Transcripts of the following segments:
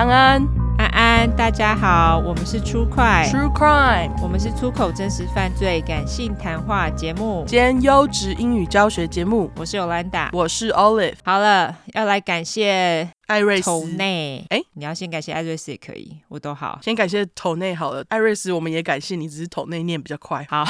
安安， 安安，大家好，我们是出快 True Crime， 我们是出口真实犯罪感性谈话节目兼优质英语教学节目。 我是 Yolanda， 我是 Olive。 好了，要来感谢艾瑞斯头内。 你要先感谢艾瑞斯也可以，我都好。 先感谢头内好了，艾瑞斯我们也感谢你，只是头内念比较快。 好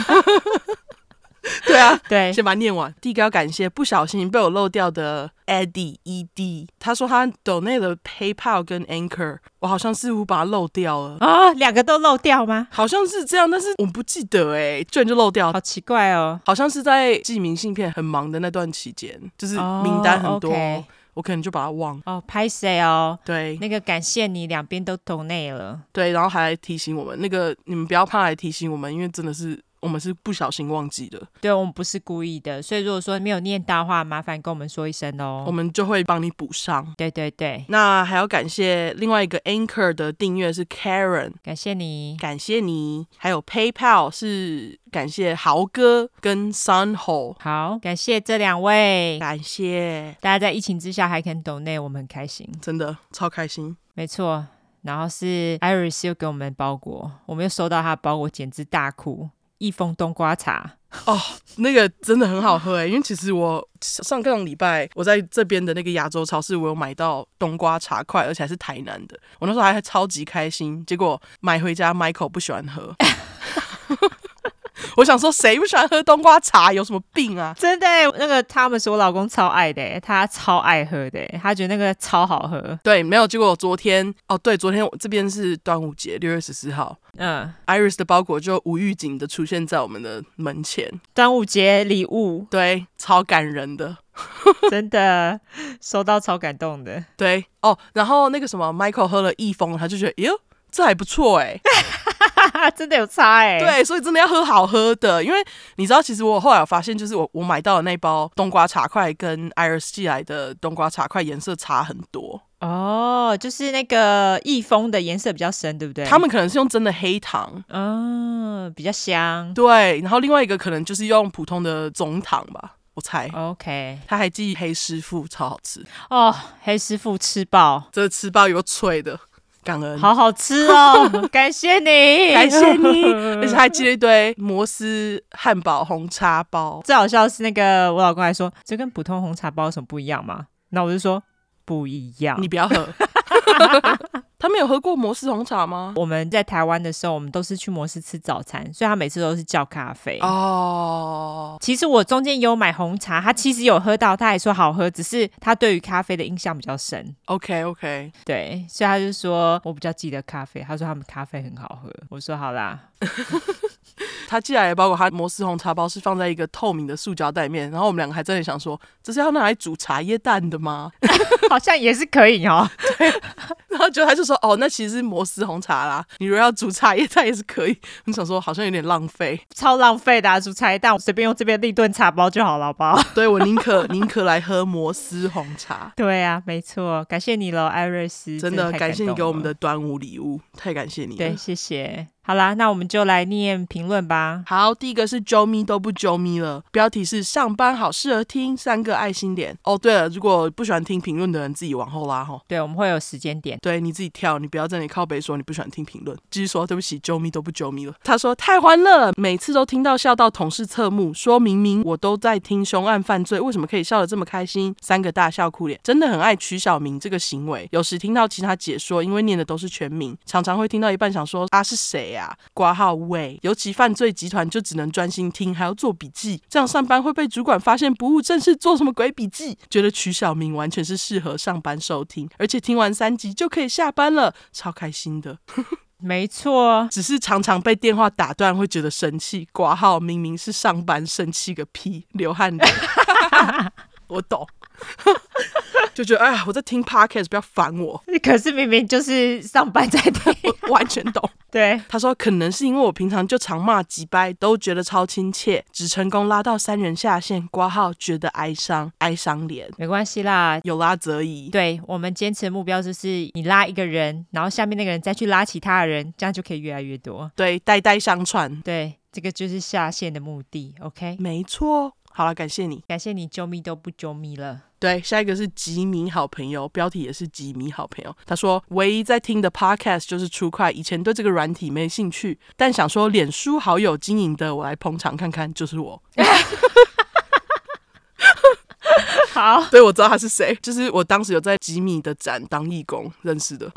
对啊， 对， 先把它念完。第一个要感谢不小心被我漏掉的 Eddie， 他说他 donate 了 PayPal 跟 Anchor， 我好像似乎把它漏掉了。 两个都漏掉吗？ 好像是这样，但是我不记得居然就漏掉。 好奇怪哦， 好像是在寄明信片很忙的那段期间，就是名单很多 okay 我可能就把它忘拍谁哦？ 对， 那个感谢你两边都抖内了。 对，然后还来提醒我们，那个你们不要怕来提醒我们，因为真的是我们是不小心忘记的。 对，我们不是故意的，所以如果说没有念到的话，麻烦跟我们说一声哦， 我们就会帮你补上。 对对对， 那还要感谢另外一个 Anchor 的订阅是 Karen， 感谢你， 感谢你。还有 PayPal 是感谢豪哥跟 Sunho， 好，感谢这两位， 感谢大家在疫情之下还肯抖内，我们很开心， 真的超开心。 没错。然后是 Iris 又给我们包裹，我们又收到他的包裹，简直大哭。益丰冬瓜茶那个真的很好喝因为其实我上个礼拜我在这边的那个亚洲超市，我有买到冬瓜茶块，而且还是台南的，我那时候还超级开心，结果买回家 Michael 不喜欢喝我想说谁不喜欢喝冬瓜茶，有什么病啊？ 真的那个他们说我老公超爱的他超爱喝的他觉得那个超好喝。 对，没有，结果昨天昨天我这边是端午节6月14号Iris 的包裹就无预警的出现在我们的门前， 端午节礼物， 对，超感人的真的收到超感动的。 对然后那个什么 Michael 喝了益丰，他就觉得哟这还不错真的有差对，所以真的要喝好喝的，因为你知道其实我后来有发现，就是我买到的那包冬瓜茶块跟 Iris 寄来的冬瓜茶块颜色差很多就是那个益丰的颜色比较深，对不对？ 他们可能是用真的黑糖比较香。 对，然后另外一个可能就是用普通的棕糖吧，我猜。 OK， 他还寄黑师傅，超好吃黑师傅吃爆， 这吃爆有脆的，感恩， 好好吃哦感谢你感谢你而且还寄了一堆摩斯汉堡红茶包。 最好笑的是那个我老公还说这跟普通红茶包有什么不一样吗？那我就说不一样， 你不要喝他没有喝过摩斯红茶吗？ 我们在台湾的时候我们都是去摩斯吃早餐，所以他每次都是叫咖啡其实我中间有买红茶，他其实有喝到，他还说好喝，只是他对于咖啡的印象比较深。 OK 对，所以他就说我比较记得咖啡，他说他们咖啡很好喝，我说好啦他寄来的包裹，他摩斯红茶包是放在一个透明的塑胶袋里面，然后我们两个还真的想说这是要拿来煮茶叶蛋的吗好像也是可以对，然后他就说那其实是摩斯红茶啦，你如果要煮茶叶蛋也是可以。我想说好像有点浪费， 超浪费的煮茶叶蛋，我随便用这边立顿茶包就好了，好不好？ 对，我宁可来喝摩斯红茶对啊，没错，感谢你咯，艾瑞斯， 真的感谢你给我们的端午礼物，太感谢你了。 对，谢谢。好啦，那我们就来念评论吧。 好，第一个是啾咪都不啾咪了，标题是上班好适合听，3个爱心脸。对了，如果不喜欢听评论的人自己往后拉对，我们会有时间点， 对，你自己跳，你不要在那里靠北说你不喜欢听评论，继续说对不起，啾咪都不啾咪了。他说太欢乐了，每次都听到笑到同事侧目，说明明我都在听凶案犯罪，为什么可以笑得这么开心？3个大笑哭脸，真的很爱取小名这个行为。有时听到其他解说，因为念的都是全名，常常会听到一半想说是谁啊？挂号喂，尤其犯罪集团就只能专心听，还要做笔记，这样上班会被主管发现不务正事，做什么鬼笔记？觉得取小名完全是适合上班收听，而且听完3集就可以下班了，超开心的没错， 只是常常被电话打断会觉得生气，挂号明明是上班，生气个屁，流汗脸我懂就觉得我在听 podcast 不要烦我， 可是明明就是上班在听我完全懂对， 他说可能是因为我平常就常骂几掰，都觉得超亲切，只成功拉到3人下线，挂号觉得哀伤脸， 没关系啦， 有拉则已。 对，我们坚持的目标就是你拉一个人，然后下面那个人再去拉其他的人，这样就可以越来越多。 对，代代相传。 对，这个就是下线的目的 OK 没错。 好了，感谢你， 感谢你啾咪都不啾咪了。 对，下一个是吉米好朋友，标题也是吉米好朋友。他说唯一在听的 podcast 就是出快，以前对这个软体没兴趣，但想说脸书好友经营的，我来捧场看看，就是我。 好， 对，我知道他是谁，就是我当时有在吉米的展当义工认识的。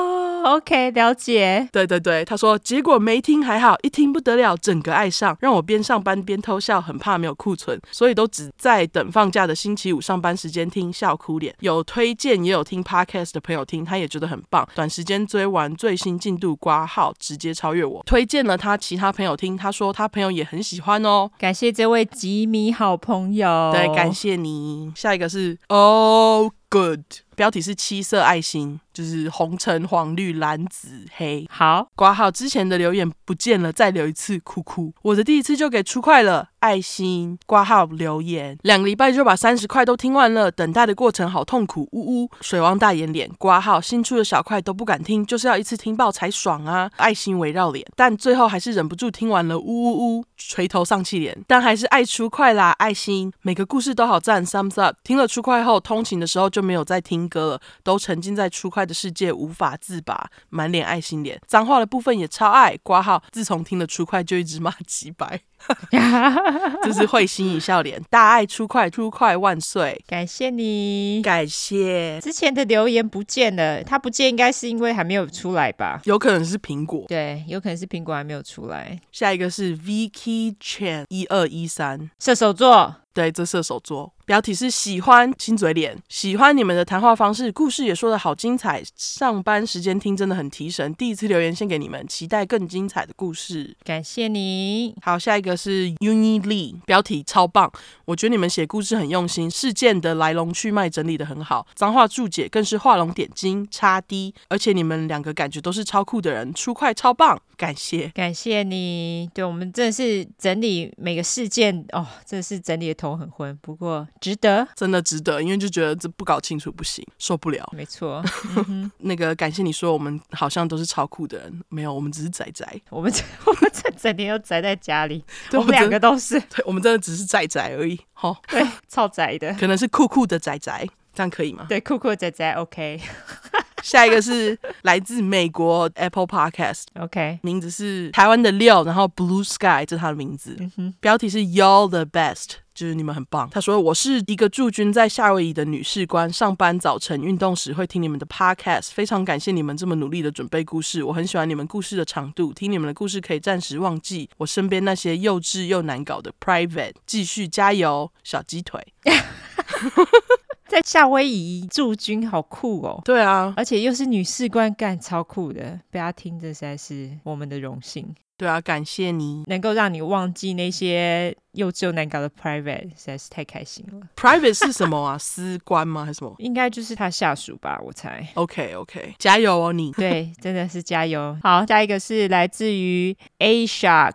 OK， 了解。 对对对，他说结果没听还好，一听不得了，整个爱上，让我边上班边偷笑，很怕没有库存，所以都只在等放假的星期五上班时间听，笑哭脸。有推荐也有听 podcast 的朋友听，他也觉得很棒，短时间追完最新进度挂号，直接超越我。推荐了他其他朋友听，他说他朋友也很喜欢哦。 感谢这位吉米好朋友。 对，感谢你。下一个是 Oh Good， 标题是七色爱心，就是红橙黄绿蓝紫黑。 好， 挂号之前的留言不见了，再留一次，哭哭。我的第一次就给出快了，爱心挂号留言，2个礼拜就把30块都听完了，等待的过程好痛苦，呜呜。水汪大眼脸挂号新出的小块都不敢听，就是要一次听爆才爽啊！爱心围绕脸，但最后还是忍不住听完了，呜呜呜，垂头丧气脸，但还是爱出快啦，爱心每个故事都好赞 ，thumbs up。听了出快后，通勤的时候就没有再听歌了，都沉浸在出快的世界无法自拔，满脸爱心脸，脏话的部分也超爱，挂号自从听了出快就一直骂几百。这是会心一笑脸，大爱出快，出快万岁！ 感谢你， 感谢。 之前的留言不见了，他不见应该是因为还没有出来吧？ 有可能是苹果， 对，有可能是苹果还没有出来。 下一个是 Vicky Chan 1213， 射手座。 对，这射手座，标题是喜欢亲嘴脸，喜欢你们的谈话方式，故事也说得好精彩，上班时间听真的很提神，第一次留言献给你们，期待更精彩的故事， 感谢你。 好，下一个是 Uni Lee， 标题超棒，我觉得你们写故事很用心，事件的来龙去脉整理得很好，脏话注解更是画龙点睛，差低，而且你们2个感觉都是超酷的人，出快超棒，感谢， 感谢你。对，我们真的是整理每个事件哦，真的是整理的头很昏，不过值得， 真的值得，因为就觉得这不搞清楚不行，受不了。 没错。 那个感谢你说我们好像都是超酷的人，没有，我们只是宅宅， 我们这整天都宅在家里， 对， 我们2个都是， 对，我们真的只是宅宅而已， 对，超宅的， 可能是酷酷的宅宅，这样可以吗？ 对，酷酷的宅宅 OK。 下一个是来自美国 Apple Podcast， OK， 名字是台湾的6，然后 Blue Sky， 这是他的名字，标题是 Y'all the best， 就是你们很棒。他说我是一个驻军在夏威夷的女士官，上班早晨运动时会听你们的 podcast， 非常感谢你们这么努力的准备故事，我很喜欢你们故事的长度，听你们的故事可以暂时忘记我身边那些幼稚又难搞的 private， 继续加油，小鸡腿。 在夏威夷驻军好酷哦。 对啊， 而且又是女士官，干超酷的，被他听着实在是我们的荣幸。 对啊，感谢你， 能够让你忘记那些幼稚又难搞的 private， 实在是太开心了。 private 是什么啊？司官吗？还是什么？ 应该就是他下属吧，我猜。 OK， 加油哦你。 对，真的是加油。好，下一个是来自于 Asia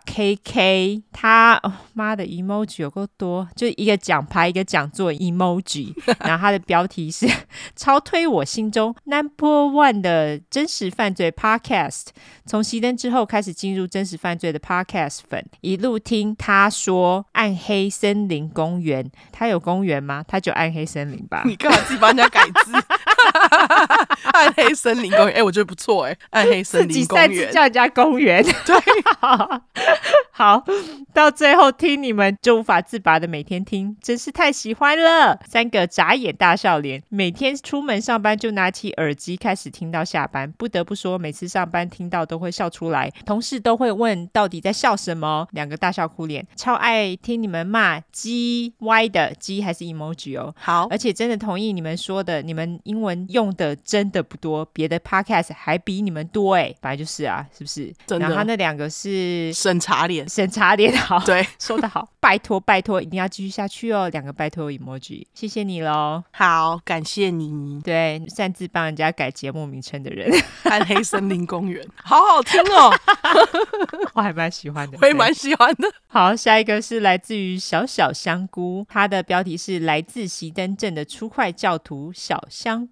KK， 他妈的 emoji 有够多，就一个奖牌一个讲座 emoji， 然后他的标题是超推我心中 No.1 的真实犯罪 podcast， 从熄灯之后开始进入真实犯罪的 podcast 粉，一路听他说暗黑森林公园，他有公园吗？他就暗黑森林吧。 你干嘛自己帮人家改字？暗黑森林公园，我觉得不错暗黑森林公园， 自己擅自叫人家公园。 对， 好，到最后听你们就无法自拔的每天听，真是太喜欢了。3个眨眼大笑脸，每天出门上班就拿起耳机开始听到下班，不得不说每次上班听到都会笑出来，同事都会问到底在笑什么，2个大笑哭脸，超爱听你们骂鸡歪的鸡还是 emoji 哦。 好， 而且真的同意你们说的，你们英文用的真的不多，别的 podcast 还比你们多本来就是啊，是不是？ 真的。 然后他那2个是审查脸， 审查脸，好， 对， 说得好，拜托拜托，一定要继续下去哦，2个拜托 emoji， 谢谢你咯。 好，感谢你， 对，擅自帮人家改节目名称的人。 暗黑森林公园，好好听哦， 我还蛮喜欢的， 我也蛮喜欢的。 好，下一个是来自于小小香菇，它的标题是来自熄灯镇的出快教徒小香菇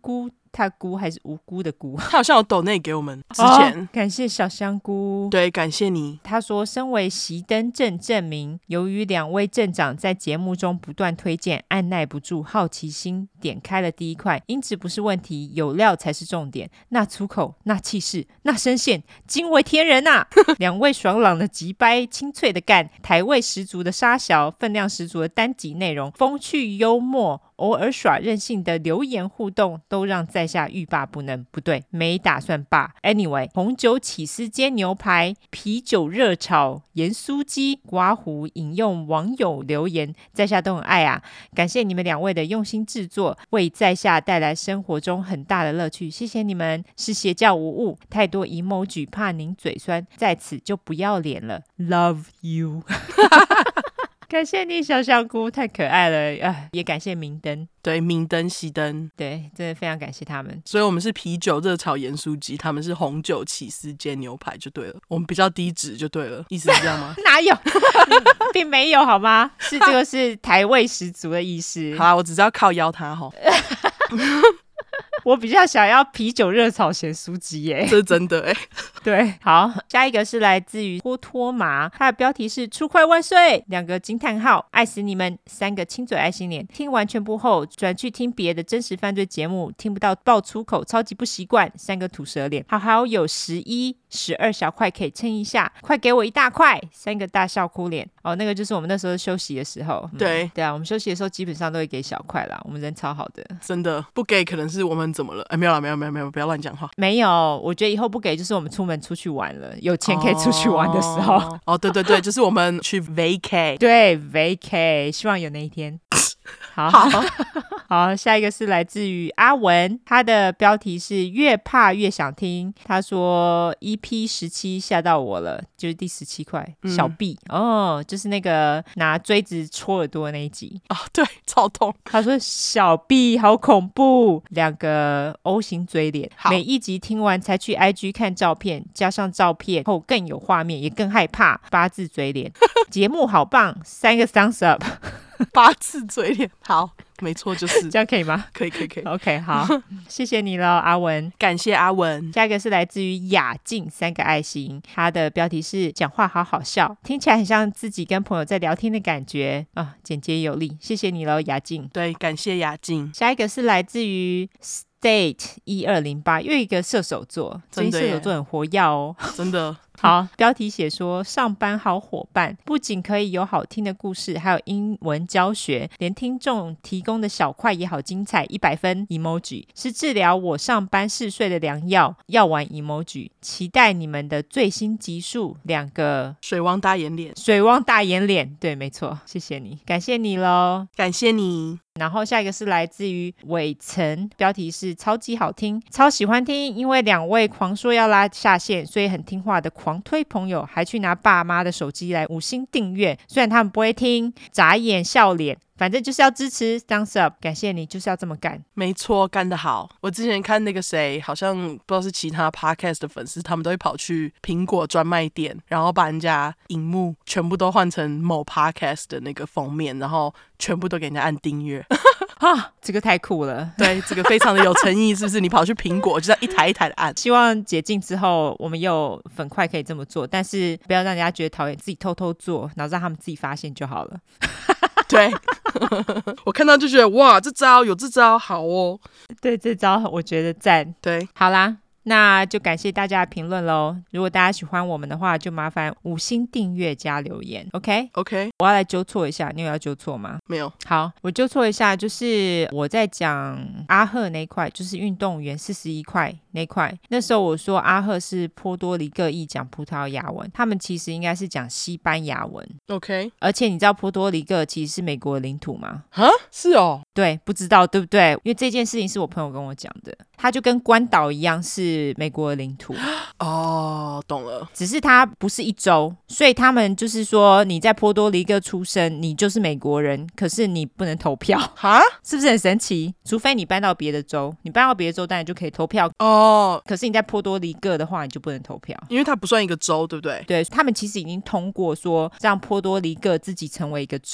他菇还是无辜的菇？ 他好像有抖内给我们之前、 感谢小香菇。 对，感谢你。 他说身为熄灯正证明，由于两位镇长在节目中不断推荐，按耐不住好奇心点开了第一块，音质不是问题，有料才是重点，那粗口那气势那声线惊为天人啊两位爽朗的急掰，清脆的干，台味十足的沙小，分量十足的单集内容，风趣幽默偶尔耍任性的留言互动，都让在下欲罢不能，不对，没打算罢。 Anyway， 红酒起司煎牛排，啤酒热炒盐酥鸡，刮胡引用网友留言，在下都很爱啊，感谢你们两位的用心制作，为在下带来生活中很大的乐趣，谢谢你们，是邪教无误，太多 emoji 怕您嘴酸，在此就不要脸了， Love you 感谢你小香菇，太可爱了也感谢明灯， 对，明灯熄灯， 对，真的非常感谢他们。 所以我们是啤酒热炒盐酥鸡，他们是红酒起司煎牛排就对了，我们比较低脂就对了，意思是这样吗？ 哪有并没有好吗？是这个是台味十足的意思。 好啦，我只是要靠邀他齁我比较想要啤酒热炒咸酥鸡耶， 这是真的欸对，好，下一个是来自于托托麻，它的标题是出快万岁，2个惊叹号，爱死你们，3个亲嘴爱心脸。听完全部后转去听别的真实犯罪节目，听不到爆粗口，超级不习惯，3个吐舌脸。好有11、12小块可以撑一下，快给我一大块，3个大笑哭脸。那个就是我们那时候休息的时候， 对对啊，我们休息的时候基本上都会给小块啦，我们人超好的， 真的不给可能是我们怎么了？没有啦，没有，不要乱讲话。 没有，我觉得以后不给就是我们出去玩了，有钱可以出去玩的时候。 对，就是我们去 vacay， 对 vacay， 希望有那一天。好，下一个是来自于阿文，他的标题是越怕越想听。他说 EP17 吓到我了，就是第17块小 B 就是那个拿锥子戳耳朵的那一集对，超痛。 他说小 B 好恐怖，2个 O 型嘴脸，每一集听完才去 IG 看照片，加上照片后更有画面，也更害怕，8字嘴脸节目好棒，3个 thumbs up 8字嘴脸，好，没错，就是这样可以吗？ 可以 OK， 好谢谢你了阿文， 感谢阿文。 下一个是来自于雅静，3个爱心，他的标题是讲话好好笑，听起来很像自己跟朋友在聊天的感觉简洁有力，谢谢你了雅静。 对，感谢雅静。 下一个是来自于State 1208，又一个射手座，最近射手座很活跃真的好，标题写说上班好伙伴，不仅可以有好听的故事，还有英文教学，连听众提供的小块也好精彩，100分 emoji 是治疗我上班嗜睡的良药，药丸 emoji 期待你们的最新集数，2个水汪大眼脸， 水汪大眼脸，对，没错，谢谢你，感谢你咯， 感谢你。 然后下一个是来自于伟成，标题是超级好听，超喜欢听，因为2位狂说要拉下线，所以很听话的狂推朋友，还去拿爸妈的手机来5星订阅，虽然他们不会听，眨眼笑脸，反正就是要支持 thumbs up， 感谢你，就是要这么干。 没错，干得好。我之前看那个谁，好像不知道是其他 podcast 的粉丝，他们都会跑去苹果专卖店，然后把人家荧幕全部都换成某 podcast 的那个封面，然后全部都给人家按订阅这个太酷了。 对，这个非常的有诚意，是不是？你跑去苹果就这样一台一台的按。 希望解禁之后我们也有粉块可以这么做，但是不要让人家觉得讨厌，自己偷偷做，然后让他们自己发现就好了。 对我看到就觉得哇，这招有这招好哦。 对，这招我觉得赞。 对， 好啦，那就感谢大家的评论咯，如果大家喜欢我们的话，就麻烦5星订阅加留言 OK， 我要来纠错一下，你有要纠错吗？ 没有。 好，我纠错一下，就是我在讲阿赫那一块，就是运动员41块那块，那时候我说阿赫是波多黎各裔讲葡萄牙文，他们其实应该是讲西班牙文 OK， 而且你知道波多黎各其实是美国的领土吗？ 是哦。 对，不知道对不对？因为这件事情是我朋友跟我讲的，它就跟关岛一样是美国的领土懂了， 只是它不是一州，所以他们就是说你在波多黎各出生你就是美国人，可是你不能投票是不是很神奇？除非你搬到别的州，你搬到别的州当然就可以投票可是你在波多黎各的话你就不能投票， 因为它不算一个州，对不对？ 对，他们其实已经通过说让波多黎各自己成为一个州，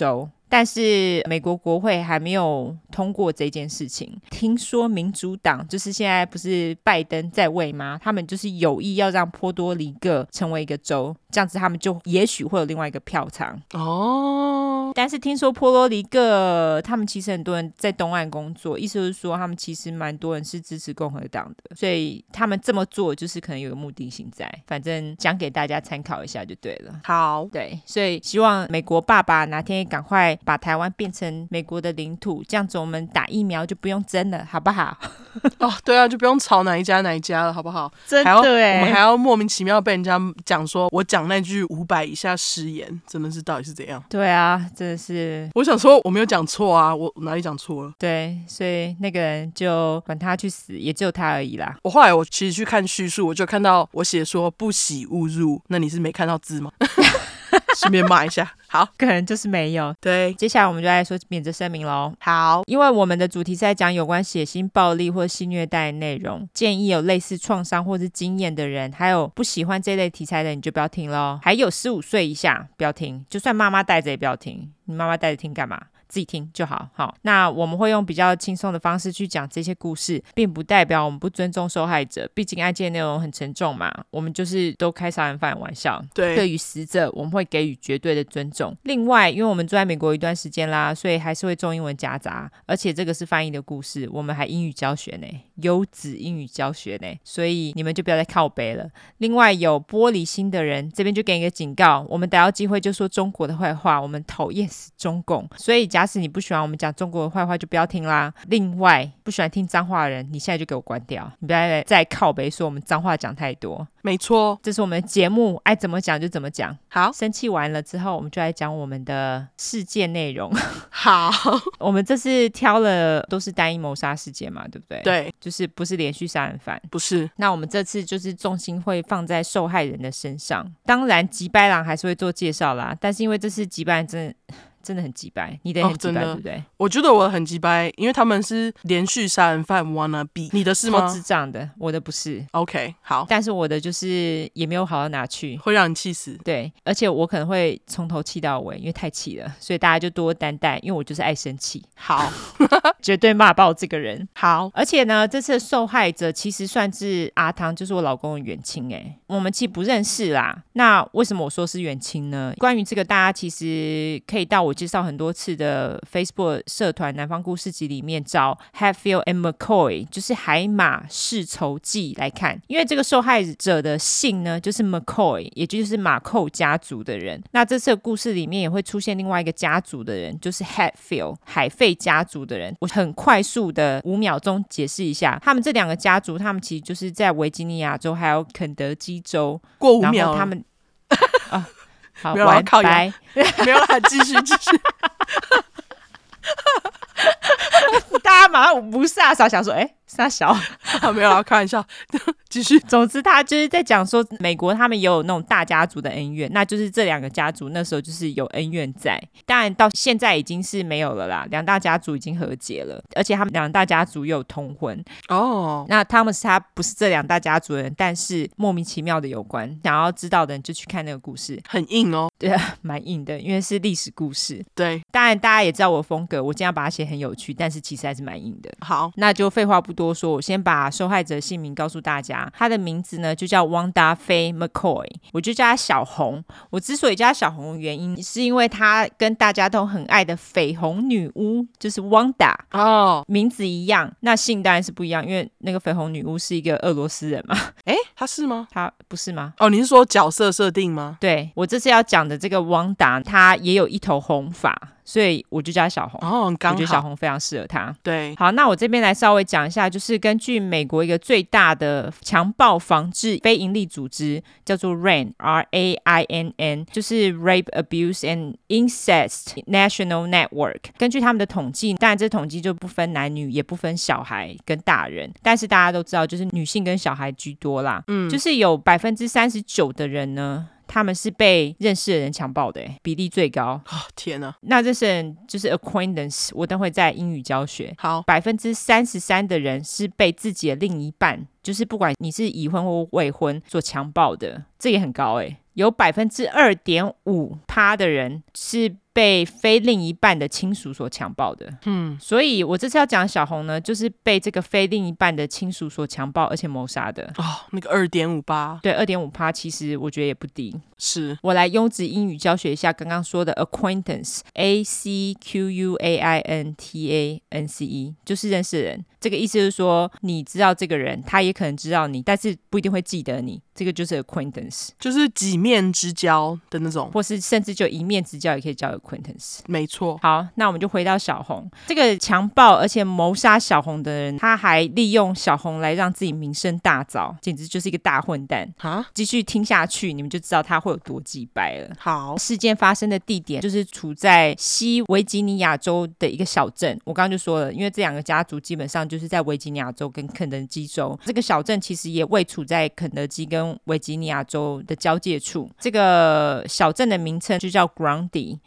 但是美国国会还没有通过这件事情。听说民主党就是现在不是拜登在位吗？他们就是有意要让波多黎各成为一个州，这样子他们就也许会有另外一个票仓哦。但是听说波多黎各他们其实很多人在东岸工作，意思就是说他们其实蛮多人是支持共和党的，所以他们这么做就是可能有个目的性在，反正讲给大家参考一下就对了。 好， 对，所以希望美国爸爸哪天赶快把台湾变成美国的领土，这样子我们打疫苗就不用争了，好不好？ 哦，对啊，就不用吵哪一家了，好不好？ 真的耶， 我们还要莫名其妙被人家讲说我讲那句500以下失言，真的是到底是怎样？ 对啊，真的是。 我想说我没有讲错啊，我哪里讲错了？ 对，所以那个人就管他去死，也只有他而已啦。 我后来其实去看叙述，我就看到我写说不喜勿入，那你是没看到字吗？顺便骂一下，好， 可能就是没有。 对， 接下来我们就来说免责声明咯。 好， 因为我们的主题是在讲有关血腥暴力或性虐待的内容，建议有类似创伤或是经验的人，还有不喜欢这类题材的你就不要听咯。还有15岁以下不要听，就算妈妈带着也不要听，你妈妈带着听干嘛？自己听就好。好，那我们会用比较轻松的方式去讲这些故事，并不代表我们不尊重受害者，毕竟案件内容很沉重嘛，我们就是都开杀人犯的玩笑。对于死者我们会给予绝对的尊重。另外因为我们住在美国一段时间啦，所以还是会中英文夹杂，而且这个是翻译的故事，我们还英语教学呢，优质英语教学呢，所以你们就不要再靠北了。另外有玻璃心的人，这边就给你一个警告，我们逮到机会就说中国的坏话，我们讨厌死中共，所以假使你不喜欢我们讲中国的坏话就不要听啦。另外不喜欢听脏话的人，你现在就给我关掉，你不要再靠北说我们脏话讲太多。 没错， 这是我们的节目，爱怎么讲就怎么讲。 好， 生气完了之后我们就来讲我们的事件内容。 好， 我们这次挑了都是单一谋杀事件嘛，对不对？ 对， 就是不是连续杀人犯， 不是。 那我们这次就是重心会放在受害人的身上，当然吉白狼还是会做介绍啦，但是因为这次吉白狼真的很鸡掰，你的也很鸡掰，对不对？ 我觉得我很鸡掰，因为他们是连续杀人犯 wanna be， 你的是吗？ 超智障的，我的不是。 OK， 好， 但是我的就是也没有好到哪去， 会让你气死。 对，而且我可能会从头气到尾，因为太气了，所以大家就多担待，因为我就是爱生气。 好， 绝对骂爆这个人。 好， 而且呢，这次的受害者其实算是阿汤，就是我老公的远亲哎，我们其实不认识啦。那为什么我说是远亲呢？关于这个，大家其实可以到我介绍很多次的 Facebook 社团南方故事集里面找 Hatfield and McCoy， 就是海马世仇记来看。因为这个受害者的姓呢，就是 McCoy， 也就是马寇家族的人。那这次的故事里面也会出现另外一个家族的人，就是 Hatfield 海费家族的人。我很快速的5秒钟解释一下，他们这两个家族，他们其实就是在维吉尼亚州还有肯德基州。 过5秒了， 然后他们好， 没有啦，靠拜， 没有啦，继续。 大家马上不傻傻想说，傻小， 没有啦，开玩笑，继续。 总之，他就是在讲说，美国他们也有那种大家族的恩怨，那就是这两个家族那时候就是有恩怨在。当然到现在已经是没有了啦，两大家族已经和解了，而且他们两大家族又有通婚哦。那汤姆斯他不是这两大家族的人，但是莫名其妙的有关。想要知道的人就去看那个故事， 很硬哦。 对啊，蛮硬的，因为是历史故事。 对， 当然大家也知道我的风格，我尽量把它写很有趣，但是其实还是蛮硬的。 好， 那就废话不多说，我先把受害者姓名告诉大家。他的名字呢就叫汪达菲 McCoy， 我就叫他小红。我之所以叫他小红的原因，是因为他跟大家都很爱的绯红女巫就是汪达哦，名字一样，那姓当然是不一样，因为那个绯红女巫是一个俄罗斯人嘛。 他是吗？ 他不是吗？ 哦，你是说角色设定吗？ 对，我这次要讲的这个汪达，他也有一头红发，所以我就叫他小红。 哦，刚好， 我觉得小红非常适合他。 对， 好，那我这边来稍微讲一下，就是根据美国一个最大的强暴防治非营利组织叫做 RAINN， R-A-I-N-N， 就是 Rape Abuse and Incest National Network。根据他们的统计，当然这统计就不分男女，也不分小孩跟大人，但是大家都知道，就是女性跟小孩居多啦。就是有39%的人呢，他们是被认识的人强暴的，比例最高。 天哪！ 那这些人就是 acquaintance， 我等会在英语教学。 好 ，33%的人是被自己的另一半，就是不管你是已婚或未婚所强暴的，这也很高有2.5%的人是被非另一半的亲属所强暴的。所以我这次要讲小红呢，就是被这个非另一半的亲属所强暴而且谋杀的。 那个 2.58%， 对， 2.5%其实我觉得也不低。 是， 我来优质英语教学一下刚刚说的 acquaintance， acquaintance， 就是认识的人。这个意思就是说，你知道这个人，他也可能知道你，但是不一定会记得你，这个就是 acquaintance， 就是几面之交的那种， 或是甚至就一面之交也可以叫 acquaintance。 没错。 好，那我们就回到小红，这个强暴而且谋杀小红的人，他还利用小红来让自己名声大噪，简直就是一个大混蛋。继续听下去，你们就知道他会有多鸡掰了。 好， 事件发生的地点就是处在西维吉尼亚州的一个小镇。我刚刚就说了，因为这两个家族基本上就是在维吉尼亚州跟肯德基州，这个小镇其实也位处在肯德基跟维吉尼亚州的交界处。这个小镇的名称就叫 Grundy，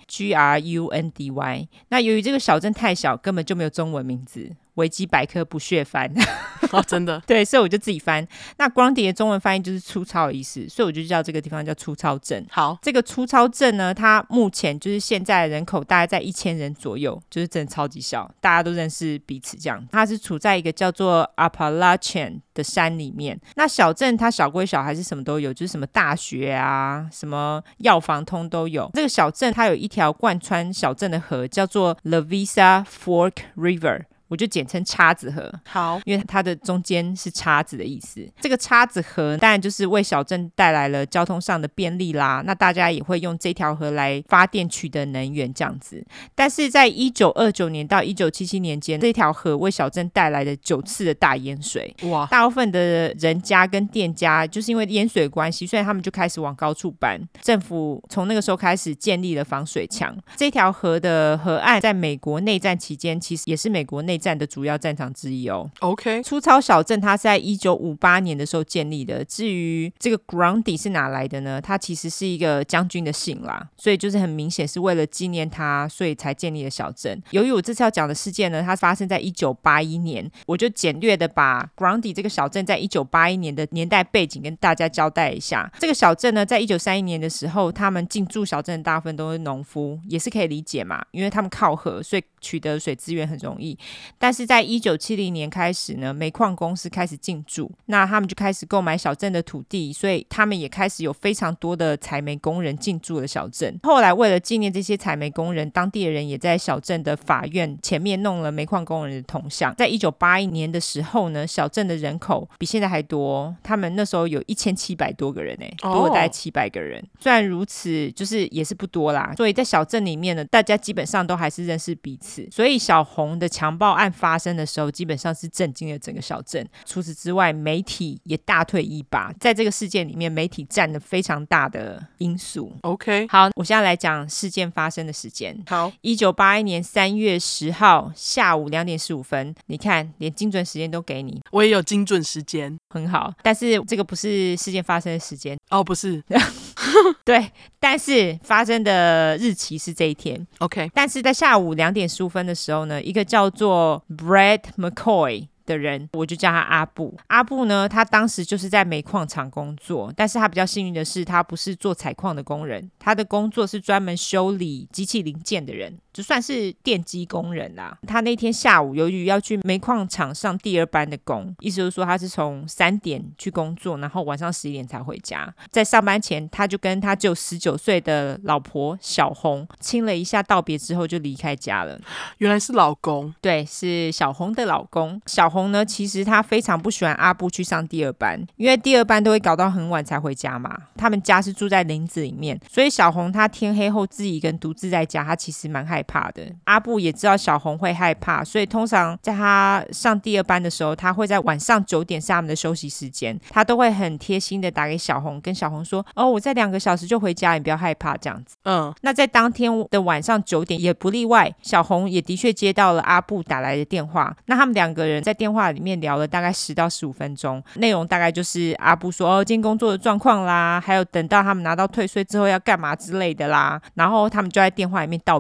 Grundy。 那由于这个小镇太小，根本就没有中文名字，维基百科不屑翻。 真的？ 对，所以我就自己翻。那 Grundy 的中文翻译就是粗糙的意思，所以我就叫这个地方叫粗糙镇。 好， 这个粗糙镇呢，它目前就是现在人口大概在1000人左右，就是真的超级小，大家都认识彼此这样。它是处在一个叫做 Appalachian 的山里面。那小镇它小归小，还是什么都有，就是什么大学啊，什么药房通都有。这个小镇它有一条贯穿小镇的河，叫做 Lavisa Fork River，我就简称叉子河。 好， 因为它的中间是叉子的意思。这个叉子河当然就是为小镇带来了交通上的便利啦，那大家也会用这条河来发电取得能源这样子。但是在1929年到1977年间，这条河为小镇带来了9次的大淹水。哇！大部分的人家跟店家就是因为淹水关系，所以他们就开始往高处搬。政府从那个时候开始建立了防水墙。这条河的河岸在美国内战期间其实也是美国内战的主要战场之一哦。 OK， 粗糙小镇它是在1958年的时候建立的。至于这个 Grundy 是哪来的呢？它其实是一个将军的姓啦，所以就是很明显是为了纪念他，所以才建立的小镇。由于我这次要讲的事件呢，它发生在1981年，我就简略的把 Grundy 这个小镇在1981年的年代背景跟大家交代一下。这个小镇呢，在1931年的时候，他们进驻小镇的大部分都是农夫，也是可以理解嘛，因为他们靠河，所以取得水资源很容易。但是在1970年开始呢，煤矿公司开始进驻，那他们就开始购买小镇的土地，所以他们也开始有非常多的采煤工人进驻了小镇。后来为了纪念这些采煤工人，当地的人也在小镇的法院前面弄了煤矿工人的铜像。在1981年的时候呢，小镇的人口比现在还多，他们那时候有1700多个人多了大概700个人。虽然如此，就是也是不多啦，所以在小镇里面呢，大家基本上都还是认识彼此。所以小红的强暴案发生的时候，基本上是震惊了整个小镇。除此之外，媒体也大退一把，在这个事件里面，媒体占了非常大的因素。 OK， 好，我现在来讲事件发生的时间。 好 ，1981年3月10号下午2点15分，你看连精准时间都给你。 我也有精准时间， 很好，但是这个不是事件发生的时间哦，不是对，但是发生的日期是这一天。 OK， 但是在下午2点15分的时候呢，一个叫做 Brad McCoy的人，我就叫他阿布。阿布呢，他当时就是在煤矿厂工作，但是他比较幸运的是，他不是做采矿的工人，他的工作是专门修理机器零件的人，就算是电机工人啦。他那天下午由于要去煤矿厂上第2班的工，意思就是说他是从3点去工作，然后晚上11点才回家。在上班前，他就跟他只有19岁的老婆小红亲了一下道别之后就离开家了。 原来是老公。 对，是小红的老公。小红呢，其实他非常不喜欢阿布去上第2班，因为第2班都会搞到很晚才回家嘛。他们家是住在林子里面，所以小红他天黑后自己一个人独自在家，他其实蛮害怕的。阿布也知道小红会害怕，所以通常在他上第2班的时候，他会在晚上9点是他们的休息时间，他都会很贴心的打给小红，跟小红说，哦，我在2个小时就回家，你不要害怕这样子。那在当天的晚上9点也不例外，小红也的确接到了阿布打来的电话。那他们2个人在电话里面聊了大概10到15分钟，内容大概就是阿布说，哦，今天工作的状况啦，还有等到他们拿到退税之后要干嘛之类的啦。然后他们就在电话里面道别第2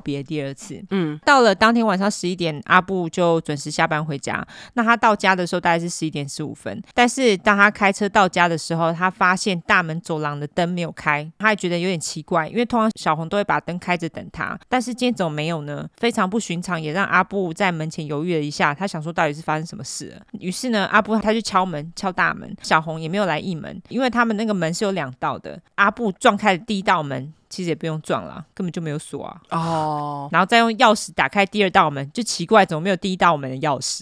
二次。到了当天晚上11点，阿布就准时下班回家。那他到家的时候大概是11点15分，但是当他开车到家的时候，他发现大门走廊的灯没有开，他还觉得有点奇怪，因为通常小红都会把灯开着等他，但是今天怎么没有呢？非常不寻常，也让阿布在门前犹豫了一下，他想说到底是发生什么事了。于是呢，阿布他就敲门，敲大门，小红也没有来应门，因为他们那个门是有2道的，阿布撞开了第1道门，其实也不用撞啦，根本就没有锁啊。然后再用钥匙打开第2道门，就奇怪怎么没有第1道门的钥匙。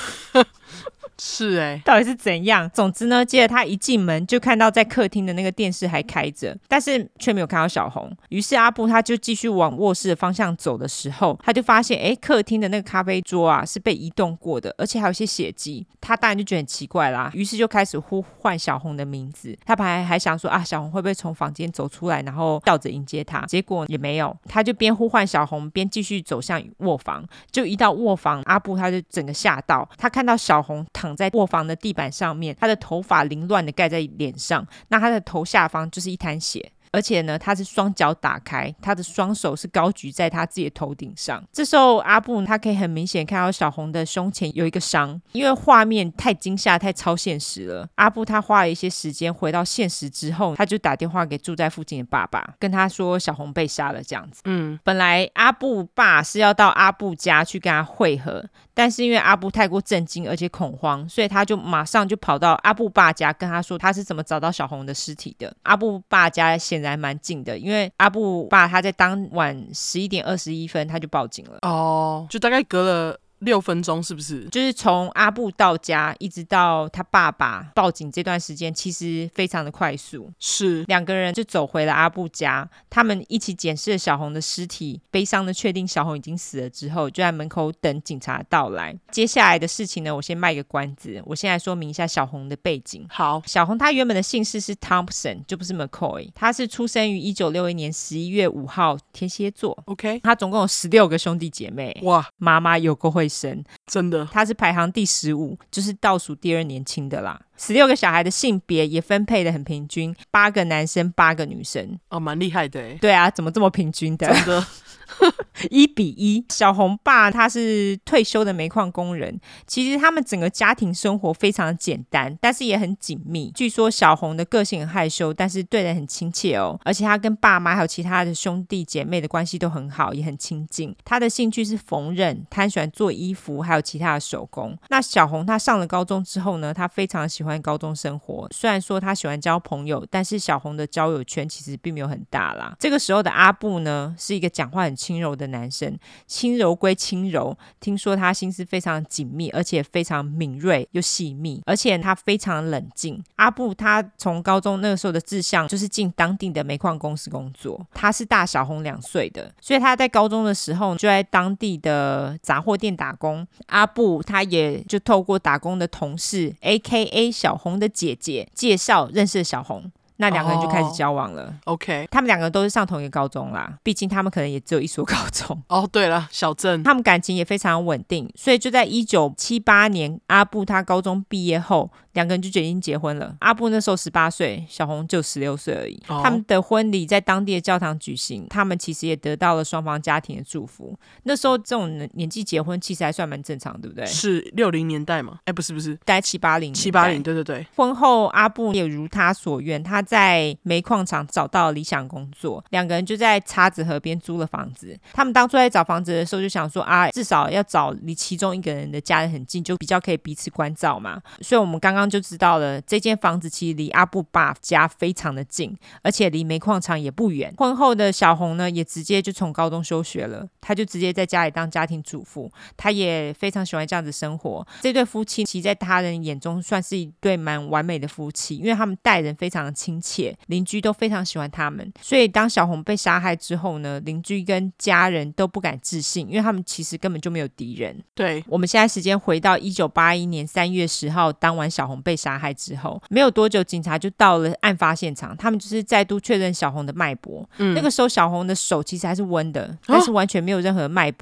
是到底是怎样？总之呢，接着他一进门就看到在客厅的那个电视还开着，但是却没有看到小红。于是阿布他就继续往卧室的方向走的时候，他就发现客厅的那个咖啡桌啊是被移动过的，而且还有一些血迹。他当然就觉得很奇怪啦，于是就开始呼唤小红的名字。他本来还想说小红会不会从房间走出来，然后笑着迎接他，结果也没有。他就边呼唤小红边继续走向卧房。就一到卧房，阿布他就整个吓到，他看到小红躺在卧房的地板上面，她的头发凌乱的盖在脸上，那她的头下方就是一滩血，而且呢，他是双脚打开，他的双手是高举在他自己的头顶上。这时候阿布他可以很明显看到小红的胸前有一个伤，因为画面太惊吓太超现实了。阿布他花了一些时间回到现实之后，他就打电话给住在附近的爸爸，跟他说小红被杀了这样子。本来阿布爸是要到阿布家去跟他会合，但是因为阿布太过震惊而且恐慌，所以他就马上就跑到阿布爸家跟他说他是怎么找到小红的尸体的。阿布爸家显然蛮近的，因为阿布爸他在当晚11点21分他就报警了。 就大概隔了6分钟，是不是？ 就是从阿布到家一直到他爸爸报警这段时间其实非常的快速。 是 2个人就走回了阿布家，他们一起检视了小红的尸体，悲伤的确定小红已经死了之后，就在门口等警察到来。接下来的事情呢，我先卖个关子，我先来说明一下小红的背景。 好， 小红她原本的姓氏是 Thompson， 就不是 McCoy。她是出生于1961年11月5号天蝎座。 OK， 她总共有16个兄弟姐妹。 哇， 妈妈有够会生， 真的。 她是排行第15，就是倒数第2年轻的啦。16个小孩的性别也分配的很平均，8个男生8个女生。 蛮厉害的耶。 对啊，怎么这么平均的？ 真的 1比1。小红爸他是退休的煤矿工人，其实他们整个家庭生活非常简单，但是也很紧密。据说小红的个性很害羞，但是对人很亲切哦，而且他跟爸妈还有其他的兄弟姐妹的关系都很好，也很亲近。他的兴趣是缝纫，他很喜欢做衣服还有其他的手工。那小红他上了高中之后呢，他非常喜欢高中生活，虽然说他喜欢交朋友，但是小红的交友圈其实并没有很大啦。这个时候的阿布呢，是一个讲话很轻柔的男生，轻柔归轻柔，听说他心思非常紧密，而且非常敏锐又细密，而且他非常冷静。阿布他从高中那个时候的志向就是进当地的煤矿公司工作，他是大小红2岁的，所以他在高中的时候就在当地的杂货店打工。阿布他也就透过打工的同事 AKA 小红的姐姐介绍认识小红，那2个人就开始交往了。 OK， 他们2个都是上同一个高中啦，毕竟他们可能也只有一所高中。 对了，小镇。 他们感情也非常稳定，所以就在1978年阿布他高中毕业后，2个人就决定结婚了。阿布那时候18岁，小红就16岁而已。他们的婚礼在当地的教堂举行，他们其实也得到了双方家庭的祝福。那时候这种年纪结婚其实还算蛮正常，对不对？ 是60年代嘛？不是， 大概780。 780，对对对。 婚后阿布也如他所愿，他在煤矿厂找到了理想工作，2个人就在叉子河边租了房子。他们当初在找房子的时候就想说至少要找离其中一个人的家人很近，就比较可以彼此关照嘛。所以我们刚刚就知道了，这间房子其实离阿布爸家非常的近，而且离煤矿厂也不远。婚后的小红呢，也直接就从高中休学了，他就直接在家里当家庭主妇，他也非常喜欢这样子生活。这对夫妻其实在他人眼中算是一对蛮完美的夫妻，因为他们待人非常的亲切，邻居都非常喜欢他们。所以当小红被杀害之后呢，邻居跟家人都不敢置信，因为他们其实根本就没有敌人。 对， 我们现在时间回到1981年3月10号当晚小红被杀害之后，没有多久警察就到了案发现场，他们就是再度确认小红的脉搏。那个时候小红的手其实还是温的，但是完全没有任何脉搏，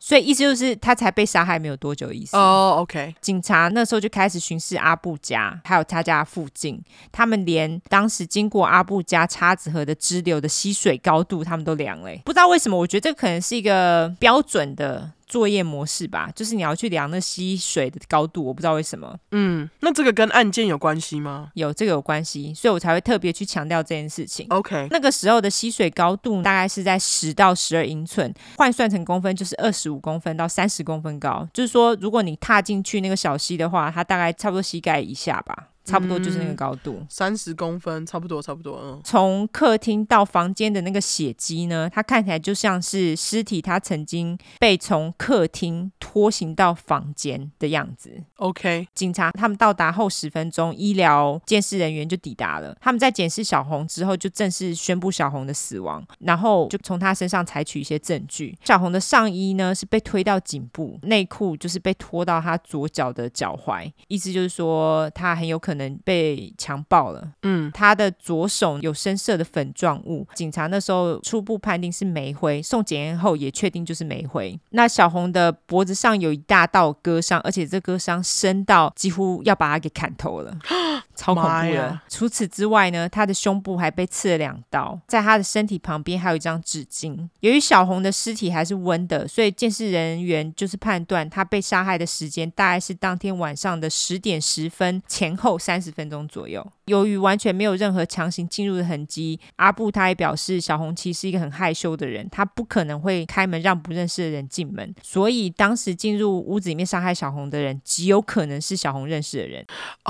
所以意思就是他才被杀害没有多久的意思。 OK。 警察那时候就开始巡视阿布家还有他家附近，他们连当时经过阿布家叉子河的支流的溪水高度他们都量了。不知道为什么，我觉得这可能是一个标准的作业模式吧，就是你要去量那溪水的高度，我不知道为什么。 那这个跟案件有关系吗？ 有，这个有关系，所以我才会特别去强调这件事情。 OK。 那个时候的溪水高度大概是在10到12英寸，换算成公分就是25公分到30公分高，就是说如果你踏进去那个小溪的话，它大概差不多膝盖以下吧，差不多就是那个高度 ，30公分，差不多。 从客厅到房间的那个血迹呢，它看起来就像是尸体它曾经被从客厅拖行到房间的样子。 OK。 警察他们到达后10分钟，医疗监视人员就抵达了，他们在检视小红之后就正式宣布小红的死亡，然后就从她身上采取一些证据。小红的上衣呢是被推到颈部，内裤就是被拖到她左脚的脚踝，意思就是说她很有可能被强暴了。她的左手有深色的粉状物，警察那时候初步判定是煤灰，送检验后也确定就是煤灰。那小红的脖子上有一大道割伤，而且这割伤深到几乎要把她给砍头了超恐怖的。除此之外呢，她的胸部还被刺了2刀，在她的身体旁边还有一张纸巾。由于小红的尸体还是温的，所以监视人员就是判断她被杀害的时间大概是当天晚上的10点10分前后30分钟左右。由于完全没有任何强行进入的痕迹，阿布他也表示小红其实是一个很害羞的人，他不可能会开门让不认识的人进门，所以当时进入屋子里面杀害小红的人极有可能是小红认识的人。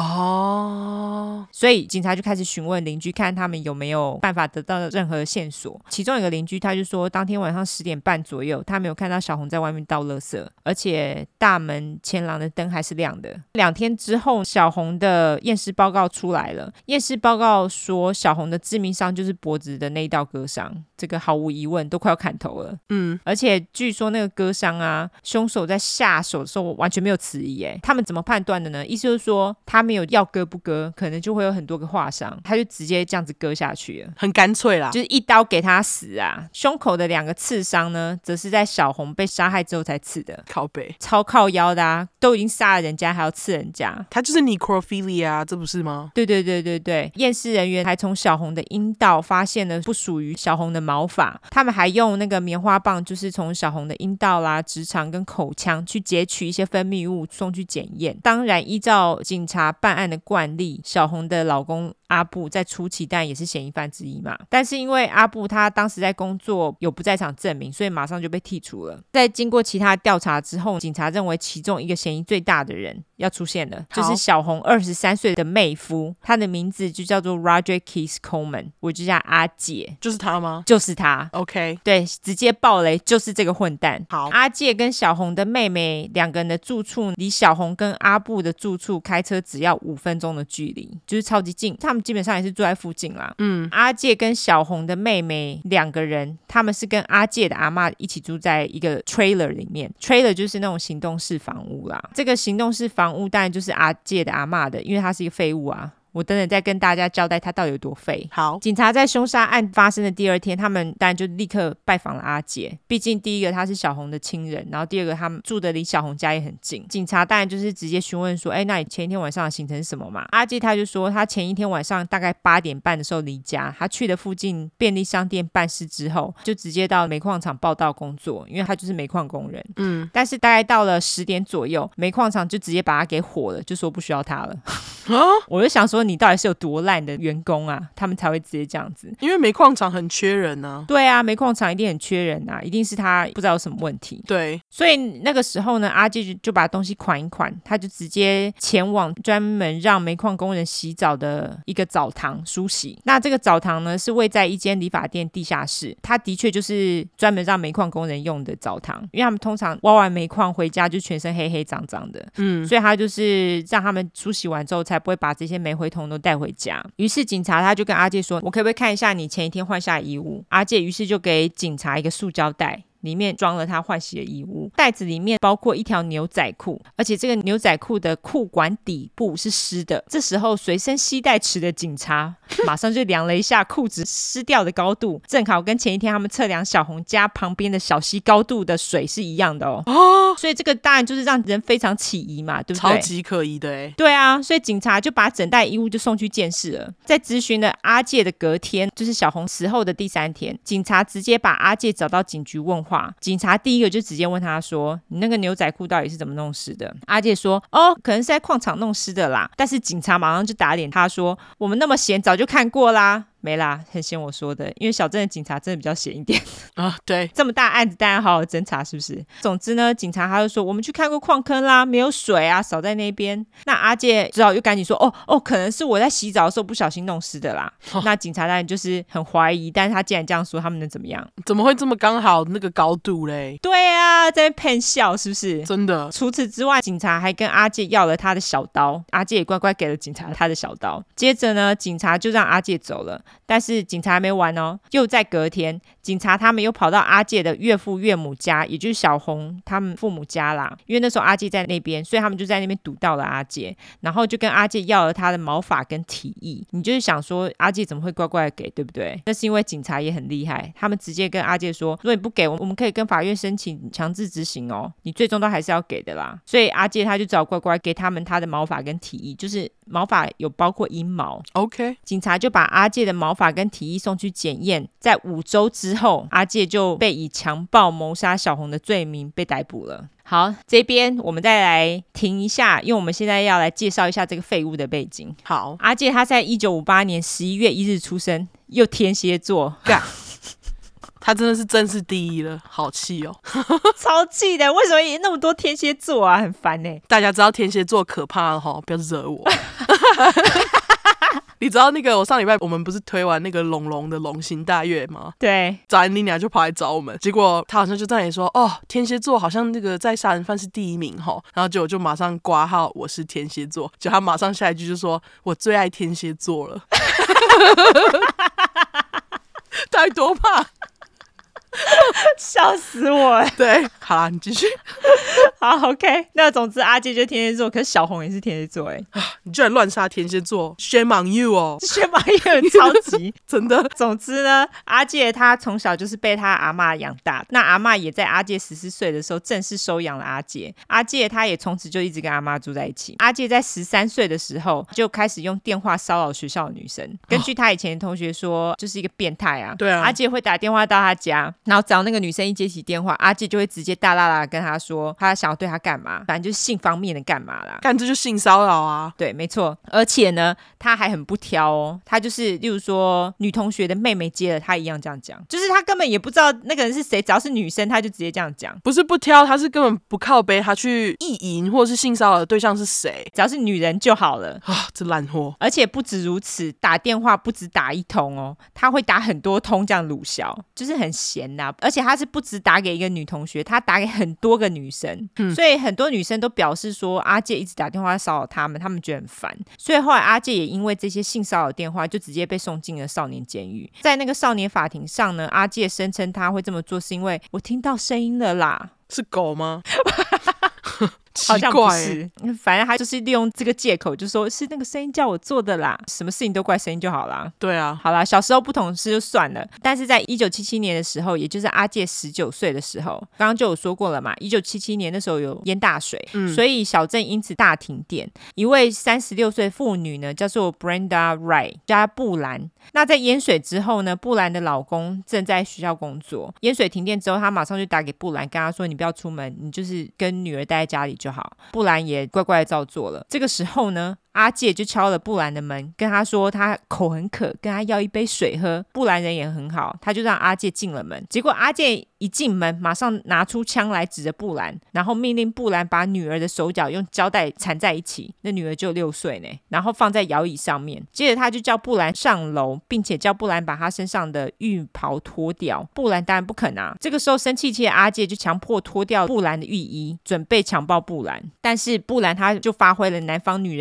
所以警察就开始询问邻居，看他们有没有办法得到任何线索。其中有个邻居他就说，当天晚上10点半左右，他没有看到小红在外面倒垃圾，而且大门前廊的灯还是亮的。2天之后，小红的验尸报告出来了，验尸报告说小红的致命伤就是脖子的那一道割伤，这个毫无疑问都快要砍头了。而且据说那个割伤啊，凶手在下手的时候完全没有迟疑耶。他们怎么判断的呢？意思就是说他没有要割不割，可能就会有很多个划伤，他就直接这样子割下去了， 很干脆啦， 就是一刀给他死啊。胸口的2个刺伤呢，则是在小红被杀害之后才刺的， 靠北， 超靠腰的啊，都已经杀了人家还要刺人家， 他就是 necrophilia， 这不是吗？ 对，验尸人员还从小红的阴道发现了不属于小红的毛发，他们还用那个棉花棒，就是从小红的阴道啦、直肠跟口腔去截取一些分泌物送去检验。当然依照警察办案的惯例，小红的老公阿布在初期当然也是嫌疑犯之一嘛，但是因为阿布他当时在工作有不在场证明，所以马上就被剔除了。在经过其他调查之后，警察认为其中一个嫌疑最大的人要出现了，就是小红23岁的妹夫，他的名字就叫做 Roger Keith Coleman， 我就叫阿介。 就是他吗？ 就是他。 OK。 对，直接爆雷，就是这个混蛋。 好， 阿介跟小红的妹妹2个人的住处离小红跟阿布的住处开车只要5分钟的距离，就是超级近，他们基本上也是住在附近啦。阿介跟小红的妹妹2个人，他们是跟阿介的阿嬷一起住在一个 trailer 里面， trailer 就是那种行动式房屋啦。这个行动式房屋当然就是阿介的阿嬷的，因为他是一个废物啊，我等等再跟大家交代他到底有多废。 好， 警察在凶杀案发生的第2天，他们当然就立刻拜访了阿杰，毕竟第一个他是小红的亲人，然后第2个他们住的离小红家也很近。警察当然就是直接询问说，那你前一天晚上的行程是什么嘛？阿杰他就说，他前一天晚上大概8点半的时候离家，他去了附近便利商店办事之后，就直接到煤矿厂报到工作，因为他就是煤矿工人。但是大概到了10点左右，煤矿厂就直接把他给火了，就说不需要他了。我就想说，你到底是有多烂的员工啊，他们才会直接这样子？ 因为煤矿厂很缺人啊。 对啊，煤矿厂一定很缺人啊，一定是他不知道有什么问题。 对， 所以那个时候呢，阿杰就把东西款一款，他就直接前往专门让煤矿工人洗澡的一个澡堂梳洗。那这个澡堂呢，是位在一间理发店地下室，它的确就是专门让煤矿工人用的澡堂，因为他们通常挖完煤矿回家就全身黑黑脏脏的，所以他就是让他们梳洗完之后才不会把这些煤灰桶都带回家。于是警察他就跟阿介说，我可不可以看一下你前一天换下的衣物？阿介于是就给警察一个塑胶袋， 里面装了他换洗的衣物，袋子里面包括一条牛仔裤，而且这个牛仔裤的裤管底部是湿的。这时候随身携带尺的警察马上就量了一下裤子湿掉的高度，正好跟前一天他们测量小红家旁边的小溪高度的水是一样的哦。所以这个当然就是让人非常起疑嘛，对不对？ 超级可疑的耶。 对啊，所以警察就把整袋衣物就送去鉴识了。在咨询了阿介的隔天，就是小红死后的第3天，警察直接把阿介找到警局问话。警察第一个就直接问他说，你那个牛仔裤到底是怎么弄湿的？阿介说，可能是在矿场弄湿的啦。但是警察马上就打脸他说，我们那么闲早就看过啦。没啦，很嫌我说的，因为小镇的警察真的比较闲一点啊。对， 这么大案子当然好好侦查，是不是？总之呢，警察他就说我们去看过矿坑啦，没有水啊，少在那边。那阿介只好又赶紧说可能是我在洗澡的时候不小心弄湿的啦。那警察当然就是很怀疑，但是他既然这样说，他们能怎么样？ 怎么会这么刚好那个高度嘞？ 对啊，在那边骗笑是不是？ 真的。 除此之外，警察还跟阿介要了他的小刀，阿介也乖乖给了警察他的小刀。接着呢，警察就让阿介走了。但是警察还没完哦，又在隔天，警察他们又跑到阿介的岳父岳母家，也就是小红他们父母家啦。因为那时候阿介在那边，所以他们就在那边堵到了阿介，然后就跟阿介要了他的毛发跟体液。你就是想说阿介怎么会乖乖的给，对不对？那是因为警察也很厉害，他们直接跟阿介说，如果你不给，我们可以跟法院申请强制执行哦，你最终都还是要给的啦。所以阿介他就只好乖乖给他们他的毛发跟体液，就是毛发有包括阴毛。 OK， 警察就把阿介的毛发跟体液送去检验，在5周之后，阿介就被以强暴谋杀小红的罪名被逮捕了。好，这边我们再来停一下，因为我们现在要来介绍一下这个废物的背景。 好， 阿介他在1958年11月1日出生，又天蝎座， 他真的是真是第一了，好气哦超气的，为什么那么多天蝎座啊，很烦耶。 大家知道天蝎座可怕了齁，不要惹我你知道那个我上礼拜我们不是推完那个龙龙的龙行大悦吗？ 对， 早安妮娜就跑来找我们，结果他好像就在那里说，天蝎座好像那个在杀人犯是第1名齁，然后结果就马上挂号我是天蝎座，就他马上下一句就说我最爱天蝎座了太多怕笑死我了。 对，好啦，你继续好 OK， 那总之阿介就是天蝎座，可是小红也是天蝎座你居然乱杀天蝎座 Shame on you 哦 Shame on you 超级真的。 总之呢，阿介他从小就是被他阿嬷养大，那阿嬷也在阿介14岁的时候正式收养了阿介。阿介他也从此就一直跟阿嬷住在一起。阿介在13岁的时候就开始用电话骚扰学校的女生，根据他以前的同学说就是一个变态啊。 对啊， 阿介会打电话到他家，然后只要那个女生一接起电话，阿介就会直接大啦啦跟他说他想要对他干嘛，反正就是性方面的干嘛啦。 干，这就性骚扰啊。 对，没错。而且呢他还很不挑哦，他就是例如说女同学的妹妹接了他一样这样讲，就是他根本也不知道那个人是谁，只要是女生他就直接这样讲。 不是不挑，他是根本不靠背，他去意淫或者是性骚扰的对象是谁， 只要是女人就好了啊，这烂货。 而且不止如此，打电话不止打1通哦，他会打很多通这样鲁小，就是很闲啊。而且他是不止打给一个女同学，他打给很多个女生，所以很多女生都表示说阿介一直打电话骚扰他们觉得很烦。所以后来阿介也因为这些性骚扰电话就直接被送进了少年监狱。在那个少年法庭上呢，阿介声称他会这么做是因为我听到声音了啦。 是狗吗好像不是，反正他就是利用这个借口就说是那个声音叫我做的啦，什么事情都怪声音就好啦。 对啊， 好啦，小时候不懂事就算了，但是在1977年的时候，也就是阿介19岁的时候，刚刚就有说过了嘛，1977年那时候有淹大水，所以小镇因此大停电。一位36岁妇女呢叫做 Brenda Wright 加布兰。那在淹水之后呢，布兰的老公正在学校工作，淹水停电之后，他马上就打给布兰，跟他说你不要出门，你就是跟女儿待在家里就好。布兰也乖乖的照做了。这个时候呢，阿介就敲了布兰的门，跟他说他口很渴，跟他要一杯水喝。布兰人也很好，他就让阿介进了门。结果阿介一进门，马上拿出枪来指着布兰，然后命令布兰把女儿的手脚用胶带缠在一起，那女儿就6岁呢，然后放在摇椅上面。接着他就叫布兰上楼，并且叫布兰把他身上的浴袍脱掉。布兰当然不肯啊。这个时候生气气的阿介就强迫脱掉布兰的浴衣，准备强暴布兰。但是布兰他就发挥了南方女人强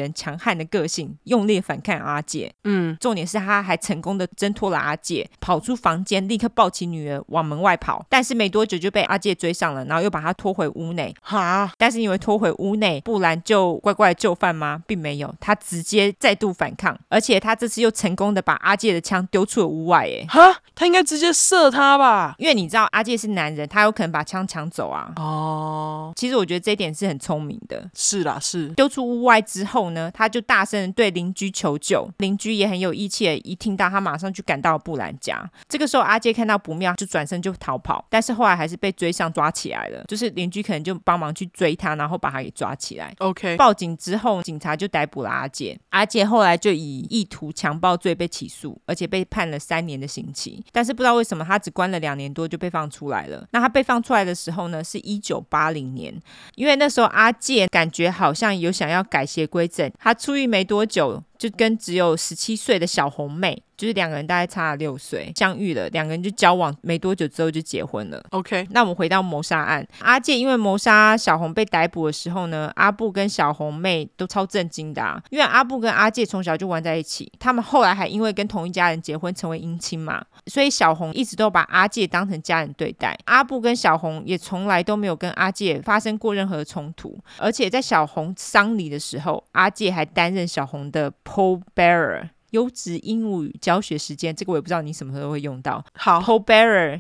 悍的个性，用力反抗阿介。重点是他还成功的挣脱了阿介，跑出房间，立刻抱起女儿往门外跑。但是没多久就被阿介追上了，然后又把他拖回屋内。但是因为拖回屋内，不然就乖乖的就范吗？并没有，他直接再度反抗，而且他这次又成功的把阿介的枪丢出了屋外。 他应该直接射他吧？ 因为你知道阿介是男人，他有可能把枪抢走啊。其实我觉得这一点是很聪明的。 是啦，是。 丢出屋外之后呢，他就大声的对邻居求救，邻居也很有义气的，一听到他马上就赶到了布兰家。这个时候阿介看到不妙，就转身就逃跑，但是后来还是被追上抓起来了，就是邻居可能就帮忙去追他，然后把他给抓起来。报警之后，警察就逮捕了阿介。阿介后来就以意图强暴罪被起诉，而且被判了3年的刑期。但是不知道为什么他只关了2年多就被放出来了。那他被放出来的时候呢，是1980年，因为那时候阿介感觉好像有想要改邪归正，他出狱没多久就跟只有17岁的小红妹，就是2个人大概差了6岁相遇了，2个人就交往没多久之后就结婚了。那我们回到谋杀案，阿介因为谋杀小红被逮捕的时候呢，阿布跟小红妹都超震惊的因为阿布跟阿介从小就玩在一起，他们后来还因为跟同一家人结婚成为姻亲嘛，所以小红一直都把阿介当成家人对待。阿布跟小红也从来都没有跟阿介发生过任何冲突，而且在小红丧礼的时候，阿介还担任小红的pallbearer。优质英语教学时间，这个我也不知道你什么时候会用到。好 ，pallbearer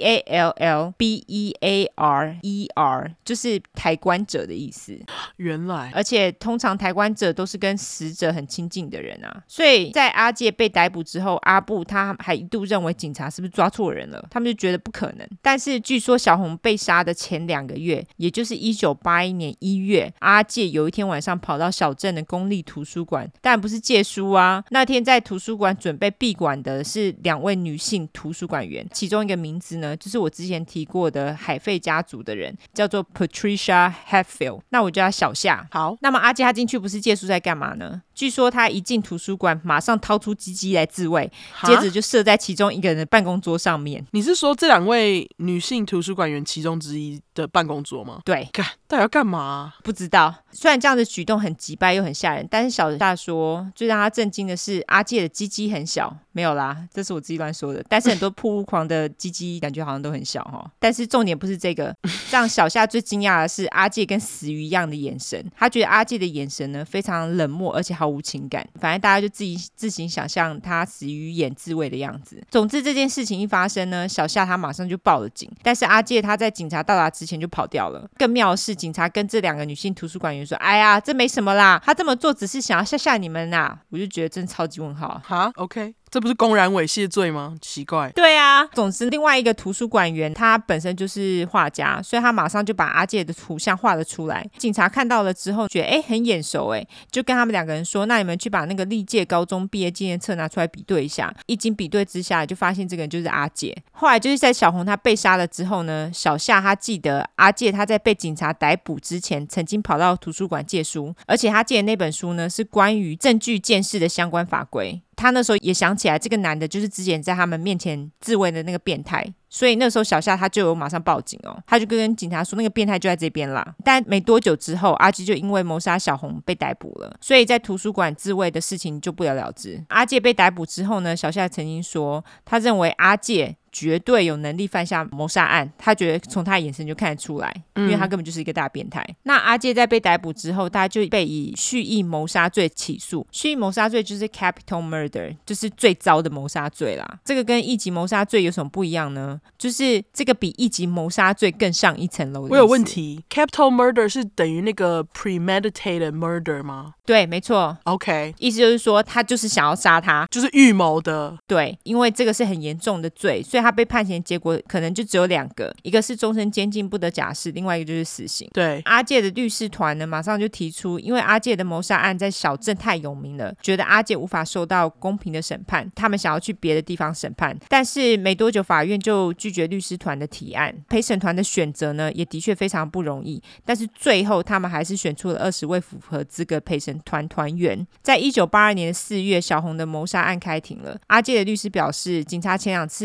P-A-L-L-B-E-A-R-E-R 就是抬棺者的意思。 原来， 而且通常抬棺者都是跟死者很亲近的人啊，所以在阿介被逮捕之后，阿布他还一度认为警察是不是抓错人了，他们就觉得不可能。但是据说小红被杀的前2个月，也就是1981年1月，阿介有一天晚上跑到小镇的公立图书馆，当然不是借书啊，那天在图书馆准备闭馆的是2位女性图书馆员，其中一个名字呢，就是我之前提过的海费家族的人，叫做 Patricia Hatfield， 那我叫她小夏。好，那么阿介他进去不是借书在干嘛呢？据说他一进图书馆，马上掏出鸡鸡来自卫，接着就射在其中一个人的办公桌上面。 你是说这2位女性图书馆员其中之一的办公桌吗？ 对， 到底要干嘛？ 不知道。虽然这样的举动很急掰又很吓人，但是小夏说，最让他震惊的是阿介的鸡鸡很小。没有啦，这是我自己乱说的。但是很多暴露狂的鸡鸡感觉好像都很小但是重点不是这个，让小夏最惊讶的是阿介跟死鱼一样的眼神。他觉得阿介的眼神呢非常冷漠，而且毫无情感。反正大家就自行想象他死鱼眼自卫的样子。总之这件事情一发生呢，小夏他马上就报了警，但是阿介他在警察到达之前就跑掉了。更妙的是，警察跟这2个女性图书馆员说：“哎呀，这没什么啦，他这么做只是想要吓吓你们啦。”我就觉得真的超级问号。 OK，这不是公然猥亵罪吗？奇怪。 对啊，总之另外一个图书馆员他本身就是画家，所以他马上就把阿介的图像画了出来。警察看到了之后觉得很眼熟就跟他们2个人说，那你们去把那个历届高中毕业纪念册拿出来比对一下。一经比对之下，就发现这个人就是阿介。后来就是在小红他被杀了之后呢，小夏他记得阿介他在被警察逮捕之前曾经跑到图书馆借书，而且他借的那本书呢是关于证据鉴识的相关法规。他那时候也想起来这个男的就是之前在他们面前自卫的那个变态，所以那时候小夏他就有马上报警他就跟警察说那个变态就在这边啦。但没多久之后，阿介就因为谋杀小红被逮捕了，所以在图书馆自卫的事情就不了了之。阿介被逮捕之后呢，小夏曾经说他认为阿介绝对有能力犯下谋杀案，他觉得从他的眼神就看得出来，因为他根本就是一个大变态。那阿介在被逮捕之后，他就被以蓄意谋杀罪起诉。蓄意谋杀罪就是 capital murder， 就是最糟的谋杀罪啦。这个跟一级谋杀罪有什么不一样呢？就是这个比一级谋杀罪更上一层楼的意思。 我有问题， capital murder 是等于那个 premeditated murder 吗？ 对，没错。 OK， 意思就是说他就是想要杀他， 就是预谋的。 对，因为这个是很严重的罪，所以他被判刑结果可能就只有2个，一个是终身监禁不得假释，另外一个就是死刑。 对， 阿介的律师团呢马上就提出，因为阿介的谋杀案在小镇太有名了，觉得阿介无法受到公平的审判，他们想要去别的地方审判。但是没多久法院就拒绝律师团的提案。陪审团的选择呢也的确非常不容易，但是最后他们还是选出了20位符合资格陪审团团员。在1982年4月，小红的谋杀案开庭了。阿介的律师表示，警察前2次只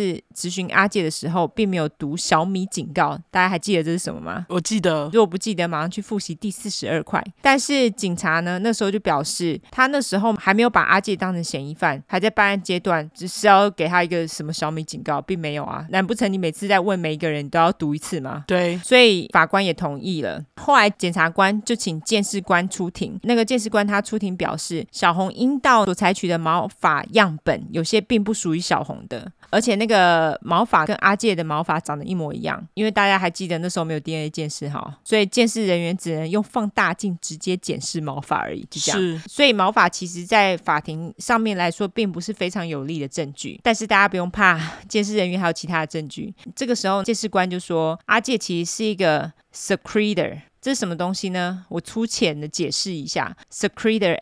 询阿介的时候并没有读小米警告，大家还记得这是什么吗？ 我记得。 如果不记得马上去复习第42块。但是警察呢那时候就表示他那时候还没有把阿介当成嫌疑犯，还在办案阶段，只是要给他一个什么小米警告，并没有啊。难不成你每次在问每一个人都要读一次吗？ 对， 所以法官也同意了。后来检察官就请鉴识官出庭，那个鉴识官他出庭表示，小红阴道所采取的毛发样本有些并不属于小红的，而且那个毛发跟阿介的毛发长得一模一样。因为大家还记得那时候没有 DNA 鉴识哈，所以鉴识人员只能用放大镜直接检视毛发而已，就这样。 是， 所以毛发其实在法庭上面来说并不是非常有力的证据，但是大家不用怕，鉴识人员还有其他的证据。这个时候鉴识官就说，阿介其实是一个 secretor。这是什么东西呢？我粗浅的解释一下 secretor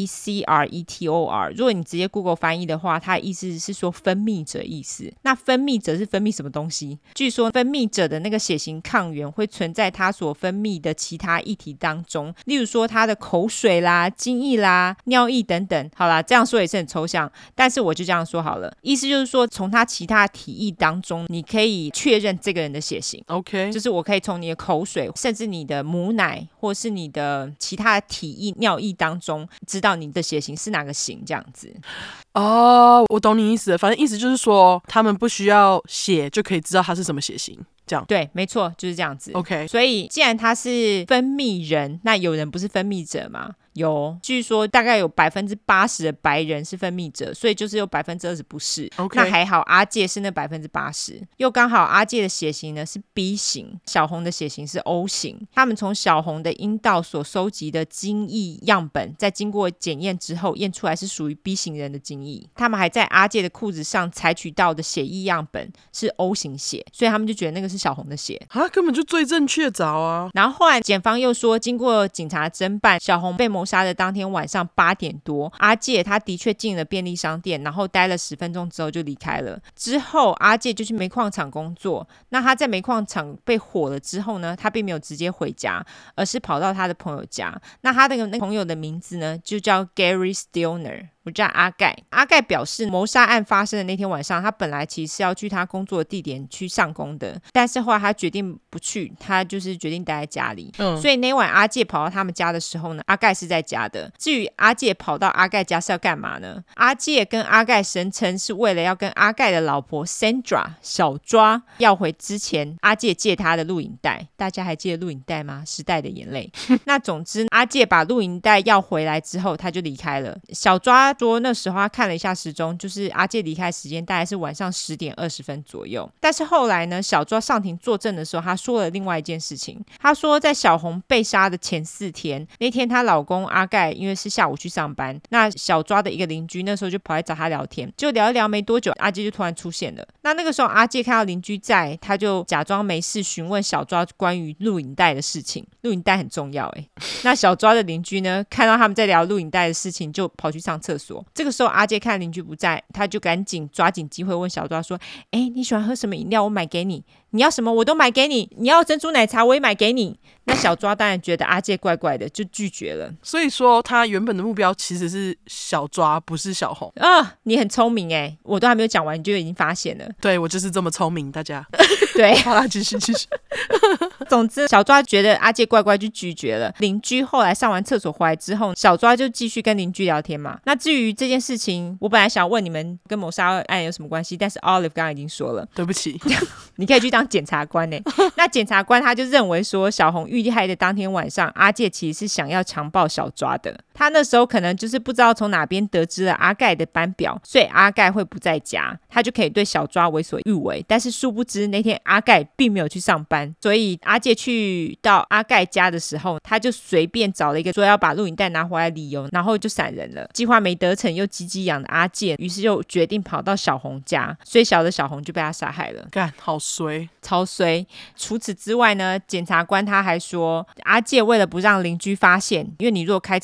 S-E-C-R-E-T-O-R 如果你直接 Google 翻译的话，它的意思是说分泌者意思。那分泌者是分泌什么东西？据说分泌者的那个血型抗原会存在他所分泌的其他液体当中，例如说他的口水啦、精液啦、尿液等等。好啦，这样说也是很抽象，但是我就这样说好了，意思就是说从他其他体液当中你可以确认这个人的血型。 OK， 就是我可以从你的口水甚至你的母奶或是你的其他的体液尿液当中知道你的血型是哪个型，这样子。 我懂你意思了，反正意思就是说他们不需要血就可以知道他是什么血型，这样。 对，没错，就是这样子。 OK， 所以既然他是分泌人，那有人不是分泌者吗？有，据说大概有80%的白人是分泌者，所以就是有20%不是。 OK， 那还好阿介是那80%，又刚好阿介的血型呢是 B 型，小红的血型是 O 型。他们从小红的阴道所收集的精液样本，在经过检验之后验出来是属于 B 型人的精液。他们还在阿介的裤子上采取到的血液样本是 O 型血，所以他们就觉得那个是小红的血啊，根本就罪证确凿啊。 然后后来检方又说，经过警察侦办，小红被谋杀的当天晚上8点多，阿介他的确进了便利商店，然后待了10分钟之后就离开了。之后阿介就去煤矿厂工作，那他在煤矿厂被火了之后呢，他并没有直接回家，而是跑到他的朋友家。那他的那个朋友的名字呢就叫 Gary Stilner，我叫阿盖。阿盖表示，谋杀案发生的那天晚上，他本来其实是要去他工作的地点去上工的，但是后来他决定不去，他就是决定待在家里。所以那晚阿介跑到他们家的时候呢，阿盖是在家的。至于阿介跑到阿盖家是要干嘛呢？阿介跟阿盖声称是为了要跟阿盖的老婆 Sandra 小抓要回之前阿介借他的录影带。大家还记得录影带吗？时代的眼泪。那总之阿介把录影带要回来之后，他就离开了。小抓说那时候他看了一下时钟，就是阿介离开时间大概是晚上10点20分左右。但是后来呢，小抓上庭作证的时候，他说了另外一件事情。他说在小红被杀的前4天，那天她老公阿盖因为是下午去上班，那小抓的一个邻居那时候就跑来找他聊天，就聊一聊没多久，阿介就突然出现了。那个时候阿介看到邻居在，他就假装没事询问小抓关于录影带的事情。录影带很重要耶。那小抓的邻居呢，看到他们在聊录影带的事情，就跑去上厕所。这个时候阿介看邻居不在，他就赶紧抓紧机会问小抓说，你喜欢喝什么饮料？我买给你。你要什么我都买给你，你要珍珠奶茶我也买给你。那小抓当然觉得阿介怪怪的，就拒绝了。 所以说他原本的目标其实是小抓，不是小红啊！你很聪明耶，我都还没有讲完你就已经发现了。 对，我就是这么聪明，大家对， 好啦，继续总之小抓觉得阿介怪怪就拒绝了。邻居后来上完厕所回来之后，小抓就继续跟邻居聊天嘛。那至于这件事情，我本来想问你们跟谋杀案有什么关系，但是 Olive 刚刚已经说了， 对不起你可以去当检察官耶。那检察官他就认为说，小红遇害的当天晚上，阿介其实是想要强暴小抓的。他那时候可能就是不知道从哪边得知了阿盖的班表，所以阿盖会不在家，他就可以对小抓为所欲为。但是殊不知那天阿盖并没有去上班，所以阿介去到阿盖家的时候，他就随便找了一个说要把录影带拿回来的理由，然后就闪人了。计划没得逞又积极养的阿介，于是就决定跑到小红家，虽小的小红就被他杀害了。 干，好衰， 超衰。除此之外呢，检察官他还说，阿介为了不让邻居发现，因为你如果开车直接到他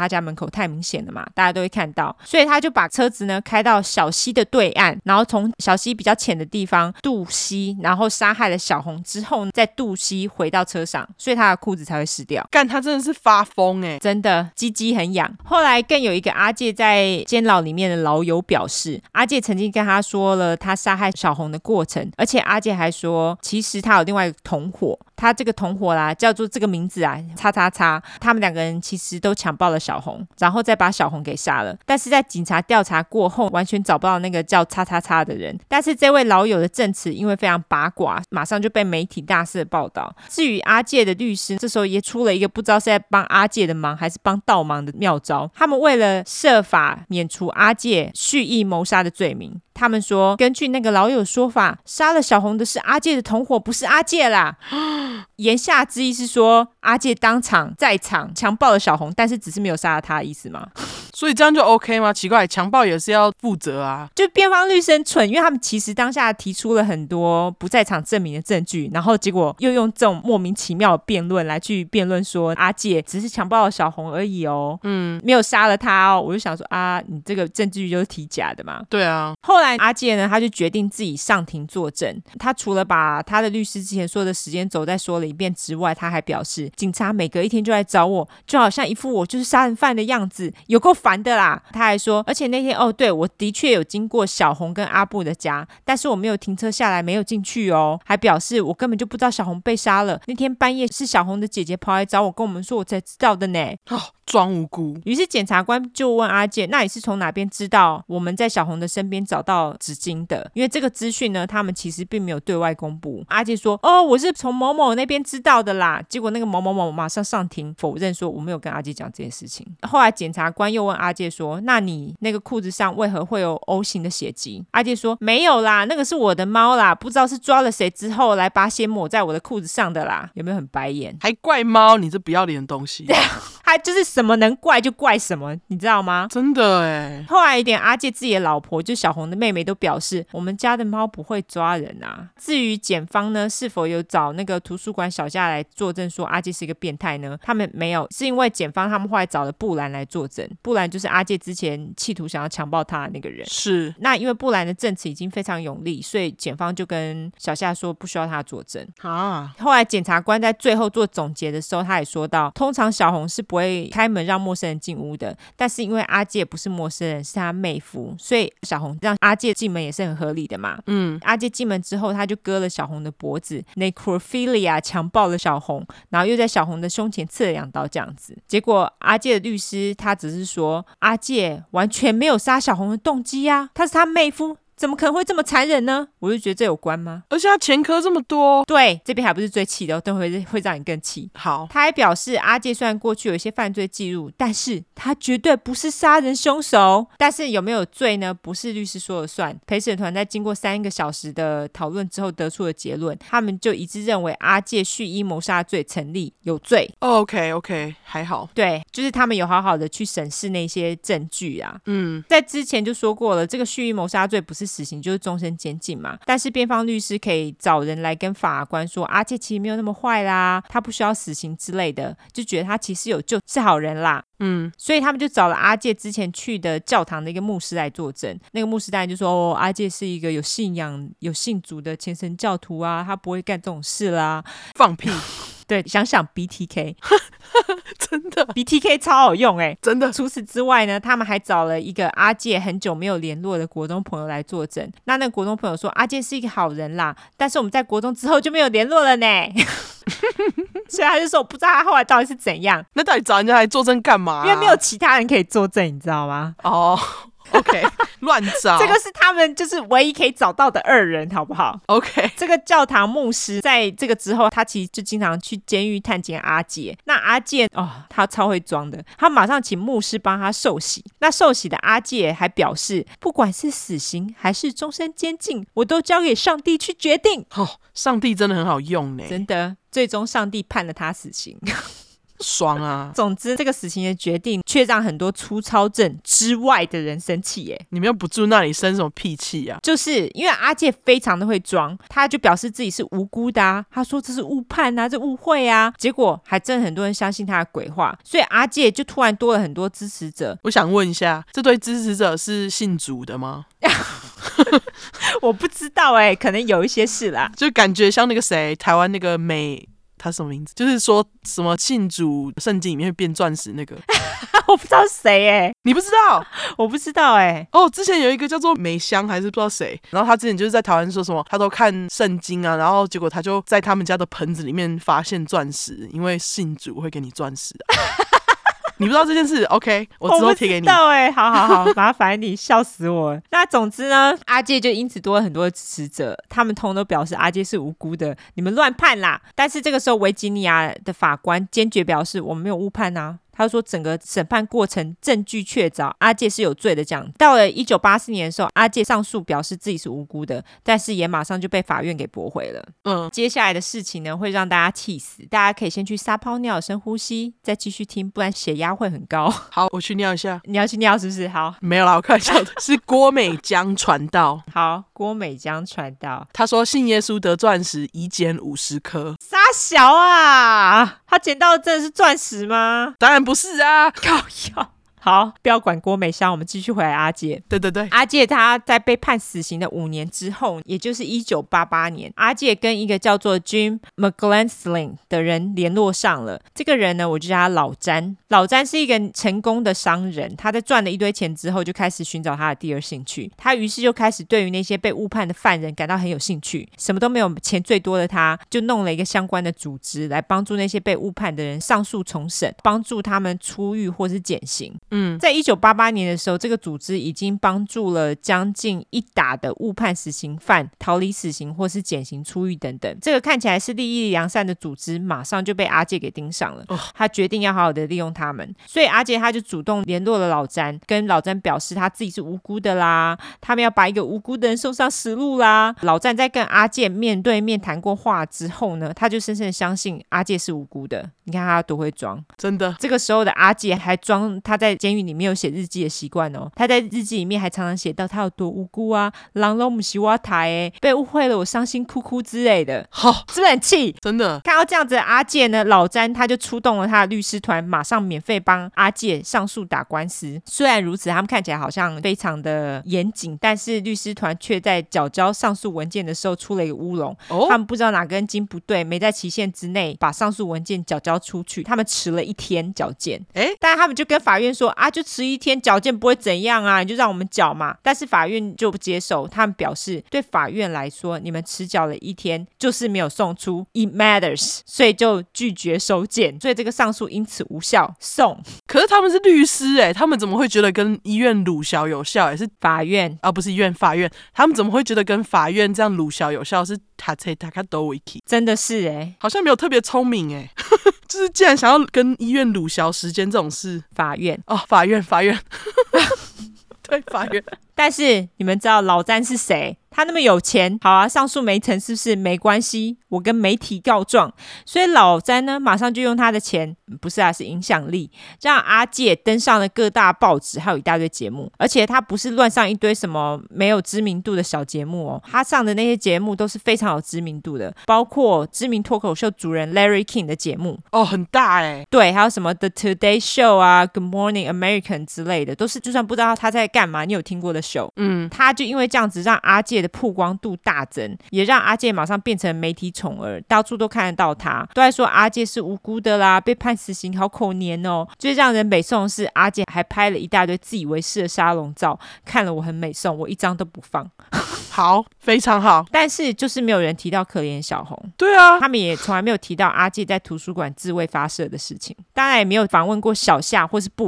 他家门口太明显了嘛，大家都会看到，所以他就把车子呢开到小溪的对岸，然后从小溪比较浅的地方渡溪，然后杀害了小红之后再渡溪回到车上，所以他的裤子才会湿掉。 干，他真的是发疯欸， 真的鸡鸡很痒。后来更有一个阿介在监牢里面的牢友表示，阿介曾经跟他说了他杀害小红的过程，而且阿介还说其实他有另外一个同伙，他这个同伙啦叫做这个名字啊叉叉叉，他们两个人其实都强暴了小红，然后再把小红给杀了，但是在警察调查过后完全找不到那个叫叉叉叉的人，但是这位老友的证词因为非常八卦，马上就被媒体大肆的报道。至于阿介的律师这时候也出了一个不知道是在帮阿介的忙还是帮倒忙的妙招，他们为了设法免除阿介蓄意谋杀的罪名，他们说根据那个老友说法，杀了小红的是阿介的同伙，不是阿介啦。言下之意是说阿介当场在场强暴了小红，但是只是没有杀了他的意思吗？ 所以这样就 OK 吗？奇怪，强暴也是要负责啊。 就辩方律师很蠢，因为他们其实当下提出了很多不在场证明的证据，然后结果又用这种莫名其妙的辩论来去辩论说阿介只是强暴了小红而已哦，没有杀了他哦。我就想说啊，你这个证据就是提假的嘛。 对啊。 后来阿介呢，他就决定自己上庭作证。他除了把他的律师之前说的时间轴再说了一遍之外，他还表示警察每隔一天就来找我，就好像一副我就是杀人犯的样子，有够烦的啦。他还说，而且那天对，我的确有经过小红跟阿布的家，但是我没有停车下来，没有进去哦。还表示我根本就不知道小红被杀了，那天半夜是小红的姐姐跑来找我，跟我们说，我才知道的呢。 装无辜。 于是检察官就问阿介，那你是从哪边知道我们在小红的身边找到纸巾的？因为这个资讯呢，他们其实并没有对外公布。阿介说，我是从某某那边知道的啦。结果那个某某某马上上庭否认说，我没有跟阿介讲这件事情。后来检察官又问阿介说，那你那个裤子上为何会有 O 型的血迹？阿介说，没有啦，那个是我的猫啦，不知道是抓了谁之后来把血抹在我的裤子上的啦。有没有很白眼？ 还怪猫，你这不要脸的东西。 他就是什么能怪就怪什么，你知道吗？ 真的耶。 后来一点，阿介自己的老婆就小红的妹妹都表示，我们家的猫不会抓人啊。至于检方呢，是否有找那个图书馆小夏来作证说阿介是一个变态呢？他们没有，是因为检方他们后来找了布兰来作证。布兰就是阿介之前企图想要强暴他的那个人。 是。 那因为布兰的证词已经非常有力，所以检方就跟小夏说不需要他作证啊。后来检察官在最后做总结的时候，他也说到，通常小红是不会开门让陌生人进屋的，但是因为阿介不是陌生人，是他妹夫，所以小红让阿介进门也是很合理的嘛。阿介进门之后，他就割了小红的脖子 necrophilia 强暴了小红，然后又在小红的胸前刺了2刀这样子。结果阿介的律师他只是说，阿介完全没有杀小红的动机啊，他是他妹夫，怎么可能会这么残忍呢？我就觉得这有关吗？ 而且他前科这么多。对， 这边还不是最气的，等会会让你更气。 好， 他还表示阿介虽然过去有一些犯罪记录，但是他绝对不是杀人凶手。但是有没有罪呢？不是律师说了算。陪审团在经过3个小时的讨论之后得出的结论，他们就一致认为阿介蓄意谋杀罪成立，有罪。 OK， 还好。 对，就是他们有好好的去审视那些证据啊。在之前就说过了，这个蓄意谋杀罪不是死刑就是终身监禁嘛，但是辩方律师可以找人来跟法官说，阿介其实没有那么坏啦，他不需要死刑之类的，就觉得他其实有救，是好人啦。所以他们就找了阿介之前去的教堂的一个牧师来作证。那个牧师当然就说，阿介是一个有信仰有信主的虔诚教徒啊，他不会干这种事啦。 放屁。 对，想想 BTK 真的 BTK 超好用真的。 除此之外呢，他们还找了一个阿介很久没有联络的国中朋友来作证。那个国中朋友说，阿介是一个好人啦，但是我们在国中之后就没有联络了呢。所以他就说，我不知道他后来到底是怎样。 那到底找人家来作证干嘛？ 因为没有其他人可以作证，你知道吗？OK， 乱找。 这个是他们就是唯一可以找到的2人，好不好 ？OK， 这个教堂牧师在这个之后，他其实就经常去监狱探监阿介。那阿介他超会装的，他马上请牧师帮他受洗。那受洗的阿介还表示，不管是死刑还是终身监禁，我都交给上帝去决定。 上帝真的很好用呢， 真的，最终上帝判了他死刑。 爽啊。 总之这个死刑的决定却让很多粗糙症之外的人生气耶。 你们又不住那里生什么屁气啊？ 就是因为阿介非常的会装，他就表示自己是无辜的啊，他说这是误判啊，这误会啊，结果还真的很多人相信他的鬼话，所以阿介就突然多了很多支持者。 我想问一下，这对支持者是信主的吗？ 我不知道可能有一些是啦， 就感觉像那个谁，台湾那个他什么名字？就是说什么信主圣经里面会变钻石那个， 我不知道谁你不知道？ 我不知道哦，之前有一个叫做美香还是不知道谁，然后他之前就是在台湾说什么，他都看圣经啊，然后结果他就在他们家的盆子里面发现钻石，因为信主会给你钻石你不知道这件事 ？OK， 我之后贴给你。 我不知道好，麻烦你，笑死我了。那总之呢，阿介就因此多了很多的支持者，他们通通都表示阿介是无辜的，你们乱判啦。但是这个时候，维吉尼亚的法官坚决表示，我们没有误判啊。他说整个审判过程证据确凿，阿介是有罪的。讲到了1984年的时候，阿介上诉表示自己是无辜的，但是也马上就被法院给驳回了。接下来的事情呢，会让大家气死，大家可以先去撒泡尿深呼吸，再继续听，不然血压会很高。 好，我去尿一下。 你要去尿是不是？好， 没有啦，我开玩笑的。是郭美江传道。 好，郭美江传道，他说信耶稣得钻石已捡50颗。 傻小啊，他捡到的真的是钻石吗？ 当然不是啊， 靠腰。好，不要管郭美香，我们继续回来阿介。 对对对， 阿介他在被判死刑的5年之后，也就是1988年，阿介跟一个叫做 Jim McGlansling 的人联络上了。这个人呢，我就叫他老詹。老詹是一个成功的商人，他在赚了一堆钱之后，就开始寻找他的第二兴趣。他于是就开始对于那些被误判的犯人感到很有兴趣。什么都没有，钱最多的他，就弄了一个相关的组织来帮助那些被误判的人上诉重审，帮助他们出狱或是减刑。在1988年的时候，这个组织已经帮助了将近1打的误判死刑犯逃离死刑或是减刑出狱等等。这个看起来是利益良善的组织，马上就被阿介给盯上了。他决定要好好的利用他们，所以阿介他就主动联络了老詹，跟老詹表示他自己是无辜的啦，他们要把一个无辜的人送上死路啦。老詹在跟阿介面对面谈过话之后呢，他就深深的相信阿介是无辜的。你看他多会装， 真的。 这个时候的阿介还装他在监狱里面有写日记的习惯哦，他在日记里面还常常写到他有多无辜啊，人都不是我台被误会了，我伤心哭哭之类的，是不是很气？ 真的。 看到这样子的阿介呢，老詹他就出动了他的律师团，马上免费帮阿介上诉打官司。虽然如此，他们看起来好像非常的严谨，但是律师团却在缴交上诉文件的时候出了一个乌龙。他们不知道哪根筋不对，没在期限之内把上诉文件缴交出去，他们迟了1天缴件。但他们就跟法院说啊，就迟1天缴件不会怎样啊，你就让我们缴嘛。但是法院就不接受，他们表示对法院来说，你们迟缴了1天就是没有送出 ，it matters， 所以就拒绝收件，所以这个上诉因此无效送。 可是他们是律师他们怎么会觉得跟医院鲁小有效？是法院啊，不是医院，法院。他们怎么会觉得跟法院这样鲁小有效？是他才他卡多维基， 真的是好像没有特别聪明就是既然想要跟医院鲁小时间这种事， 法院法院对，法院。 但是你们知道老詹是谁？他那么有钱，好啊，上诉没成是不是？没关系，我跟媒体告状。所以老詹呢，马上就用他的钱，不是是影响力，让阿介登上了各大报纸，还有一大堆节目。而且他不是乱上一堆什么没有知名度的小节目他上的那些节目都是非常有知名度的，包括知名脱口秀主人 Larry King 的节目很大对，还有什么 The Today Show 啊 Good Morning American 之类的，都是就算不知道他在干嘛，你有听过的show。他就因为这样子让阿介的曝光度大增，也让阿介马上变成媒体宠儿，到处都看得到他，都在说阿介是无辜的啦，被判死刑好可怜哦。最让人美颂的是，阿介还拍了一大堆自以为是的沙龙照，看了我很美颂，我一张都不放。 好，非常好。 但是就是没有人提到可怜小红。 对啊， 他们也从来没有提到阿介在图书馆自卫发射的事情，当然也没有访问过小夏或是布兰。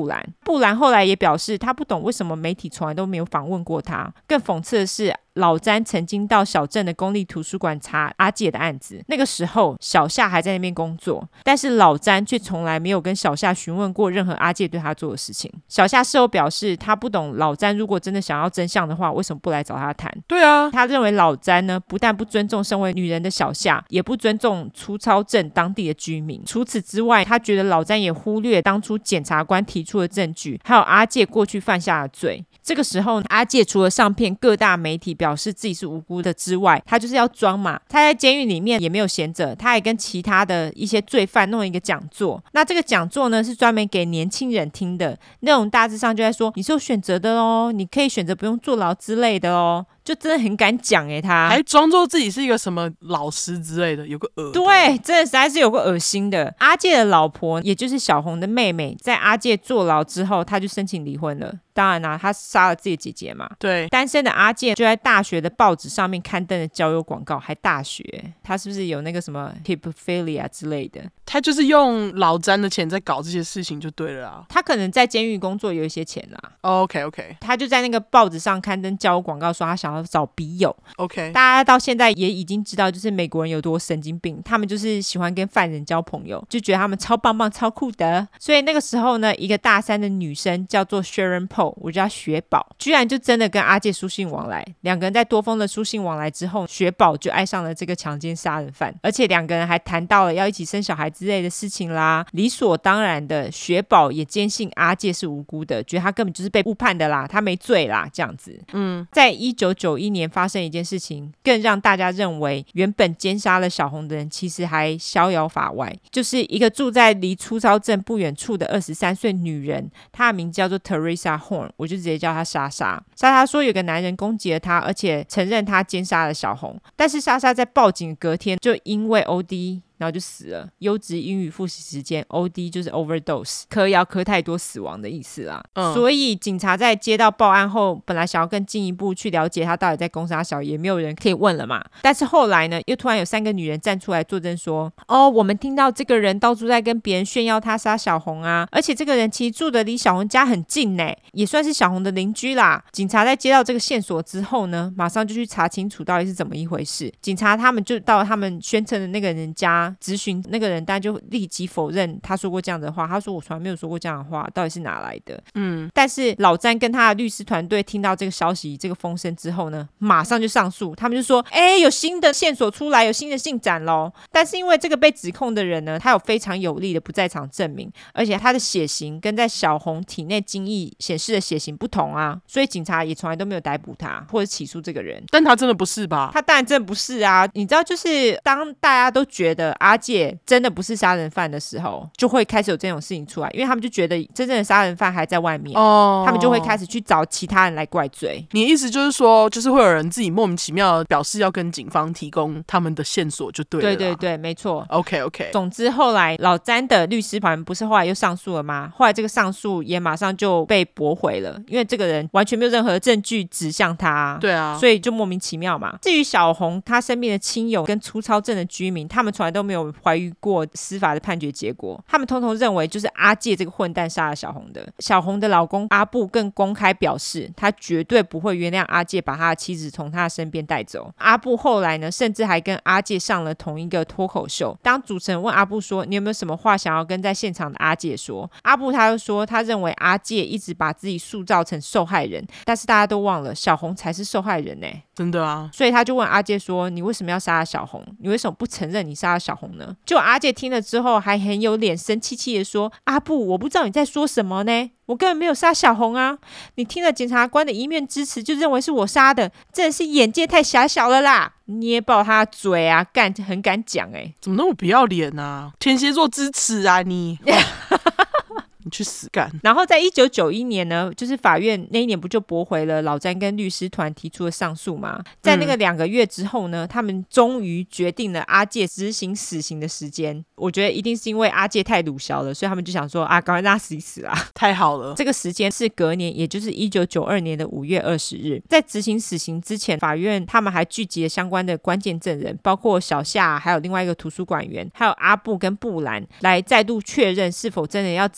布兰后来也表示，他不懂为什么媒体从来都没有访问过他。更讽刺的是，老詹曾经到小镇的公立图书馆查阿介的案子，那个时候小夏还在那边工作，但是老詹却从来没有跟小夏询问过任何阿介对他做的事情。小夏事后表示，他不懂老詹如果真的想要真相的话，为什么不来找他谈？ 对啊， 他认为老詹呢，不但不尊重身为女人的小夏，也不尊重粗糙镇当地的居民。除此之外，他觉得老詹也忽略当初检察官提出的证据，还有阿介过去犯下的罪。这个时候，阿介除了上片各大媒体表示自己是无辜的之外，他就是要装嘛。他在监狱里面也没有闲着，他还跟其他的一些罪犯弄了一个讲座。那这个讲座呢，是专门给年轻人听的，内容大致上就在说，你是有选择的哦，你可以选择不用坐牢之类的哦。就真的很敢讲他还装作自己是一个什么老师之类的，有个恶。 对，真的实在是有个恶心的。阿介的老婆，也就是小红的妹妹，在阿介坐牢之后，他就申请离婚了。当然啦，他杀了自己的姐姐嘛。 对， 单身的阿介就在大学的报纸上面刊登了交友广告，还大学，他是不是有那个什么 hipophilia 之类的？ 他就是用老詹的钱在搞这些事情就对了啊。 他可能在监狱工作有一些钱啦。 OK， 他就在那个报纸上刊登交友广告，说他想要找笔友。 OK， 大家到现在也已经知道，就是美国人有多神经病，他们就是喜欢跟犯人交朋友，就觉得他们超棒棒、超酷的。所以那个时候呢，一个大三的女生叫做 Sharon Poe， 我叫她雪宝，居然就真的跟阿介书信往来。两个人在多封的书信往来之后，雪宝就爱上了这个强奸杀人犯，而且两个人还谈到了要一起生小孩之类的事情啦。理所当然的，雪宝也坚信阿介是无辜的，觉得他根本就是被误判的啦，他没罪啦，这样子。在1991年发生一件事情，更让大家认为原本奸杀了小红的人其实还逍遥法外，就是一个住在离粗糙镇不远处的23岁女人，她的名字叫做 Teresa Horn， 我就直接叫她莎莎。莎莎说有个男人攻击了她，而且承认她奸杀了小红，但是莎莎在报警隔天就因为 OD然后就死了。优质英语复习时间 OD 就是 overdose， 嗑药嗑太多死亡的意思啦。所以警察在接到报案后，本来想要更进一步去了解他到底在攻杀小，也没有人可以问了嘛。但是后来呢，又突然有3个女人站出来作证说，我们听到这个人到处在跟别人炫耀他杀小红啊，而且这个人其实住的离小红家很近呢，也算是小红的邻居啦。警察在接到这个线索之后呢，马上就去查清楚到底是怎么一回事。警察他们就到他们宣称的那个人家咨询那个人，但就立即否认他说过这样的话。他说我从来没有说过这样的话，到底是哪来的？但是老詹跟他的律师团队听到这个消息这个风声之后呢，马上就上诉。他们就说有新的线索出来，有新的进展咯。但是因为这个被指控的人呢，他有非常有力的不在场证明，而且他的血型跟在小红体内精液显示的血型不同啊，所以警察也从来都没有逮捕他或者起诉这个人。 但他真的不是吧？ 他当然真的不是啊。你知道，就是当大家都觉得阿介真的不是杀人犯的时候，就会开始有这种事情出来，因为他们就觉得真正的杀人犯还在外面，他们就会开始去找其他人来怪罪。 你的意思就是说，就是会有人自己莫名其妙的表示要跟警方提供他们的线索就对了啦。 对对，没错。 OK。 总之后来老詹的律师团不是后来又上诉了吗？后来这个上诉也马上就被驳回了，因为这个人完全没有任何证据指向他。 对啊， 所以就莫名其妙嘛。至于小红她身边的亲友跟粗糙镇的居民，他们从来都没有怀疑过司法的判决结果，他们通通认为就是阿介这个混蛋杀了小红的。小红的老公阿布更公开表示，他绝对不会原谅阿介把他的妻子从他的身边带走。阿布后来呢，甚至还跟阿介上了同一个脱口秀。当主持人问阿布说，你有没有什么话想要跟在现场的阿介说，阿布他就说，他认为阿介一直把自己塑造成受害人，但是大家都忘了小红才是受害人呢。 真的啊。 所以他就问阿介说，你为什么要杀了小红？你为什么不承认你杀了小红呢？就阿介听了之后还很有脸生气气的说，阿布，我不知道你在说什么呢，我根本没有杀小红啊，你听了检察官的一面之词就认为是我杀的，真的是眼界太狭小了啦。捏爆他的嘴啊，很敢讲怎么那么不要脸啊，天蝎座支持啊你你去死干。 然后在1991年呢，就是法院那一年不就驳回了老詹跟律师团提出的上诉吗？在那个2个月之后呢，他们终于决定了阿介执行死刑的时间。我觉得一定是因为阿介太鲁小了，所以他们就想说赶快让他死一死啊。 太好了。 这个时间是隔年，也就是1992年的5月20日。在执行死刑之前，法院他们还聚集了相关的关键证人，包括小夏，还有另外一个图书馆员，还有阿布跟布兰，来再度确认是否真的要执行阿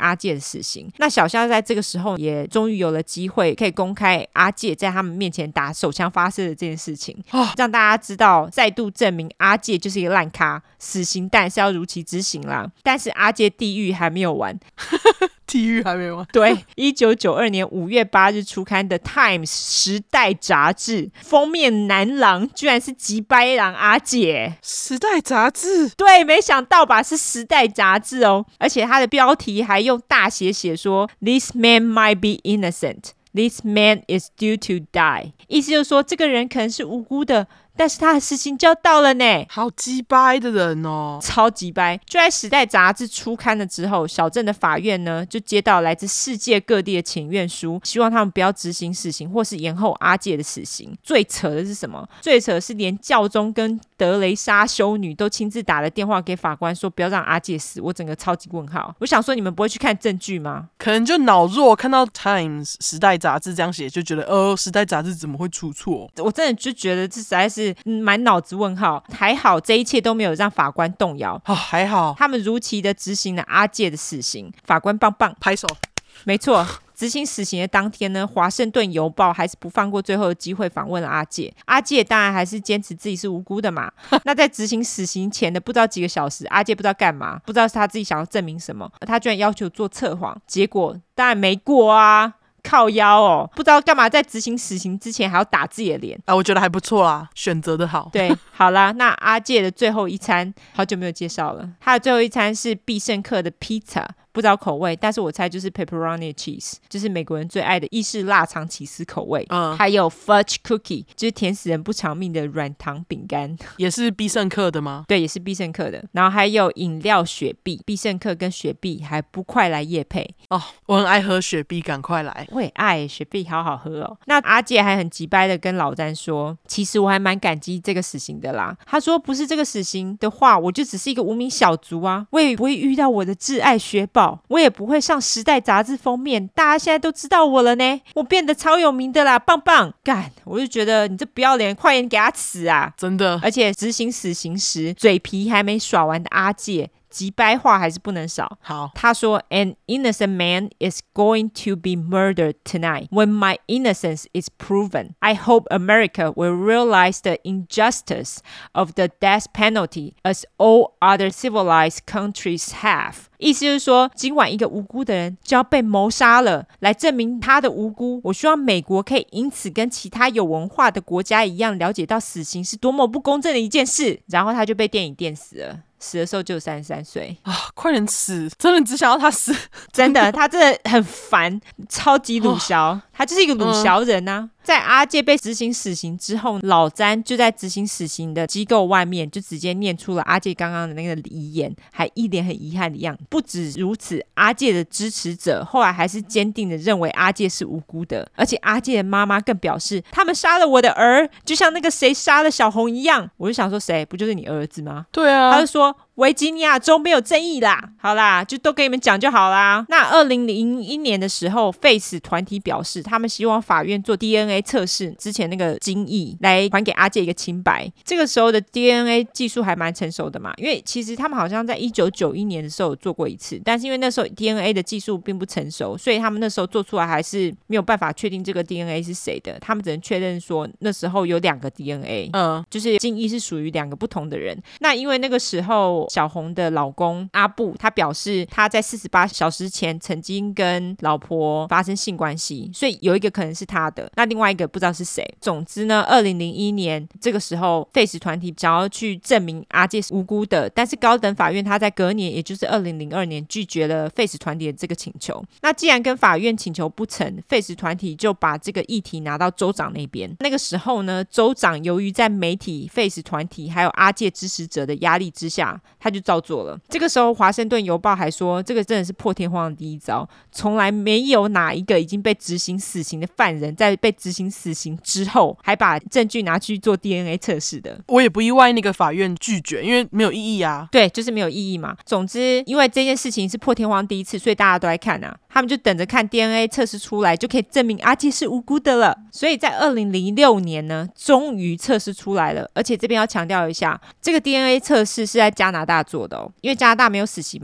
阿介的死刑。那小夏在这个时候也终于有了机会可以公开阿介在他们面前打手枪发射的这件事情，让大家知道，再度证明阿介就是一个烂咖，死刑当然是要如期执行啦。但是阿介地狱还没有完地狱还没完。 对，1992年5月8日出刊的《Times》时代杂志封面男郎居然是吉掰郎阿介。 时代杂志？ 对，没想到吧，是时代杂志哦，而且它的标题还用大写写说 This man might be innocent，This man is due to die， 意思就是说这个人可能是无辜的，但是他的事情就要到了呢。 好鸡掰的人哦， 超级掰。就在时代杂志出刊了之后，小镇的法院呢就接到来自世界各地的请愿书，希望他们不要执行死刑或是延后阿介的死刑。最扯的是什么？最扯的是连教宗跟德雷莎修女都亲自打了电话给法官说不要让阿介死。我整个超级问号，我想说你们不会去看证据吗？ 可能就脑弱，看到 Times 时代杂志这样写就觉得时代杂志怎么会出错？ 我真的就觉得这实在是满脑子问号。还好这一切都没有让法官动摇， 还好他们如期的执行了阿介的死刑。法官棒棒， 拍手。 没错，执行死刑的当天呢，华盛顿邮报还是不放过最后的机会访问了阿介。阿介当然还是坚持自己是无辜的嘛。那在执行死刑前的不知道几个小时，阿介不知道干嘛，不知道是他自己想要证明什么，他居然要求做测谎，结果当然没过啊。靠腰哦，不知道干嘛在执行死刑之前还要打自己的脸我觉得还不错啦，选择的好。 对，好啦，那阿介的最后一餐好久没有介绍了，他的最后一餐是必胜客的披萨，不知道口味，但是我猜就是 pepperoni cheese， 就是美国人最爱的意式腊肠起司口味。还有 fudge cookie， 就是甜死人不偿命的软糖饼干， 也是必胜客的吗？ 对，也是必胜客的。然后还有饮料雪碧，必胜客跟雪碧还不快来业配我很爱喝雪碧，赶快来。 我也爱雪碧，好好喝哦。那阿介还很急掰的跟老詹说，其实我还蛮感激这个死刑的啦。他说不是这个死刑的话，我就只是一个无名小卒啊，我也不会遇到我的挚爱雪宝，我也不会上时代杂志封面，大家现在都知道我了呢，我变得超有名的啦，棒棒干！我就觉得你这不要脸，快点给他死啊！ 真的。 而且执行死刑时，嘴皮还没耍完的阿介，急掰话还是不能少。 好， 他说 An innocent man is going to be murdered tonight. When my innocence is proven, I hope America will realize the injustice of the death penalty as all other civilized countries have. 意思就是说，今晚一个无辜的人就要被谋杀了，来证明他的无辜。我希望美国可以因此跟其他有文化的国家一样，了解到死刑是多么不公正的一件事。然后他就被电影电死了。死的时候就33岁快点死！真的只想要他死， 真的，他真的很烦，超级鲁小，他就是一个鲁小人啊。在阿介被执行死刑之后，老詹就在执行死刑的机构外面就直接念出了阿介刚刚的那个遗言，还一脸很遗憾的样子。不止如此，阿介的支持者后来还是坚定的认为阿介是无辜的，而且阿介的妈妈更表示，他们杀了我的儿，就像那个谁杀了小红一样。我就想说，谁不就是你儿子吗？ 对啊， 他就说维吉尼亚州没有正义啦，好啦，就都跟你们讲就好啦。那2001年的时候 ，Face 团体表示，他们希望法院做 DNA 测试之前那个精液，来还给阿介一个清白。这个时候的 DNA 技术还蛮成熟的嘛，因为其实他们好像在1991年的时候有做过一次，但是因为那时候 DNA 的技术并不成熟，所以他们那时候做出来还是没有办法确定这个 DNA 是谁的，他们只能确认说那时候有2个 DNA，就是精液是属于2个不同的人。那因为那个时候小红的老公阿布，他表示他在48小时前曾经跟老婆发生性关系，所以有一个可能是他的，那另外一个不知道是谁。总之呢，2001年这个时候 Face 团体想要去证明阿介是无辜的，但是高等法院他在隔年，也就是2002年拒绝了 Face 团体的这个请求。那既然跟法院请求不成， Face 团体就把这个议题拿到州长那边。那个时候呢，州长由于在媒体 Face 团体还有阿介支持者的压力之下，他就照做了。这个时候华盛顿邮报还说，这个真的是破天荒的第一招，从来没有哪一个已经被执行死刑的犯人在被执行死刑之后还把证据拿去做 DNA 测试的。 我也不意外那个法院拒绝，因为没有意义啊。 对，就是没有意义嘛。总之因为这件事情是破天荒第一次，所以大家都在看啊，他们就等着看 DNA 测试出来就可以证明阿介是无辜的了。所以在2006年呢，终于测试出来了。而且这边要强调一下，这个 DNA 测试是在加拿大做的因为加拿大没有死刑嘛，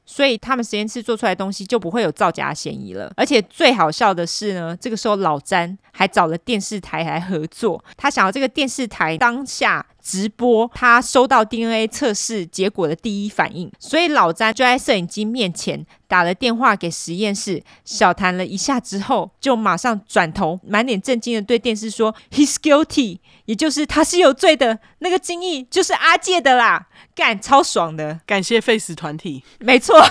所以他们实验室做出来的东西就不会有造假嫌疑了。而且最好笑的是呢，这个时候老詹还找了电视台来合作，他想要这个电视台当下直播他收到 DNA 测试结果的第一反应，所以老詹就在摄影机面前打了电话给实验室，小谈了一下之后，就马上转头满脸震惊的对电视说 He's guilty， 也就是他是有罪的，那个精液就是阿介的啦，干超爽的， 感谢废死团体。 没错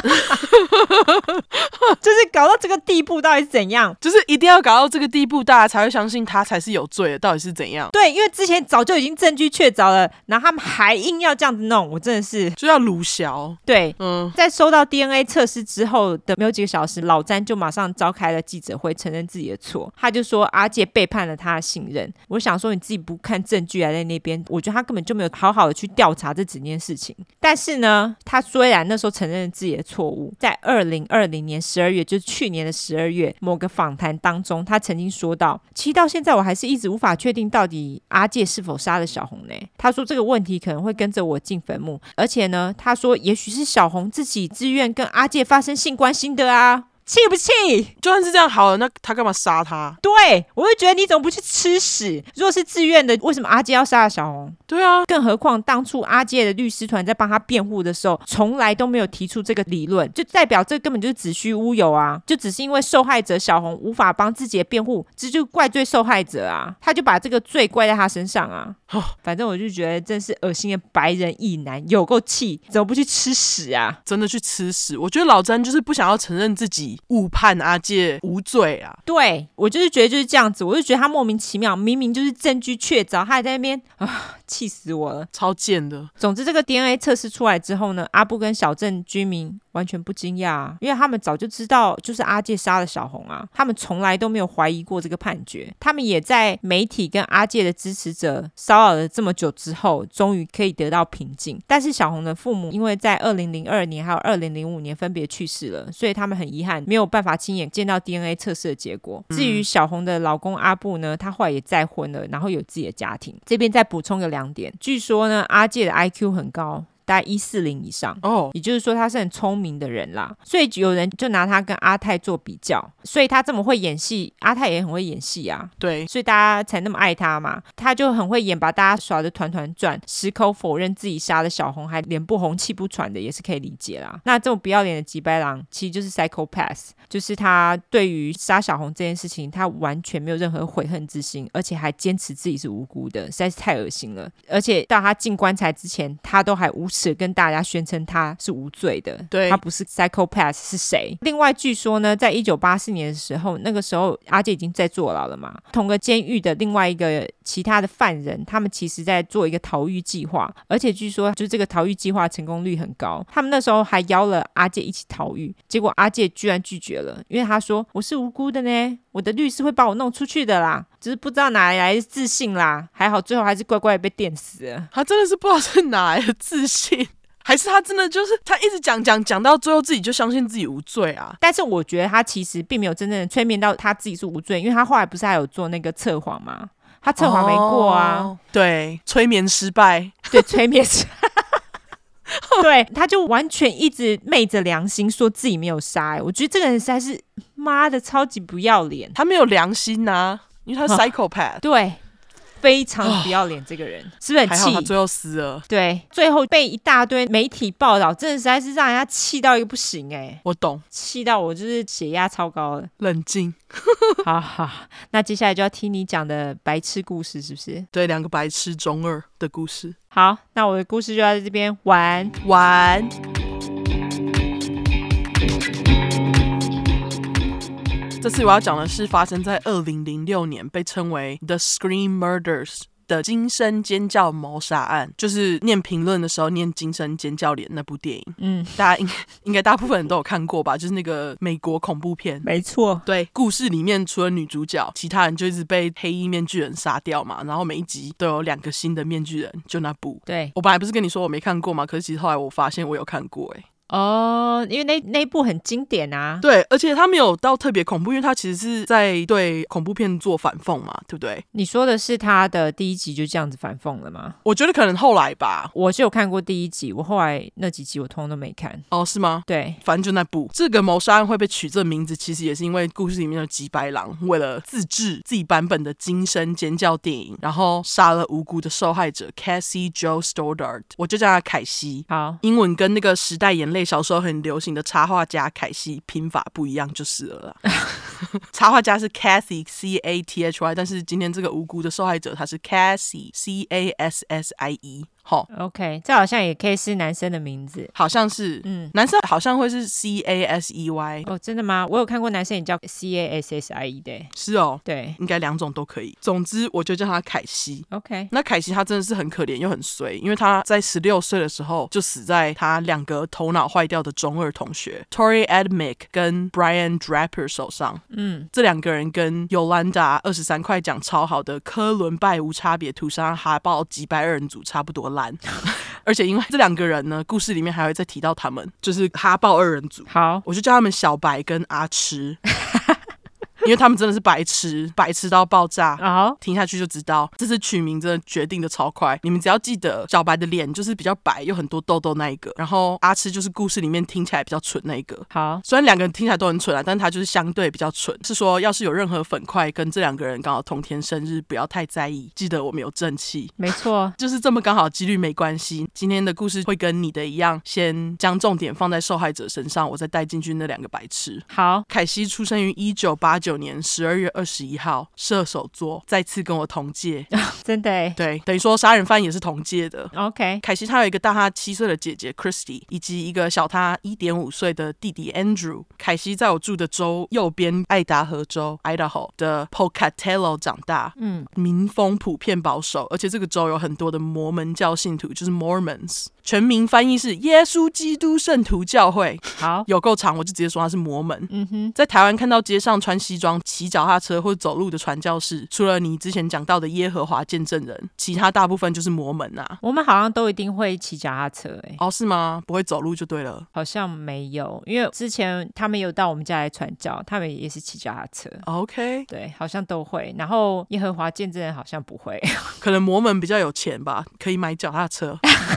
就是搞到这个地步到底是怎样， 就是一定要搞到这个地步大家才会相信他才是有罪的，到底是怎样。 对，因为之前早就已经证据确凿了，然后他们还硬要这样子弄，我真的是就要鲁小。 对，在收到 DNA 测试之后的没有几个小时，老詹就马上召开了记者会，承认自己的错。他就说阿介背叛了他的信任。我想说你自己不看证据还在那边，我觉得他根本就没有好好的去调查这整件事情。但是呢，他虽然那时候承认了自己的错误，在2020年12月，就是去年的12月某个访谈当中，他曾经说到，其实到现在我还是一直无法确定到底阿介是否杀了小红呢。他说这个问题可能会跟着我进坟墓，而且呢，他说也许是小红自己自愿跟阿介发生性关系的啊。气不气？ 就算是这样好了，那他干嘛杀他？ 对，我就觉得你怎么不去吃屎？如果是自愿的，为什么阿介要杀了小红？ 对啊， 更何况当初阿介的律师团在帮他辩护的时候，从来都没有提出这个理论，就代表这根本就是子虚乌有啊！就只是因为受害者小红无法帮自己的辩护，这就怪罪受害者啊！他就把这个罪怪在他身上啊！反正我就觉得真是恶心的白人异男，有够气，怎么不去吃屎啊？ 真的去吃屎！我觉得老詹就是不想要承认自己误判阿介无罪啊。 对，我就是觉得就是这样子，我就觉得他莫名其妙，明明就是证据确凿，他还在那边啊，气死我了， 超贱的。 总之这个 DNA 测试出来之后呢，阿布跟小镇居民完全不惊讶啊，因为他们早就知道就是阿介杀了小红啊，他们从来都没有怀疑过这个判决。他们也在媒体跟阿介的支持者骚扰了这么久之后，终于可以得到平静。但是小红的父母因为在2002年还有2005年分别去世了，所以他们很遗憾没有办法亲眼见到 DNA 测试的结果。至于小红的老公阿布呢，他后来也再婚了，然后有自己的家庭。这边再补充个2点，据说呢阿介的 IQ 很高，大概140以上也就是说他是很聪明的人啦，所以有人就拿他跟阿泰做比较，所以他这么会演戏，阿泰也很会演戏啊， 对， 所以大家才那么爱他嘛。他就很会演，把大家耍得团团转，矢口否认自己杀了小红，还脸不红气不喘的，也是可以理解啦。那这种不要脸的几白狼其实就是 psychopath， 就是他对于杀小红这件事情他完全没有任何悔恨之心，而且还坚持自己是无辜的，实在是太恶心了。而且到他进棺材之前，他都还无耻跟大家宣称他是无罪的， 对， 他不是 psychopath 是谁？另外据说呢，在1984年的时候，那个时候阿介已经在坐牢了嘛，同个监狱的另外一个其他的犯人，他们其实在做一个逃狱计划，而且据说就这个逃狱计划成功率很高，他们那时候还邀了阿介一起逃狱，结果阿介居然拒绝了，因为他说我是无辜的呢，我的律师会把我弄出去的啦，只是不知道哪里来的自信啦，还好最后还是乖乖被电死了。 他真的是不知道是哪来的自信，还是他真的就是他一直讲到最后自己就相信自己无罪啊。 但是我觉得他其实并没有真正的催眠到他自己是无罪，因为他后来不是还有做那个测谎吗？他测谎没过啊， 对，催眠失败， 对，催眠失败对，他就完全一直昧着良心说自己没有杀，我觉得这个人实在是妈的超级不要脸， 他没有良心啊，因为他是 psychopath， 对，非常不要脸，这个人是不是很气？ 还好他最后死了。 对，最后被一大堆媒体报道，真的实在是让人家气到一个不行我懂， 气到我就是血压超高了。 冷静。 好好，那接下来就要听你讲的白痴故事，是不是？ 对，2个白痴中二的故事。 好，那我的故事就在这边完。 这次我要讲的是发生在2006年，被称为 The Scream Murders 的惊声尖叫谋杀案，就是念评论的时候念惊声尖叫脸那部电影。大家应该大部分人都有看过吧，就是那个美国恐怖片。 没错， 对，故事里面除了女主角，其他人就一直被黑衣面具人杀掉嘛，然后每一集都有2个新的面具人，就那部。 对， 我本来不是跟你说我没看过嘛，可是其实后来我发现我有看过因为那部很经典啊。 对，而且他没有到特别恐怖，因为他其实是在对恐怖片做反讽嘛，对不对？ 你说的是他的第一集就这样子反讽了吗？ 我觉得可能后来吧。 我是有看过第一集，我后来那几集我通通都没看。 哦，是吗？ 对， 反正就那部。这个谋杀案会被取这名字，其实也是因为故事里面的吉白狼为了自制自己版本的惊声尖叫电影，然后杀了无辜的受害者 Cassie Jo Stoddard， 我就叫他凯西。 好， 英文跟那个时代眼泪小时候很流行的插画家凯西拼法不一样就是了啦。插画家是 Cathy Cathy， 但是今天这个无辜的受害者他是 Cassie Cassie。 OK， 这好像也可以是男生的名字， 好像是，男生好像会是 Casey。 哦，真的吗？我有看过男生也叫 Cassie 的。 是哦， 对， 应该两种都可以。总之我就叫他凯西。 OK， 那凯西他真的是很可怜又很衰，因为他在16岁的时候就死在他2个头脑坏掉的中二同学 Tori Admick 跟 Brian Draper 手上。这2个人跟 Yolanda 23块奖超好的科伦拜无差别屠杀哈爆击败2人组差不多烂。而且因为这2个人呢，故事里面还会再提到他们，就是哈爆2人组。 好， 我就叫他们小白跟阿痴。因为他们真的是白痴到爆炸。听下去就知道，这次取名真的决定的超快。你们只要记得小白的脸就是比较白又很多痘痘那一个，然后阿痴就是故事里面听起来比较蠢那一个。 好， 虽然2个人听起来都很蠢但是他就是相对比较蠢。是说要是有任何粉块跟这2个人刚好同天生日，不要太在意，记得我们有正气。 没错， 就是这么刚好几率没关系。今天的故事会跟你的一样，先将重点放在受害者身上，我再带进去那2个白痴。 好， 凯西出生于1989年12月21号，射手座，再次跟我同届。 真的耶。 对，等于说杀人犯也是同届的。 OK， 凯西他有一个大他7岁的姐姐 Christy， 以及一个小他1.5岁的弟弟 Andrew。 凯西在我住的州右边爱达荷州 Idaho 的 Pocatello 长大。民风普遍保守，而且这个州有很多的摩门教信徒，就是 Mormons， 全名翻译是耶稣基督圣徒教会。 好， 有够长，我就直接说他是摩门。在台湾看到街上穿西装骑脚踏车或走路的传教士，除了你之前讲到的耶和华见证人，其他大部分就是摩门啊。 我们好像都一定会骑脚踏车耶。 哦，是吗？不会走路就对了。 好像没有，因为之前他们有到我们家来传教，他们也是骑脚踏车。 OK， 对，好像都会。然后耶和华见证人好像不会。 可能摩门比较有钱吧，可以买脚踏车。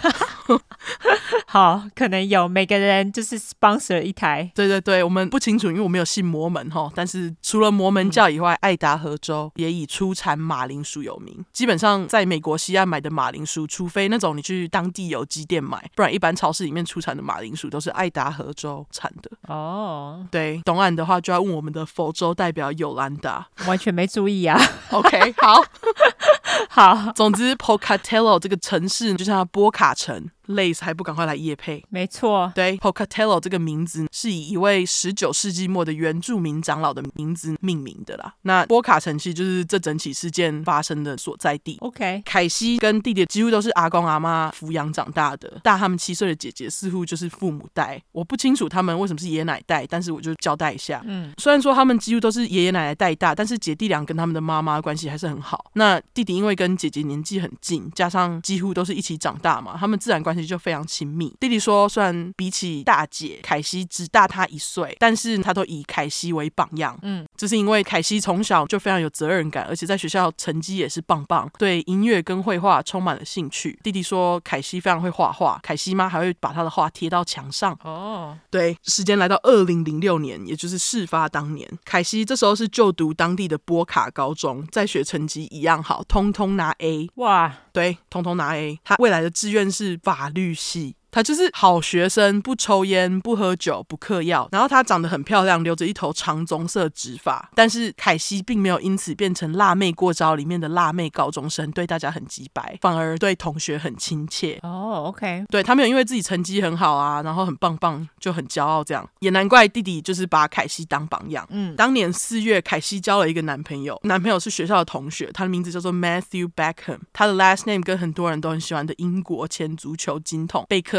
好，可能有，每个人就是 sponsor 一台。 对对对，我们不清楚，因为我没有信摩门齁。但是除了摩门教以外，爱达荷州也以出产马铃薯有名。基本上在美国西岸买的马铃薯，除非那种你去当地有机店买，不然一般超市里面出产的马铃薯都是爱达荷州产的。 哦， 对，东岸的话就要问我们的佛州代表尤兰达。 完全没注意啊。 OK， 好。 好， 总之 Pocatello 这个城市就像它波卡城，类似还不赶快来业配。 没错， 对， Pocatello 这个名字是以一位19世纪末的原住民长老的名字命名的啦。那波卡城其实就是这整起事件发生的所在地。 OK， 凯西跟弟弟几乎都是阿公阿妈抚养长大的，大他们7岁的姐姐似乎就是父母带。我不清楚他们为什么是爷爷奶带，但是我就交代一下。虽然说他们几乎都是爷爷奶奶带大，但是姐弟俩跟他们的妈妈关系还是很好。那弟弟因为跟姐姐年纪很近，加上几乎都是一起长大嘛，他们自然关系就非常亲密。弟弟说，虽然比起大姐凯西只大他1岁，但是他都以凯西为榜样。这是因为凯西从小就非常有责任感，而且在学校成绩也是棒棒，对音乐跟绘画充满了兴趣。弟弟说凯西非常会画画，凯西妈还会把他的画贴到墙上。对，时间来到2006年，也就是事发当年，凯西这时候是就读当地的波卡高中，在学成绩一样好，通通拿 A。 哇， 对，通通拿 A。 他未来的志愿是法律系。他就是好学生，不抽烟，不喝酒，不嗑药。然后他长得很漂亮，留着一头长棕色直发。但是凯西并没有因此变成辣妹过招里面的辣妹高中生，对大家很鸡白，反而对同学很亲切。 OK， 对，他没有因为自己成绩很好啊，然后很棒棒就很骄傲这样。也难怪弟弟就是把凯西当榜样。当年4月，凯西交了一个男朋友，男朋友是学校的同学，他的名字叫做 Matthew Beckham。他的 last name 跟很多人都很喜欢的英国前足球金童贝克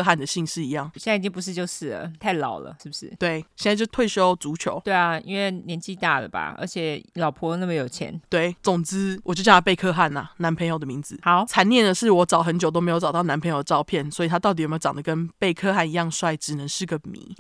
汉的姓氏一样。 现在已经不是就是了，太老了是不是？ 对，现在就退休足球。 对啊，因为年纪大了吧，而且老婆那么有钱。 对，总之我就叫他贝克汉啊，男朋友的名字。 好， 残念的是我找很久都没有找到男朋友的照片，所以他到底有没有长得跟贝克汉一样帅，只能是个谜。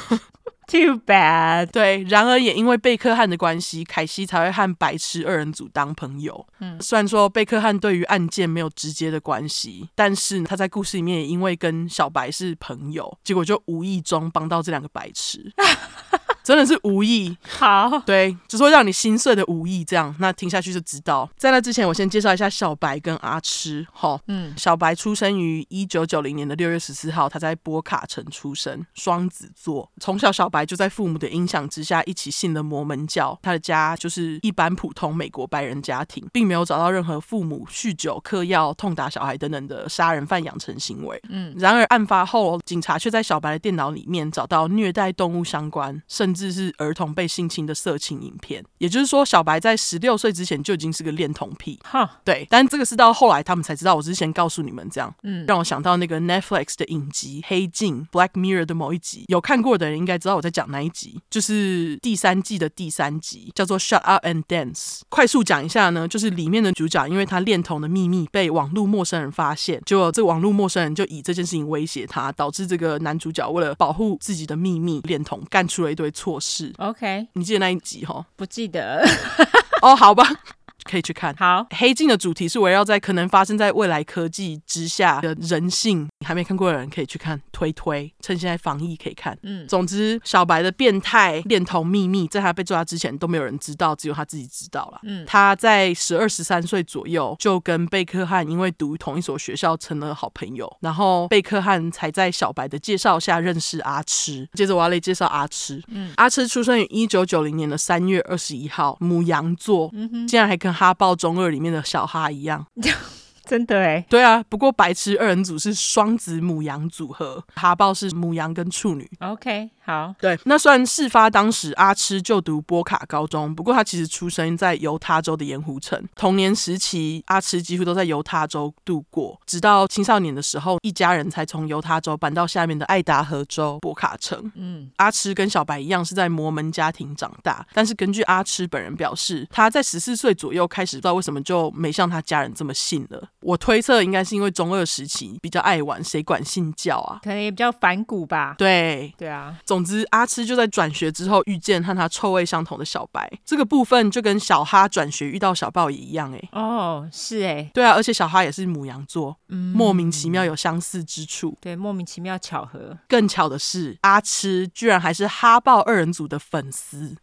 Too bad。 对，然而也因为贝克汉的关系，凯西才会和白痴二人组当朋友。虽然说贝克汉对于案件没有直接的关系，但是他在故事里面也因为跟小白是朋友，结果就无意中帮到这两个白痴。真的是无意。 好， 对，就是会让你心碎的无意这样。那听下去就知道。在那之前，我先介绍一下小白跟阿痴。小白出生于1990年的6月14号，他在波卡城出生，双子座。从小小白就在父母的影响之下一起信了摩门教，他的家就是一般普通美国白人家庭，并没有找到任何父母酗酒、嗑药、痛打小孩等等的杀人犯养成行为。然而案发后，警察却在小白的电脑里面找到虐待动物相关，甚至是儿童被性侵的色情影片。也就是说，小白在16岁之前就已经是个恋童癖。对，但这个是到后来他们才知道，我之前告诉你们这样。让我想到那个 Netflix 的影集《黑镜》 Black Mirror 的某一集，有看过的人应该知道我在讲哪一集，就是第3季的第3集，叫做 Shut Up and Dance。 快速讲一下呢，就是里面的主角因为他恋童的秘密被网络陌生人发现，结果这个网络陌生人就以这件事情威胁他，导致这个男主角为了保护自己的秘密恋童，干出了一堆错事。 OK， 你记得那一集齁？ 不记得。 哦，好吧，可以去看。 好， 黑镜的主题是围绕在可能发生在未来科技之下的人性，你还没看过的人可以去看，推趁现在防疫可以看。总之小白的变态恋童秘密在他被抓之前都没有人知道，只有他自己知道了。他在12、13岁左右就跟贝克汉因为读同一所学校成了好朋友，然后贝克汉才在小白的介绍下认识阿痴。接着我要来介绍阿痴。阿痴出生于1990年的3月21号，牡羊座，竟然还跟哈豹中2里面的小哈一样。 真的耶。 对啊，不过白痴二人组是双子母羊组合，哈豹是母羊跟处女。 OK， 好。 对，那虽然事发当时阿痴就读波卡高中，不过他其实出生在犹他州的盐湖城。童年时期阿痴几乎都在犹他州度过，直到青少年的时候，一家人才从犹他州搬到下面的爱达荷州波卡城。阿痴跟小白一样是在摩门家庭长大，但是根据阿痴本人表示，他在14岁左右开始不知道为什么就没像他家人这么信了。我推测应该是因为中二时期比较爱玩，谁管信教啊？ 可能也比较反骨吧。 对啊。 总之阿痴就在转学之后遇见和他臭味相同的小白，这个部分就跟小哈转学遇到小豹也一样。 哦，是对啊，而且小哈也是牡羊座，莫名其妙有相似之处。 对，莫名其妙巧合。 更巧的是阿痴居然还是哈豹二人组的粉丝。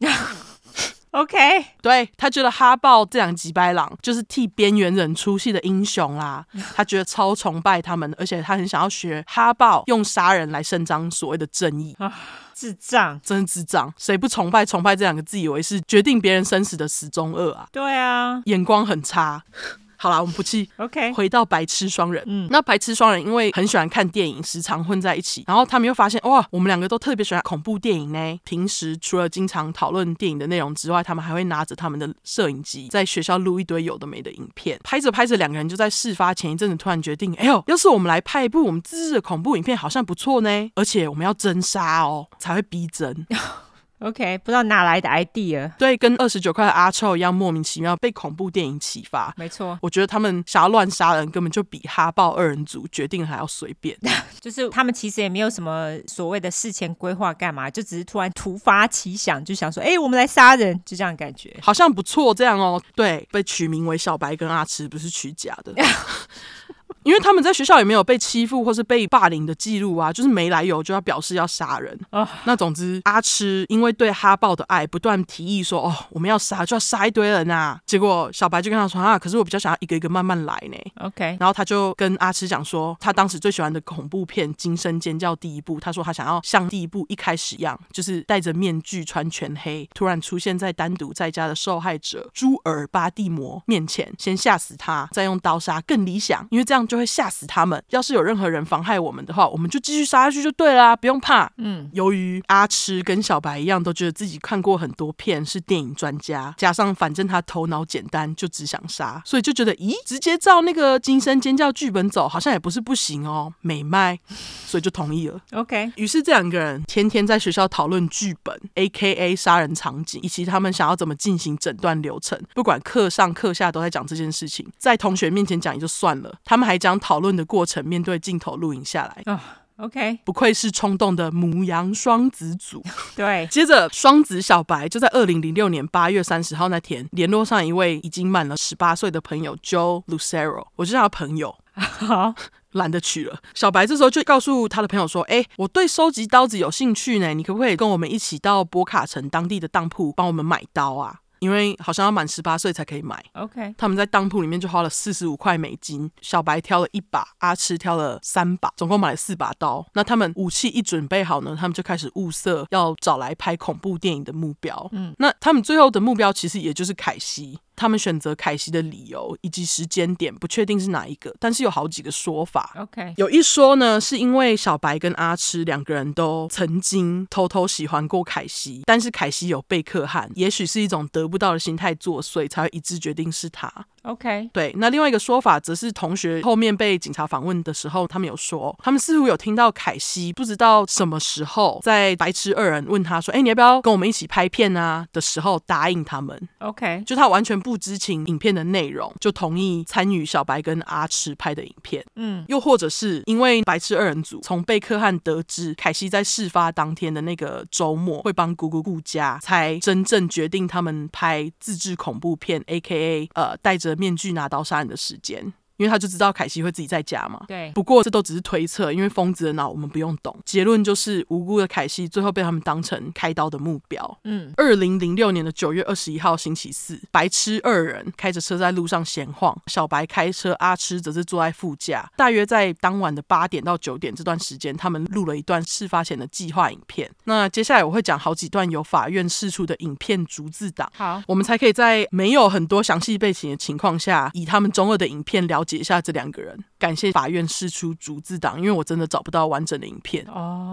OK， 对，他觉得哈豹这两几白狼就是替边缘人出戏的英雄啦，他觉得超崇拜他们，而且他很想要学哈豹用杀人来伸张所谓的正义。 智障， 真智障，谁不崇拜这两个自以为是决定别人生死的死忠二啊？ 对啊， 眼光很差。好啦，我们不气。 OK， 回到白痴双人。那白痴双人因为很喜欢看电影，时常混在一起，然后他们又发现哇，我们两个都特别喜欢恐怖电影呢。平时除了经常讨论电影的内容之外，他们还会拿着他们的摄影机在学校录一堆有的没的影片。拍着拍着，两个人就在事发前一阵子突然决定，哎呦，要是我们来拍一部我们自制的恐怖影片好像不错呢，而且我们要真杀哦，才会逼真。 OK， 不知道哪来的 idea。 对，跟29块的阿臭一样，莫名其妙被恐怖电影启发。 没错， 我觉得他们想要乱杀人根本就比哈豹二人组决定还要随便。 就是他们其实也没有什么所谓的事前规划干嘛，就只是突然突发奇想，就想说我们来杀人，就这样感觉好像不错这样哦。对，被取名为小白跟阿痴不是取假的。因为他们在学校也没有被欺负或是被霸凌的记录啊，就是没来由就要表示要杀人。那总之阿痴因为对哈豹的爱不断提议说，我们要杀就要杀一堆人啊。结果小白就跟他说，可是我比较想要一个一个慢慢来呢。 OK， 然后他就跟阿痴讲说，他当时最喜欢的恐怖片《惊声尖叫》第一部，他说他想要像第一部一开始一样，就是戴着面具穿全黑，突然出现在单独在家的受害者朱尔巴蒂摩面前，先吓死他，再用刀杀更理想，因为这样就会吓死他们，要是有任何人妨害我们的话，我们就继续杀下去就对啦，不用怕。由于阿吃跟小白一样都觉得自己看过很多片，是电影专家，加上反正他头脑简单，就只想杀，所以就觉得直接照那个惊声尖叫剧本走好像也不是不行哦，美卖，所以就同意了。 OK， 于是这两个人天天在学校讨论剧本 AKA 杀人场景，以及他们想要怎么进行整段流程，不管课上课下都在讲这件事情，在同学面前讲也就算了，他们还将讨论的过程面对镜头录影下来。 OK， 不愧是冲动的母羊双子组。 对， 接着双子小白就在2006年8月30号那天联络上一位已经满了18岁的朋友 Joe Lucero， 我就叫他朋友。 好， 懒得取了。小白这时候就告诉他的朋友说，我对收集刀子有兴趣呢，你可不可以跟我们一起到波卡城当地的当铺帮我们买刀啊？因为好像要满18岁才可以买。 OK， 他们在当铺里面就花了45块美金，小白挑了1把，阿吃挑了3把，总共买了4把刀。那他们武器一准备好呢，他们就开始物色要找来拍恐怖电影的目标。那他们最后的目标其实也就是凯西。他们选择凯西的理由以及时间点不确定是哪一个，但是有好几个说法。 OK， 有一说呢，是因为小白跟阿吃两个人都曾经偷偷喜欢过凯西，但是凯西有贝克汉，也许是一种得不到的心态作祟，才会一致决定是他。 OK， 对，那另外一个说法则是同学后面被警察访问的时候，他们有说，他们似乎有听到凯西不知道什么时候在白痴二人问他说，你要不要跟我们一起拍片啊的时候答应他们。 OK， 就他完全不知情影片的内容，就同意参与小白跟阿吃拍的影片。又或者是因为白痴二人组从贝克汉得知凯西在事发当天的那个周末会帮姑姑顾家，才真正决定他们拍自制恐怖片 AKA 带着面具拿刀杀人的时间。因为他就知道凯西会自己在家嘛。 对。 不过这都只是推测，因为疯子的脑我们不用懂。结论就是无辜的凯西最后被他们当成开刀的目标。2006年的9月21号星期四，白痴二人开着车在路上闲晃，小白开车，阿吃则是坐在副驾。大约在当晚的8点到9点这段时间，他们录了一段事发前的计划影片。那接下来我会讲好几段由法院释出的影片逐字档， 好， 我们才可以在没有很多详细背景的情况下，以他们中二的影片了解一下这两个人。感谢法院释出逐字档，因为我真的找不到完整的影片。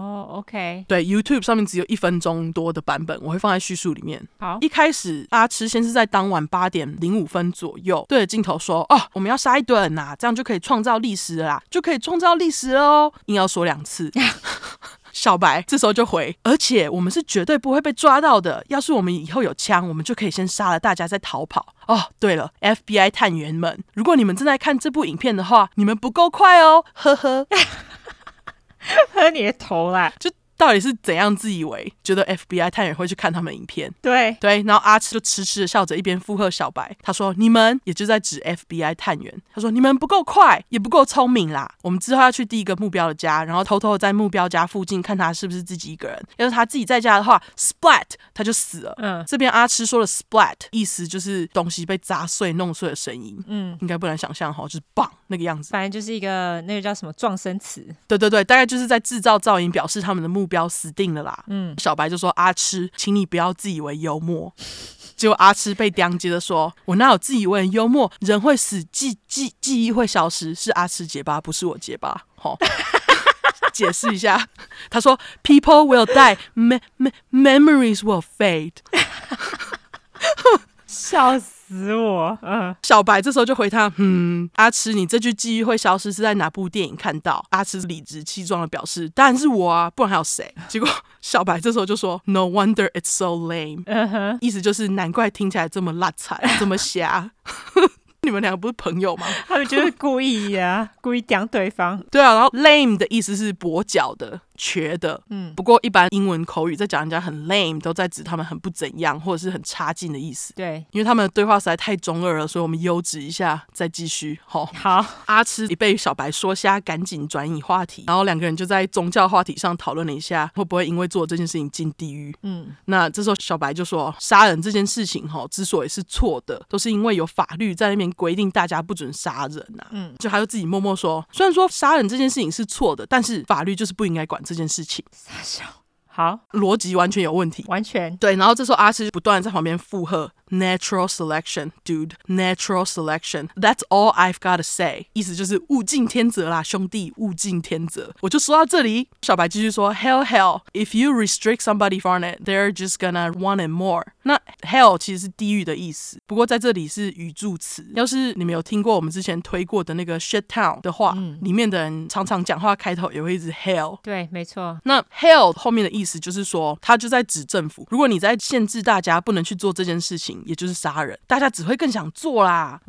OK， 对， YouTube 上面只有1分钟多的版本，我会放在叙述里面。 好， 一开始阿吃先是在当晚8点05分左右对着镜头说，我们要杀一堆人啊，这样就可以创造历史了啦，就可以创造历史了哦，硬要说2次。小白这时候就回，而且我们是绝对不会被抓到的，要是我们以后有枪，我们就可以先杀了大家再逃跑。对了， FBI 探员们，如果你们正在看这部影片的话，你们不够快哦，呵呵。 喝你的头啦， 就到底是怎样自以为觉得 FBI 探员会去看他们的影片？ 对， 然后阿吃就痴痴的笑着，一边附和小白，他说你们，也就在指 FBI 探员，他说你们不够快，也不够聪明啦，我们之后要去第一个目标的家，然后偷偷的在目标家附近看他是不是自己一个人，要是他自己在家的话 splat 他就死了。这边阿吃说的 splat 意思就是东西被砸碎弄碎的声音。应该不难想象就是棒那个样子， 反正就是一个那个叫什么撞声词。 对，大概就是在制造噪音，表示他们的目标死定了啦。小白就说阿吃，请你不要自以为幽默。结果阿吃被刁，接着说，我哪有自以为幽默，人会死，记忆会消失，是阿吃结巴，不是我结巴。解释一下，他说 People will die, memories will fade。 笑死我。 小白这时候就回他，阿吃，你这句记忆会消失是在哪部电影看到？阿吃理直气壮的表示，当然是我啊，不然还有谁？结果小白这时候就说 No wonder it's so lame。意思就是难怪听起来这么烂惨，这么瞎。你们两个不是朋友吗？ 他们就是故意啊，故意刁对方。 对啊，然后 lame 的意思是跛脚的，瘸的。不过一般英文口语在讲人家很 lame 都在指他们很不怎样或者是很差劲的意思。 对， 因为他们的对话实在太中二了，所以我们优质一下再继续。好，阿吃一被小白说瞎，赶紧转移话题，然后两个人就在宗教话题上讨论了一下会不会因为做这件事情进地狱。那这时候小白就说，杀人这件事情之所以是错的，都是因为有法律在那边规定大家不准杀人啊。就他就自己默默说，虽然说杀人这件事情是错的，但是法律就是不应该管这件事情。 好， 逻辑完全有问题， 完全对。然后这时候阿吃不断在旁边附和， natural selection, dude, natural selection. That's all I've got to say. 意思就是物竞天择啦，兄弟，物竞天择。我就说到这里，小白继续说 hell, if you restrict somebody from it, they're just gonna want it more. 那 hell 其实是地狱的意思，不过在这里是语助词。要是你们有听过我们之前推过的那个 shit town 的话，里面的人常常讲话开头也会一直 hell。 对，没错。 那 hell 后面的意思就是说，他就在指政府，如果你在限制大家不能去做这件事情，也就是杀人，大家只会更想做啦。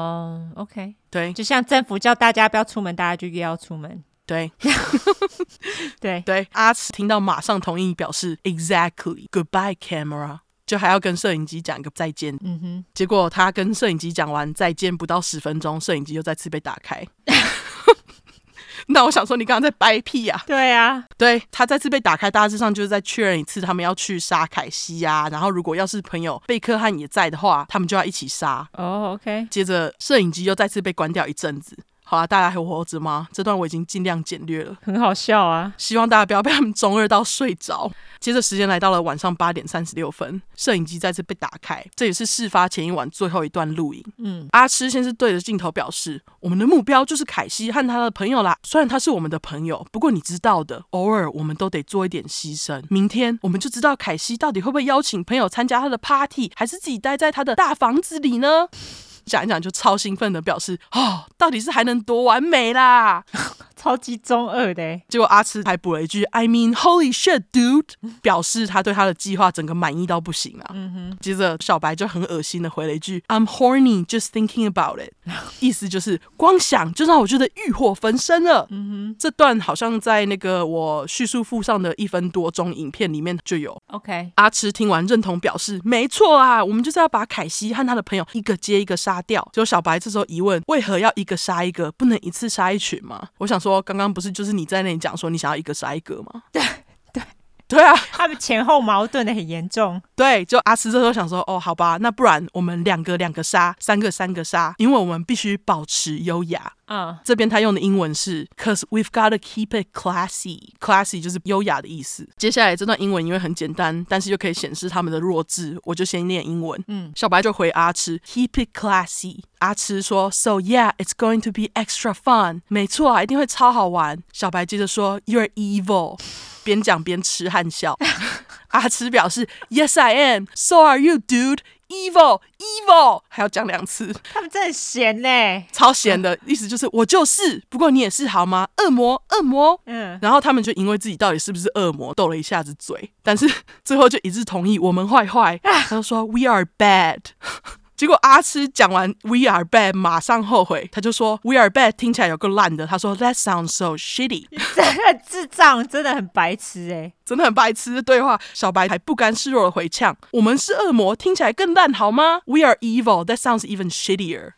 OK， 对， 就像政府叫大家不要出门，大家就越要出门。 对对对，阿慈听到马上同意，表示 exactly goodbye camera， 就还要跟摄影机讲一个再见。结果他跟摄影机讲完再见不到10分钟，摄影机又再次被打开。那我想说，你刚刚在掰屁啊？ 对啊， 对，他再次被打开，大致上就是在确认一次他们要去杀凯西啊，然后如果要是朋友贝克汉也在的话，他们就要一起杀。 OK。 接着摄影机又再次被关掉一阵子。好啦，大家还活着吗？这段我已经尽量简略了， 很好笑啊， 希望大家不要被他们中二到睡着。接着时间来到了晚上8点36分，摄影机再次被打开，这也是事发前一晚最后一段录影。阿吃先是对着镜头表示，我们的目标就是凯西和他的朋友啦，虽然他是我们的朋友，不过你知道的，偶尔我们都得做一点牺牲。明天我们就知道凯西到底会不会邀请朋友参加他的 party， 还是自己待在他的大房子里呢？讲一讲就超兴奋的表示，到底是还能多完美啦， 超级中二的耶。 结果阿吃还补了一句 I mean holy shit dude， 表示他对他的计划整个满意到不行啊。接着小白就很恶心的回了一句 I'm horny just thinking about it， 意思就是光想就让我觉得欲火焚身了。这段好像在那个我叙述附上的1分多钟影片里面就有。 OK， 阿吃听完认同表示，没错啊，我们就是要把凯西和他的朋友一个接一个杀掉。结果小白这时候疑问，为何要一个杀一个，不能一次杀一群吗？我想说刚刚不是就是你在那里讲说你想要一个杀一个吗？对啊， 他们前后矛盾的很严重。 对，就阿斯这时候想说，好吧，那不然我们两个杀，3个杀，因为我们必须保持优雅。这边他用的英文是 Cause we've gotta keep it classy， classy 就是优雅的意思。接下来这段英文因为很简单，但是又可以显示他们的弱智，我就先念英文。小白就回阿吃 Keep it classy， 阿吃说 So yeah it's going to be extra fun， 没错啊，一定会超好玩。小白接着说 You're evil， 边讲边吃和笑。阿吃表示 Yes I am， So are you dude， Evil， 还要讲2次。 他们真的很闲耶， 超闲的，意思就是我就是，不过你也是好吗？恶魔。然后他们就因为自己到底是不是恶魔斗了一下子嘴，但是最后就一致同意我们坏，他就说 We are bad。结果阿吃讲完 We are bad 马上后悔，他就说 We are bad 听起来有个烂的，他说 That sounds so shitty， 真的智障，真的很白痴耶， 真的很白痴的对话。小白还不甘示弱的回呛，我们是恶魔听起来更烂好吗？ We are evil that sounds even shittier。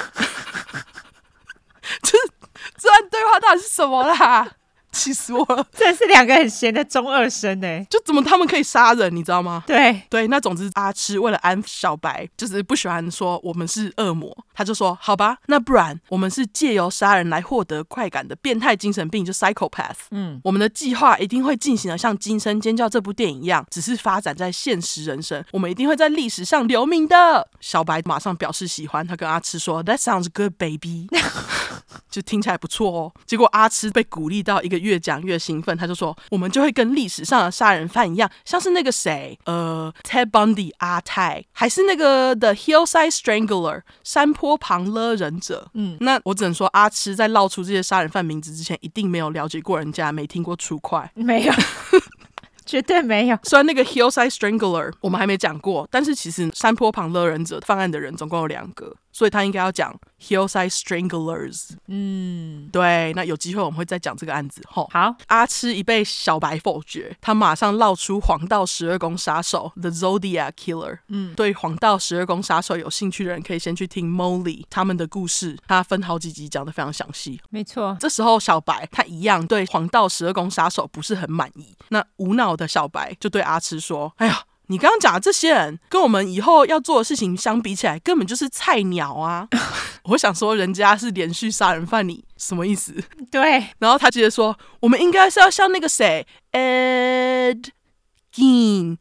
这段对话到底是什么啦？气死我了！ 这是2个很闲的中二生耶， 就怎么他们可以杀人，你知道吗？ 对，那总之阿吃为了安抚小白，就是不喜欢说我们是恶魔，他就说好吧，那不然我们是借由杀人来获得快感的变态精神病，就 psychopath。我们的计划一定会进行的像《惊声尖叫》这部电影一样，只是发展在现实人生，我们一定会在历史上留名的。小白马上表示喜欢，他跟阿吃说 That sounds good baby 就听起来不错哦。结果阿吃被鼓励到一个越讲越兴奋，他就说我们就会跟历史上的杀人犯一样，像是那个谁Ted Bundy 阿泰，还是那个 The Hillside Strangler 山坡旁勒人者。那我只能说阿吃在闹出这些杀人犯名字之前一定没有了解过人家，没听过True Crime，没有绝对没有。虽然那个 Hillside Strangler 我们还没讲过，但是其实山坡旁勒人者犯案的人总共有2个，所以他应该要讲 Hillside Stranglers。对，那有机会我们会再讲这个案子。好，阿吃一被小白否决，他马上闹出黄道12宫杀手 The Zodiac Killer。对黄道12宫杀手有兴趣的人可以先去听 Molly 他们的故事，他分好几集讲得非常详细。没错，这时候小白他一样对黄道12宫杀手不是很满意，那无脑的小白就对阿吃说，哎呀，你刚刚讲的这些人跟我们以后要做的事情相比起来根本就是菜鸟啊。我想说人家是连续杀人犯，你什么意思？对，然后他接着说我们应该是要像那个谁 Ed Gein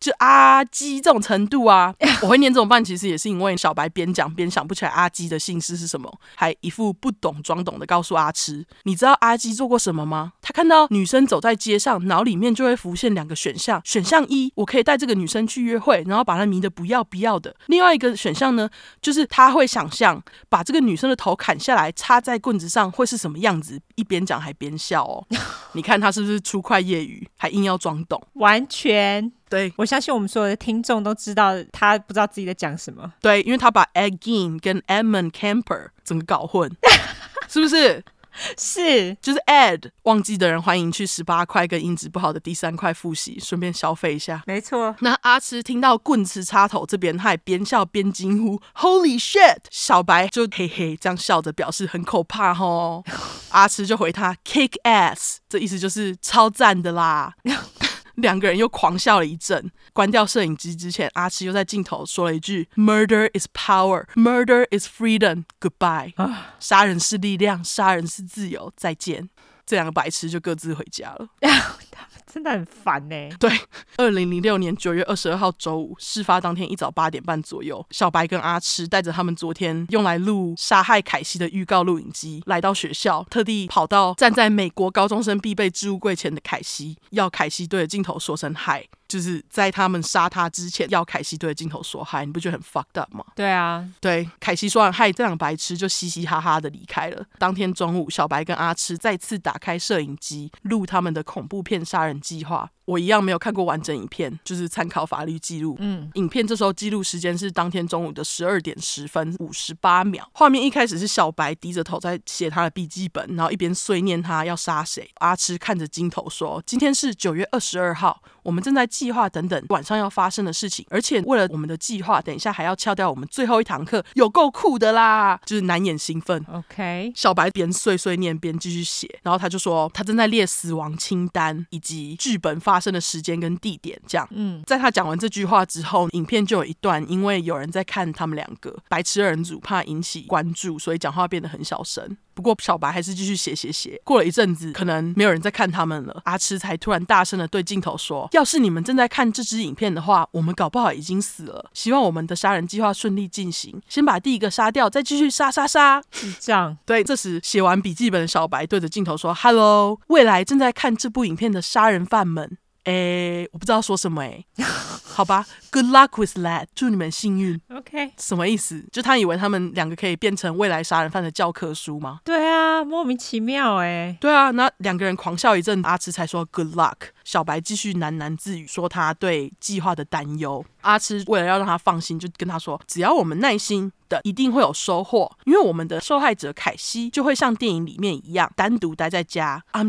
就阿基这种程度啊。我会念这种半其实也是因为小白边讲边想不起来阿基的姓氏是什么，还一副不懂装懂的告诉阿痴，你知道阿基做过什么吗？他看到女生走在街上，脑里面就会浮现2个选项，选项一，我可以带这个女生去约会，然后把她迷得不要不要的。另外一个选项呢，就是他会想象把这个女生的头砍下来插在棍子上会是什么样子，一边讲还边笑哦。你看他是不是粗快业余，还硬要装懂？ 完全对， 我相信我们所有的听众都知道他不知道自己在讲什么。 对，因为他把 Edgin 跟 Edmund Kemper 整个搞混，是不是？ 是， 就是 Ed 忘记的人欢迎去18块跟音质不好的第3块复习，顺便消费一下。 没错。 那阿痴听到棍子插头这边，他也边笑边惊呼 Holy shit， 小白就嘿嘿这样笑着表示很可怕吼。阿痴就回他 Kick ass， 这意思就是超赞的啦。2个人又狂笑了一阵。关掉摄影机之前，阿痴又在镜头说了一句 Murder is power, murder is freedom, goodbye。 杀人是力量，杀人是自由，再见。这2个白痴就各自回家了。 真的很烦欸。 对，2006年9月22号周五，事发当天一早8点半左右，小白跟阿痴带着他们昨天用来录杀害凯西的预告录影机来到学校，特地跑到站在美国高中生必备置物柜前的凯西，要凯西对着镜头说声嗨，就是在他们杀他之前要凯西对着镜头说嗨。你不觉得很 fucked up 吗？ 对啊， 对，凯西说完嗨，这2个白痴就嘻嘻哈哈的离开了。当天中午，小白跟阿痴再次打开摄影机录他们的恐怖片杀人计划。我一样没有看过完整影片，就是参考法律记录。影片这时候记录时间是当天中午的12点10分58秒。画面一开始是小白低着头在写他的笔记本，然后一边碎念他要杀谁。阿痴看着镜头说，今天是9月22号，我们正在计划等等晚上要发生的事情，而且为了我们的计划，等一下还要翘掉我们最后一堂课，有够酷的啦，就是难掩兴奋。 OK， 小白边碎碎念边继续写，然后他就说他正在列死亡清单以及剧本发生的时间跟地点这样。在他讲完这句话之后，影片就有一段因为有人在看他们2个白痴二人组，怕引起关注，所以讲话变得很小声。不过小白还是继续写。过了一阵子，可能没有人在看他们了，阿痴才突然大声的对镜头说，要是你们正在看这支影片的话，我们搞不好已经死了，希望我们的杀人计划顺利进行，先把第1个杀掉，再继续杀。 智障。 对，这时写完笔记本的小白对着镜头说 Hello， 未来正在看这部影片的杀人犯们，我不知道说什么好吧 Good luck with that， 祝你们幸运。 OK， 什么意思？就他以为他们2个可以变成未来杀人犯的教科书吗？ 对啊，莫名其妙对啊，那2个人狂笑一阵，阿痴才说 Good luck。 小白继续喃喃自语说他对计划的担忧。阿痴为了要让他放心，就跟他说只要我们耐心的一定会有收获，因为我们的受害者凯西就会像电影里面一样单独待在家。 I'm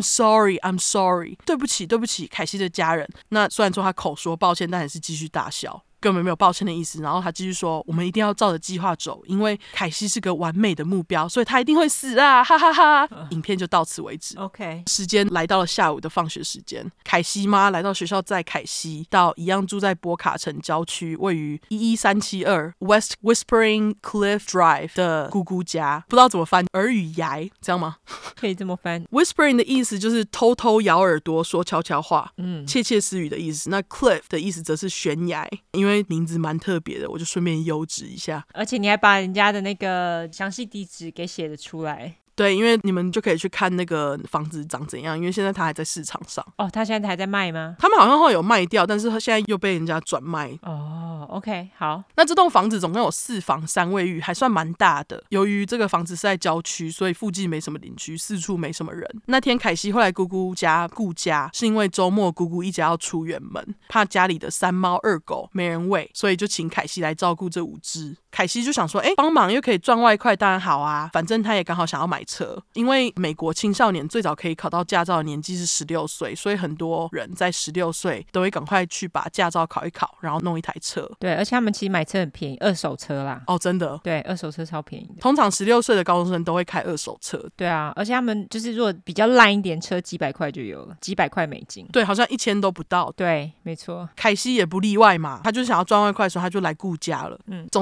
sorry， 对不起凯西的家人。那虽然说他口说抱歉，但还是继续大笑，根本没有抱歉的意思。然后他继续说我们一定要照着计划走，因为凯西是个完美的目标，所以他一定会死啊，哈哈哈。影片就到此为止。 OK， 时间来到了下午的放学时间，凯西妈来到学校载凯西到一样住在波卡城郊区位于11372 West Whispering Cliff Drive 的姑姑家，不知道怎么翻，耳语崖这样吗？ 可以这么翻。 Whispering 的意思就是偷偷咬耳朵说悄悄话，窃窃私语的意思。那 Cliff 的意思则是悬崖，因为名字蛮特别的，我就顺便优质一下。 而且你还把人家的那个详细地址给写了出来。 对，因为你们就可以去看那个房子长怎样，因为现在它还在市场上。 哦，他现在还在卖吗？ 他们好像会有卖掉，但是现在又被人家转卖。 哦 OK， 好。 那这栋房子总共有4房3卫浴，还算蛮大的。由于这个房子是在郊区，所以附近没什么邻居，四处没什么人。那天凯西会来姑姑家顾家，是因为周末姑姑一家要出远门，怕家里的3猫2狗没人喂，所以就请凯西来照顾这5只。凯西就想说帮忙又可以赚外快，当然好啊，反正他也刚好想要买车。因为美国青少年最早可以考到驾照的年纪是16岁，所以很多人在16岁都会赶快去把驾照考一考，然后弄一台车。 对，而且他们其实买车很便宜，二手车啦。 哦，真的？ 对，二手车超便宜的。 通常16岁的高中生都会开二手车。 对啊，而且他们就是如果比较烂一点车，几百块就有了，几百块美金。 对，好像1000都不到。 对，没错。 凯西也不例外嘛，他就想要赚外快，所以他就来顾家了。总之凯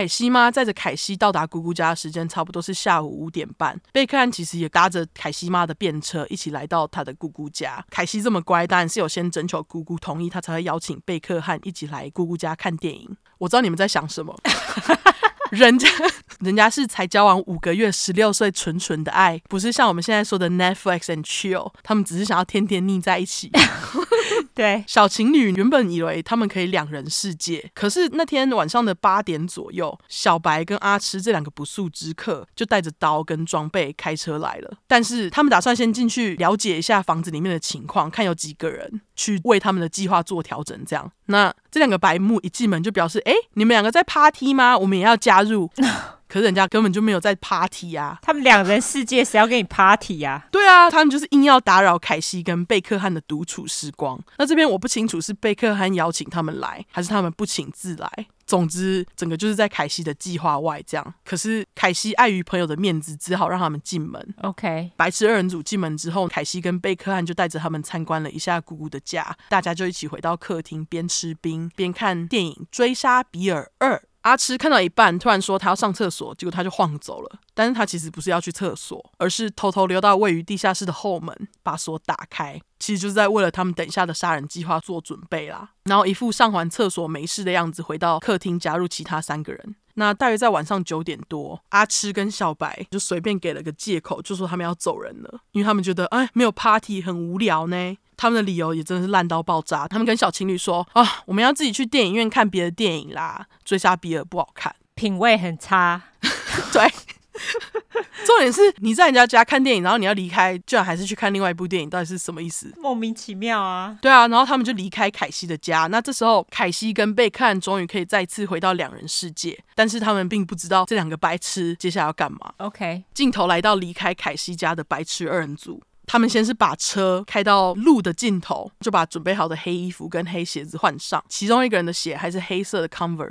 凯西妈载着凯西到达姑姑家的时间差不多是下午5点半，贝克汉其实也搭着凯西妈的便车一起来到他的姑姑家。凯西这么乖，当然是有先征求姑姑同意，他才会邀请贝克汉一起来姑姑家看电影。我知道你们在想什么人家是才交往5个月16岁纯纯的爱，不是像我们现在说的 Netflix and chill， 他们只是想要天天腻在一起对， 小情侣原本以为他们可以2人世界，可是那天晚上的8点左右，小白跟阿吃这2个不速之客就带着刀跟装备开车来了，但是他们打算先进去了解一下房子里面的情况，看有几个人，去为他们的计划做调整这样。那这2个白目一进门就表示你们2个在 party 吗？我们也要加入可是人家根本就没有在 party 啊， 他们2人世界谁要跟你 party 啊？ 对啊，他们就是硬要打扰凯西跟贝克汉的独处时光。那这边我不清楚是贝克汉邀请他们来，还是他们不请自来。总之整个就是在凯西的计划外这样，可是凯西碍于朋友的面子，只好让他们进门。 OK， 白痴2人组进门之后，凯西跟贝克汉就带着他们参观了一下姑姑的家，大家就一起回到客厅，边吃冰边看电影《追杀比尔2》。阿吃看到一半突然说他要上厕所，结果他就晃走了，但是他其实不是要去厕所，而是偷偷溜到位于地下室的后门，把锁打开，其实就是在为了他们等一下的杀人计划做准备啦。然后一副上完厕所没事的样子，回到客厅加入其他3个人。那大约在晚上9点多，阿吃跟小白就随便给了个借口，就说他们要走人了，因为他们觉得没有 party 很无聊呢。他们的理由也真的是烂到爆炸，他们跟小情侣说我们要自己去电影院看别的电影啦，追杀比尔不好看， 品味很差对重点是你在人家家看电影，然后你要离开，居然还是去看另外一部电影，到底是什么意思？ 莫名其妙啊。 对啊，然后他们就离开凯西的家。那这时候凯西跟贝克汉终于可以再次回到2人世界，但是他们并不知道这2个白痴接下来要干嘛。 OK， 镜头来到离开凯西家的白痴2人组，他们先是把车开到路的尽头，就把准备好的黑衣服跟黑鞋子换上，其中一个人的鞋还是黑色的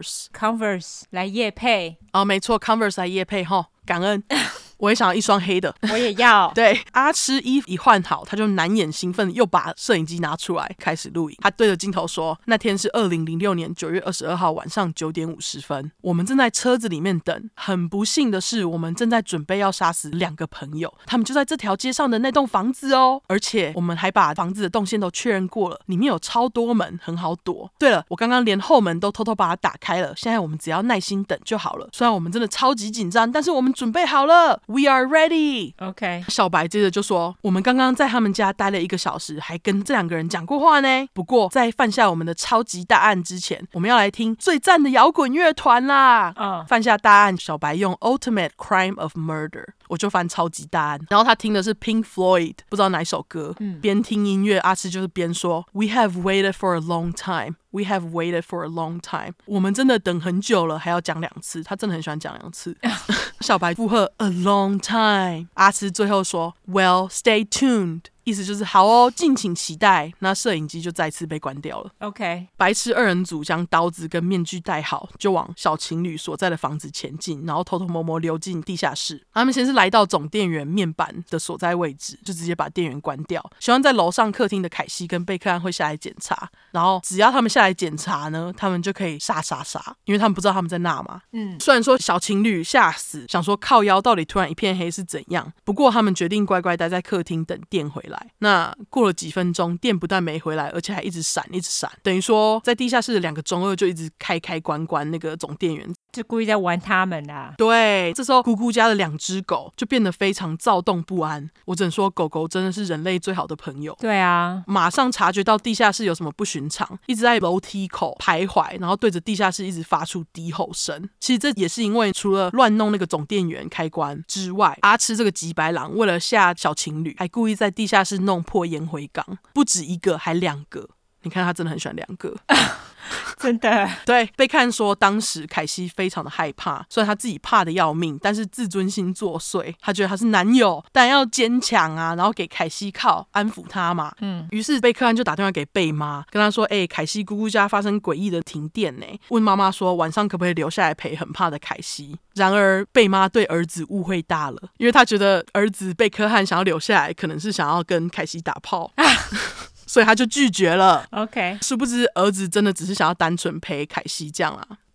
Converse 来业配没错 Converse 来业配感恩我也想要一双黑的， 我也要对，阿吃衣服一换好，他就难掩兴奋又把摄影机拿出来开始录影。他对着镜头说，那天是2006年9月22号晚上9点50分，我们正在车子里面等，很不幸的是我们正在准备要杀死2个朋友，他们就在这条街上的那栋房子哦，而且我们还把房子的动线都确认过了，里面有超多门，很好躲。对了，我刚刚连后门都偷偷把它打开了，现在我们只要耐心等就好了，虽然我们真的超级紧张，但是我们准备好了， We are ready。 OK， 小白接着就说，我们刚刚在他们家待了1个小时，还跟这2个人讲过话呢。不过在犯下我们的超级大案之前，我们要来听最赞的摇滚乐团啦。犯下大案，小白用 Ultimate Crime of Murder， 我就翻超级大案。然后他听的是 Pink Floyd， 不知道哪一首歌。边听音乐，阿吃就是边说 We have waited for a long time，We have waited for a long time， 我们真的等很久了，还要讲2次，他真的很喜欢讲2次小白附和 a long time， 阿吃最后说 Well stay tuned， 意思就是好哦，敬请期待。那摄影机就再次被关掉了。 OK， 白痴2人组将刀子跟面具戴好，就往小情侣所在的房子前进，然后偷偷摸摸溜进地下室。他们先是来到总电源面板的所在位置，就直接把电源关掉，希望在楼上客厅的凯西跟贝克汉会下来检查，然后只要他们下来检查呢，他们就可以杀，因为他们不知道他们在那嘛。虽然说小情侣吓死，想说靠腰到底突然一片黑是怎样，不过他们决定乖乖待在客厅等电回来。那过了几分钟，电不但没回来，而且还一直闪，等于说在地下室的2个中二就一直开关那个总电源， 就故意在玩他们啦。 对，这时候姑姑家的2只狗就变得非常躁动不安。我只能说狗狗真的是人类最好的朋友。 对啊， 马上察觉到地下室有什么不寻常，一直在楼梯口徘徊，然后对着地下室一直发出低吼声。其实这也是因为除了乱弄那个总电源开关之外，阿吃这个吉白狼为了吓小情侣，还故意在地下室弄破烟灰缸，不止1个还2个。你看他真的很喜欢2个真的。 对，被看说当时凯西非常的害怕，虽然他自己怕的要命，但是自尊心作祟，他觉得他是男友，当然要坚强啊，然后给凯西靠安抚他嘛。于是贝克汉就打电话给贝妈，跟他说凯西姑姑家发生诡异的停电呢，问妈妈说晚上可不可以留下来陪很怕的凯西。然而贝妈对儿子误会大了，因为他觉得儿子贝克汉想要留下来可能是想要跟凯西打炮所以他就拒绝了。 OK， 殊不知儿子真的只是想要单纯陪凯西这样啦。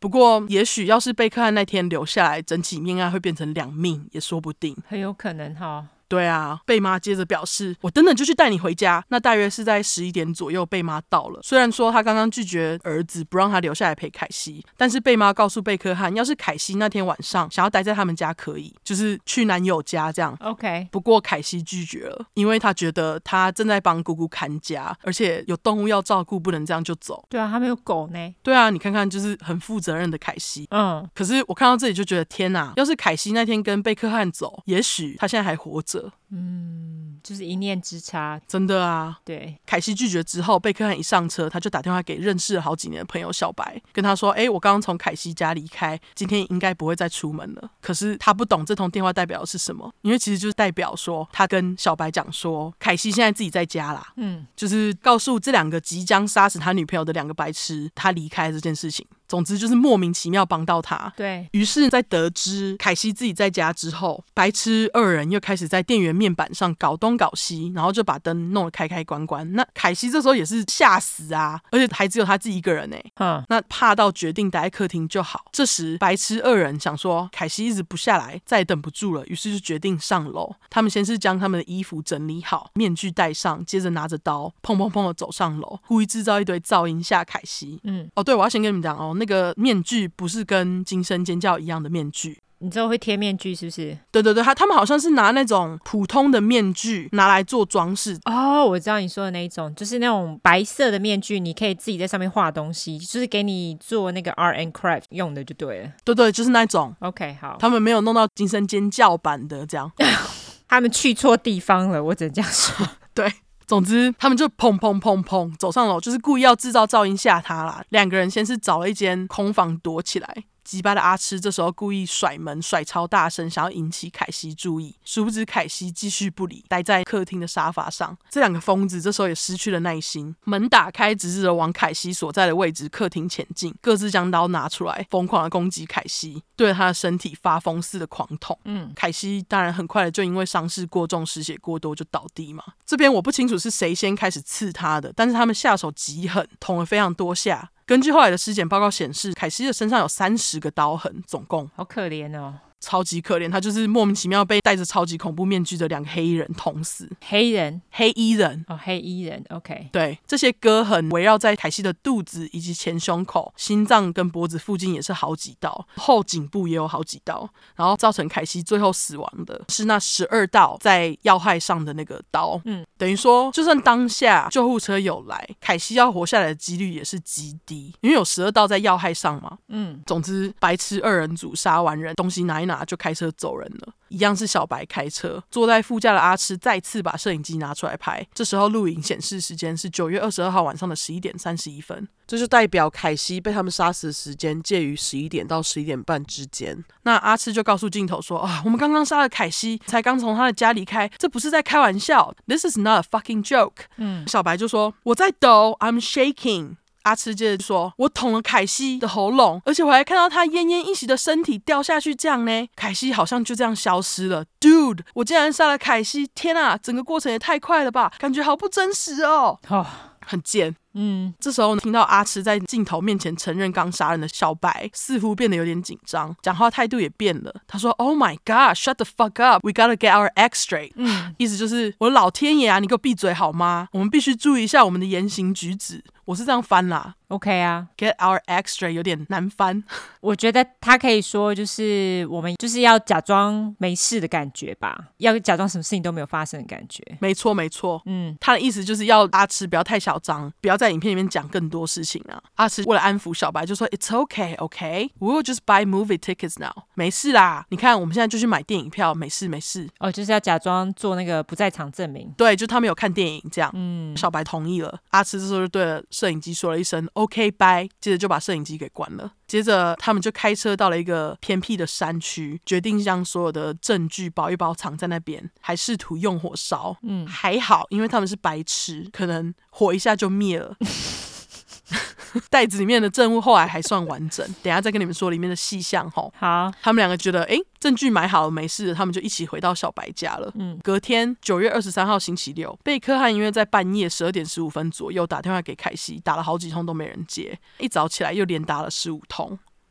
不过也许要是贝克汉那天留下来，整起命案会变成2命也说不定， 很有可能哈。 对啊，贝妈接着表示，我等等就去带你回家。那大约是在11点左右，贝妈到了。虽然说她刚刚拒绝儿子不让他留下来陪凯西，但是贝妈告诉贝克汉，要是凯西那天晚上想要待在他们家可以，就是去男友家这样。 OK， 不过凯西拒绝了，因为他觉得他正在帮姑姑看家，而且有动物要照顾，不能这样就走。 对啊，他们有狗呢。 对啊，你看看，就是很负责任的凯西。可是我看到这里就觉得，天哪！要是凯西那天跟贝克汉走，也许他现在还活着。 就是一念之差， 真的啊。 对， 凯西拒绝之后，贝克汉一上车，他就打电话给认识了好几年的朋友小白，跟他说：“我刚刚从凯西家离开，今天应该不会再出门了。”可是他不懂这通电话代表的是什么，因为其实就是代表说，他跟小白讲说，凯西现在自己在家啦。就是告诉这2个即将杀死他女朋友的2个白痴，他离开这件事情。总之就是莫名其妙帮到他。 对于是，在得知凯西自己在家之后，白痴2人又开始在电源面板上搞东搞西，然后就把灯弄得开开关关。那凯西这时候也是吓死啊，而且还只有他自己一个人那怕到决定待在客厅就好。这时白痴2人想说凯西一直不下来，再也等不住了，于是就决定上楼。他们先是将他们的衣服整理好，面具戴上，接着拿着刀砰砰砰的走上楼，故意制造一堆噪音吓凯西。对，我要先跟你们讲那个面具不是跟惊声尖叫一样的面具。 你知道会贴面具是不是？ 对对对，他们好像是拿那种普通的面具拿来做装饰。 我知道你说的那一种，就是那种白色的面具，你可以自己在上面画东西，就是给你做那个 art and craft 用的就对了。 对对，就是那种。 OK， 好， 他们没有弄到惊声尖叫版的这样。 他们去错地方了，我只能这样说。 对。总之他们就砰砰砰砰走上楼，就是故意要制造噪音吓他啦。2个人先是找了一间空房躲起来，鸡巴的阿痴这时候故意甩门甩超大声，想要引起凯西注意，殊不知凯西继续不理，待在客厅的沙发上。这2个疯子这时候也失去了耐心，门打开，直直的往凯西所在的位置客厅前进，各自将刀拿出来，疯狂的攻击凯西，对着他的身体发疯似的狂捅。凯西当然很快的就因为伤势过重失血过多就倒地嘛。这边我不清楚是谁先开始刺他的，但是他们下手极狠，捅了非常多下。根据后来的尸检报告显示，凯西的身上有30个刀痕，总共。 好可怜哦， 超级可怜，他就是莫名其妙被戴着超级恐怖面具的2个黑衣人捅死。 黑衣人黑衣人 OK。 对，这些割痕围绕在凯西的肚子以及前胸口、心脏跟脖子附近也是好几刀，后颈部也有好几刀，然后造成凯西最后死亡的是那12道在要害上的那个刀。等于说就算当下救护车有来，凯西要活下来的几率也是极低，因为有12道在要害上嘛。总之白痴2人组杀完人，东西拿一拿就开车走人了。一样是小白开车，坐在副驾的阿痴再次把摄影机拿出来拍。这时候录影显示时间是9月22号晚上的11点31分， 这就代表凯西被他们杀死的时间介于11点到11点半之间。 那阿痴就告诉镜头说我们刚刚杀了凯西，才刚从他的家离开，这不是在开玩笑， This is not a fucking joke。小白就说我在抖 I'm shaking。阿痴接着说，我捅了凯西的喉咙，而且我还看到他奄奄一息的身体掉下去，这样呢，凯西好像就这样消失了。 Dude， 我竟然杀了凯西，天啊，整个过程也太快了吧，感觉好不真实哦。很贱。这时候听到阿痴在镜头面前承认刚杀人的小白似乎变得有点紧张，讲话态度也变了。他说 Oh my god shut the fuck up we gotta get our act straight。意思就是我的老天爷啊，你给我闭嘴好吗，我们必须注意一下我们的言行举止。我是这样翻啦。 OK 啊， get our act straight 有点难翻。 我觉得他可以说就是我们就是要假装没事的感觉吧，要假装什么事情都没有发生的感觉。 没错没错。他的意思就是要阿痴不要太嚣张，不要在影片里面讲更多事情啊。阿痴为了安抚小白就说 It's okay okay we will just buy movie tickets now。 没事啦，你看我们现在就去买电影票，没事没事。 就是要假装做那个不在场证明。 对，就他们有看电影这样。小白同意了。阿痴这时候就对了摄影机说了一声 OK bye， 接着就把摄影机给关了。接着他们就开车到了一个偏僻的山区，决定将所有的证据包一包藏在那边，还试图用火烧。还好因为他们是白痴，可能火一下就灭了。袋子里面的证物后来还算完整，等一下再跟你们说里面的细项。好，他们2个觉得证据买好了没事了，他们就一起回到小白家了。隔天9月23号星期六，贝克汉因为在半夜12点15分左右打电话给凯西，打了好几通都没人接，一早起来又连打了15通。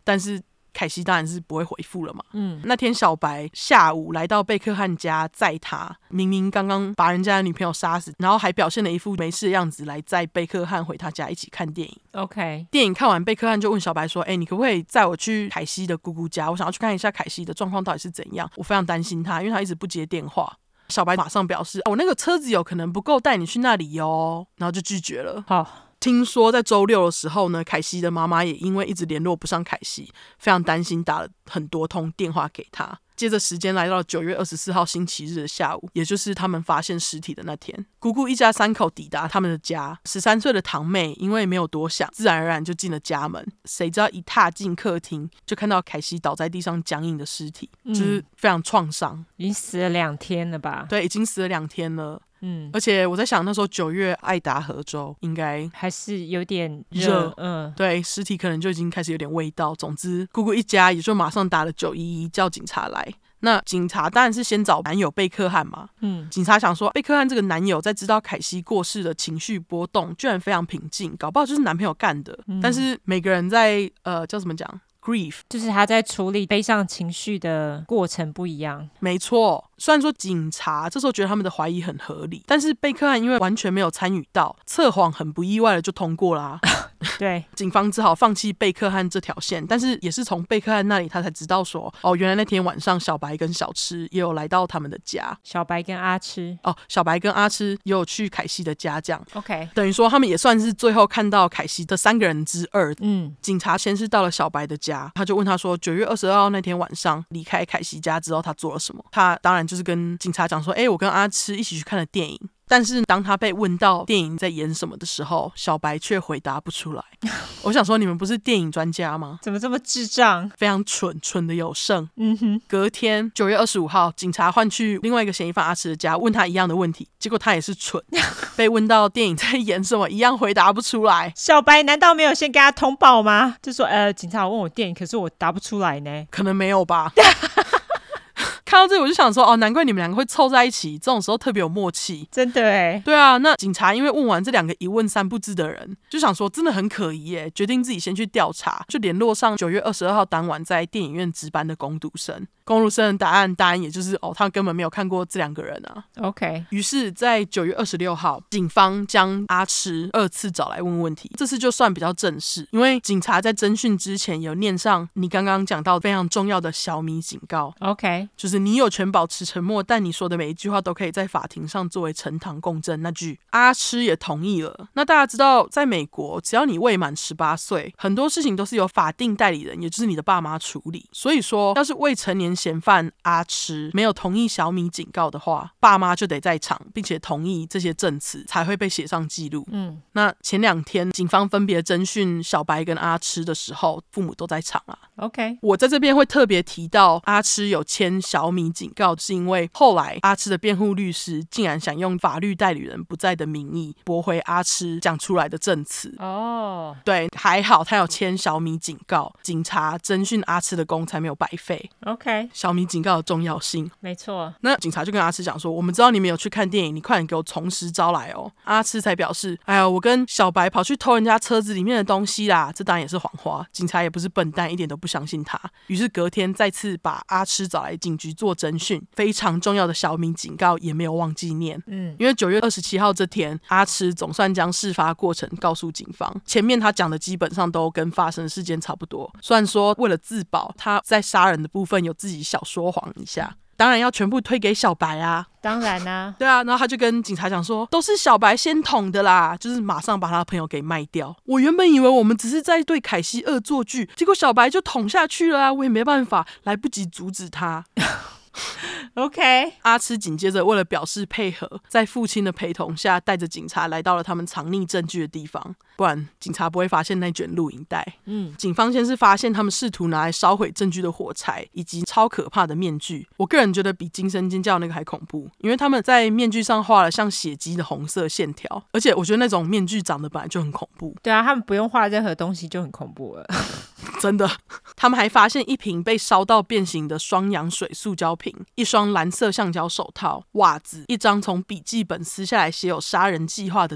但是凯西当然是不会回复了嘛。那天小白下午来到贝克汉家载他，明明刚刚把人家的女朋友杀死，然后还表现了一副没事的样子来载贝克汉回他家一起看电影。 OK， 电影看完，贝克汉就问小白说：你可不可以载我去凯西的姑姑家？我想要去看一下凯西的状况到底是怎样，我非常担心他，因为他一直不接电话。小白马上表示：我那个车子有可能不够带你去那里哟，然后就拒绝了。听说在周六的时候呢，凯西的妈妈也因为一直联络不上凯西，非常担心，打了很多通电话给他。接着时间来到了9月24号星期日的下午，也就是他们发现尸体的那天。姑姑一家3口抵达他们的家，13岁的堂妹因为没有多想，自然而然就进了家门。谁知道一踏进客厅，就看到凯西倒在地上僵硬的尸体，就是非常创伤。 已经死了2天了吧？ 对，已经死了2天了。而且我在想，那时候9月爱达荷州应该还是有点热， 对，尸体可能就已经开始有点味道。总之，姑姑一家也就马上打了911叫警察来。那警察当然是先找男友贝克汉嘛。警察想说，贝克汉这个男友在知道凯西过世的情绪波动，居然非常平静，搞不好就是男朋友干的。但是每个人在叫怎么讲？ grief 就是他在处理悲伤情绪的过程不一样。 没错，虽然说警察这时候觉得他们的怀疑很合理，但是贝克汉因为完全没有参与到，测谎很不意外的就通过啦。 对， 警方只好放弃贝克汉这条线，但是也是从贝克汉那里他才知道说，原来那天晚上小白跟小吃也有来到他们的家。 小白跟阿吃小白跟阿吃也有去凯西的家，这样 OK， 等于说他们也算是最后看到凯西的3个人之2。警察先是到了小白的家，他就问他说，9月22号那天晚上离开凯西家之后他做了什么。他当然就是跟警察讲说，我跟阿吃一起去看了电影。但是当他被问到电影在演什么的时候，小白却回答不出来。我想说，你们不是电影专家吗？ 怎么这么智障？ 非常蠢的有剩。隔天9月25号，警察换去另外一个嫌疑犯阿吃的家，问他一样的问题，结果他也是蠢，被问到电影在演什么，一样回答不出来。 小白难道没有先跟他通报吗？就说警察问我电影，可是我答不出来呢。 可能没有吧。看到这里我就想说，难怪你们2个会凑在一起，这种时候特别有默契。 真的耶。 对啊，那警察因为问完这2个一问3不知的人，就想说真的很可疑耶，决定自己先去调查，就联络上9月22号当晚在电影院值班的工读生。工读生的答案也就是他根本没有看过这2个人啊。 OK， 于是在9月26号警方将阿吃2次找来问问题，这次就算比较正式，因为警察在侦讯之前有念上你刚刚讲到非常重要的小米警告。 OK， 就是你有权保持沉默，但你说的每一句话都可以在法庭上作为呈堂供证，那句阿吃也同意了。那大家知道在美国只要你未满18岁，很多事情都是由法定代理人也就是你的爸妈处理，所以说要是未成年嫌犯阿吃没有同意小米警告的话，爸妈就得在场并且同意这些证词才会被写上记录。那前2天警方分别侦讯小白跟阿吃的时候，父母都在场啊。 OK， 我在这边会特别提到阿吃有签小米警告，是因为后来阿吃的辩护律师竟然想用法律代理人不在的名义驳回阿吃讲出来的证词。对，还好他有签小米警告，警察侦讯阿吃的功才没有白费。 OK， 小米警告的重要性没错。 那警察就跟阿吃讲说，我们知道你们有去看电影，你快点给我从实招来哦。阿吃才表示，我跟小白跑去偷人家车子里面的东西啦，这当然也是谎话。警察也不是笨蛋，一点都不相信他，于是隔天再次把阿吃找来警局做侦讯，非常重要的小米警告也没有忘记念。因为9月27号这天，阿吃总算将事发过程告诉警方，前面他讲的基本上都跟发生的事件差不多，虽然说为了自保，他在杀人的部分有自己小说谎一下，当然要全部推给小白啊。 当然啊。 对啊，然后他就跟警察讲说，都是小白先捅的啦，就是马上把他的朋友给卖掉。我原本以为我们只是在对凯西恶作剧，结果小白就捅下去了啊，我也没办法，来不及阻止他。 OK， 阿吃紧接着为了表示配合，在父亲的陪同下带着警察来到了他们藏匿证据的地方，不然警察不会发现那卷录影带。警方先是发现他们试图拿来烧毁证据的火柴以及超可怕的面具，我个人觉得比惊声尖叫那个还恐怖，因为他们在面具上画了像血迹的红色线条，而且我觉得那种面具长得本来就很恐怖。 对啊，他们不用画任何东西就很恐怖了。 真的。他们还发现一瓶被烧到变形的双氧水塑胶瓶，一双蓝色橡胶手套、袜子，一张从笔记本撕下来写有杀人计划的纸。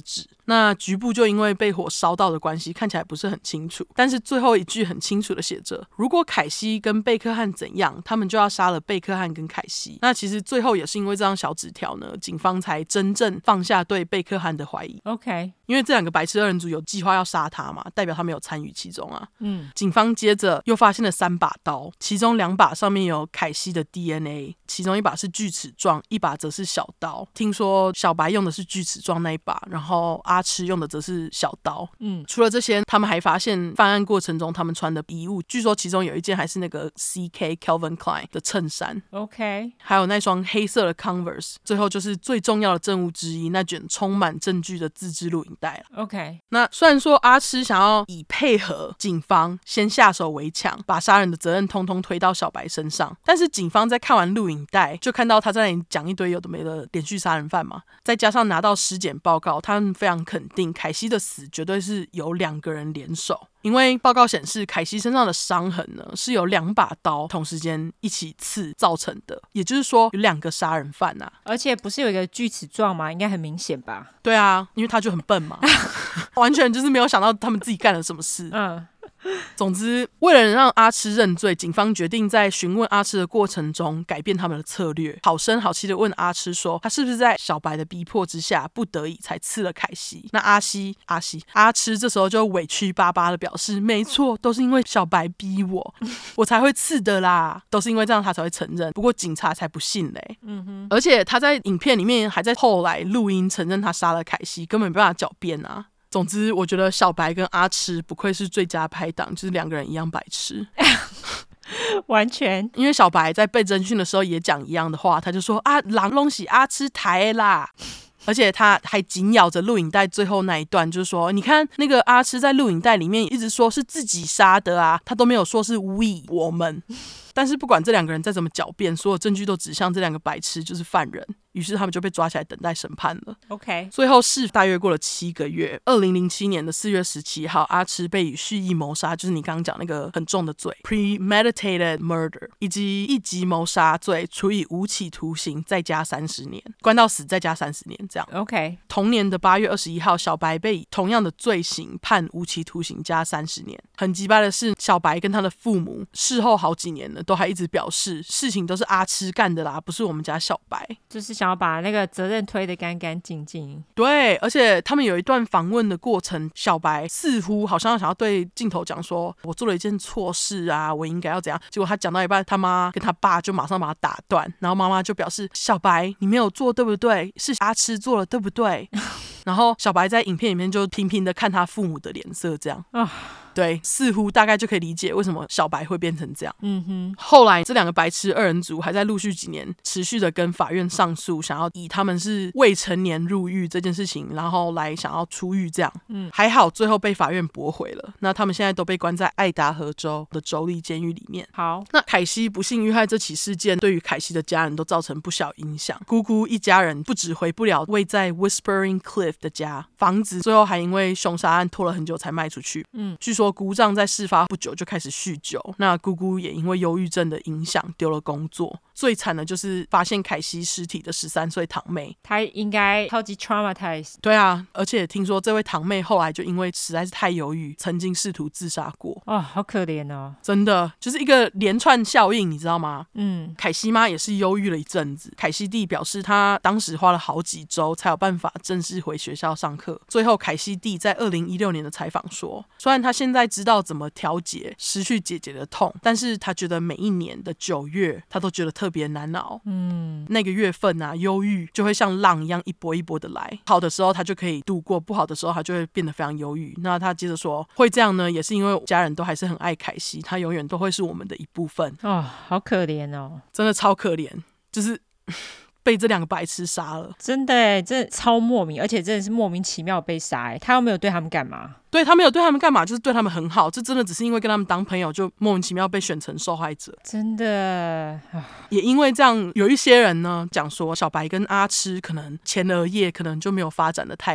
那局部就因为被火烧到的关系看起来不是很清楚，但是最后一句很清楚的写着，如果凯西跟贝克汉怎样，他们就要杀了贝克汉跟凯西。那其实最后也是因为这张小纸条呢，警方才真正放下对贝克汉的怀疑。 OK， 因为这两个白痴二人组有计划要杀他嘛，代表他们有参与其中啊。警方接着又发现了3把刀，其中2把上面有凯西的 DNA， 其中1把是锯齿状，1把则是小刀。听说小白用的是锯齿状那一把，然后阿痴用的则是小刀。除了这些，他们还发现犯案过程中他们穿的衣物，据说其中有一件还是那个 CK Calvin Klein 的衬衫。 OK， 还有那双黑色的 Converse。 最后就是最重要的证物之一，那卷充满证据的自制录影带。 OK， 那虽然说阿痴想要以配合警方先下手为强，把杀人的责任通通推到小白身上，但是警方在看完录影带就看到他在那里讲一堆有的没的连续杀人犯嘛，再加上拿到尸检报告，他们非常肯定凯西的死绝对是由2个人联手。因为报告显示凯西身上的伤痕呢是由2把刀同时间一起刺造成的，也就是说有2个杀人犯啊。 而且不是有一个锯齿状吗？应该很明显吧？ 对啊，因为他就很笨嘛完全就是没有想到他们自己干了什么事。总之，为了让阿痴认罪，警方决定在询问阿痴的过程中改变他们的策略，好声好气的问阿痴说，他是不是在小白的逼迫之下不得已才刺了凯西。那阿痴这时候就委屈巴巴的表示，没错，都是因为小白逼我我才会刺的啦，都是因为这样他才会承认。不过警察才不信嘞。而且他在影片里面还在后来录音承认他杀了凯西，根本没办法狡辩啊。总之我觉得小白跟阿痴不愧是最佳拍档，就是2个人一样白痴完全。 因为小白在被侦讯的时候也讲一样的话，他就说啊，人都是阿痴抬的啦而且他还紧咬着录影带最后那一段，就是说你看那个阿痴在录影带里面一直说是自己杀的啊，他都没有说是 we 我们但是不管这2个人再怎么狡辩，所有证据都指向这2个白痴就是犯人，于是他们就被抓起来等待审判了。 OK， 最后事大约过了7个月，2007年的4月17号，阿痴被以蓄意谋杀，就是你刚刚讲那个很重的罪 premeditated murder 以及1级谋杀罪处以无期徒刑再加30年，关到死再加30年这样。 OK， 同年的8月21号，小白被以同样的罪行判无期徒刑加30年。很鸡掰的是，小白跟他的父母事后好几年了都还一直表示事情都是阿痴干的啦，不是我们家小白， 就是想要把那个责任推得干干净净。 对，而且他们有一段访问的过程，小白似乎好像想要对镜头讲说，我做了一件错事啊，我应该要怎样，结果他讲到一半，他妈跟他爸就马上把他打断，然后妈妈就表示，小白你没有做对不对，是阿痴做了对不对然后小白在影片里面就频频的看他父母的脸色这样对，似乎大概就可以理解为什么小白会变成这样。后来这2个白痴二人组还在陆续几年持续的跟法院上诉，想要以他们是未成年入狱这件事情，然后来想要出狱这样。还好最后被法院驳回了。那他们现在都被关在爱达荷州的州立监狱里面。 好， 那凯西不幸遇害这起事件，对于凯西的家人都造成不小影响。姑姑一家人不只回不了位在 Whispering Cliff 的家，房子最后还因为凶杀案拖了很久才卖出去。据说姑丈在事发不久就开始酗酒，那姑姑也因为忧郁症的影响丢了工作。最惨的就是发现凯西尸体的13岁堂妹， 她应该超级 traumatized。 对啊，而且听说这位堂妹后来就因为实在是太忧郁，曾经试图自杀过。 好可怜哦， 真的就是一个连串效应，你知道吗？凯西妈也是忧郁了一阵子。凯西弟表示他当时花了好几周才有办法正式回学校上课。最后凯西弟在2016年的采访说，虽然他现在知道怎么调节失去姐姐的痛，但是他觉得每一年的9月他都觉得特别难熬。那个月份啊，忧郁就会像浪一样一波一波的来，好的时候他就可以度过，不好的时候他就会变得非常忧郁。那他接着说，会这样呢也是因为家人都还是很爱凯西，他永远都会是我们的一部分。 好可怜哦， 真的超可怜，就是被这2个白痴杀了。 真的耶，真的超莫名，而且真的是莫名其妙被杀耶，他又没有对他们干嘛。 对，他没有对他们干嘛，就是对他们很好，这真的只是因为跟他们当朋友就莫名其妙被选成受害者。 真的也因为这样，有一些人呢讲说小白跟阿痴可能前额叶可能就没有发展的太好，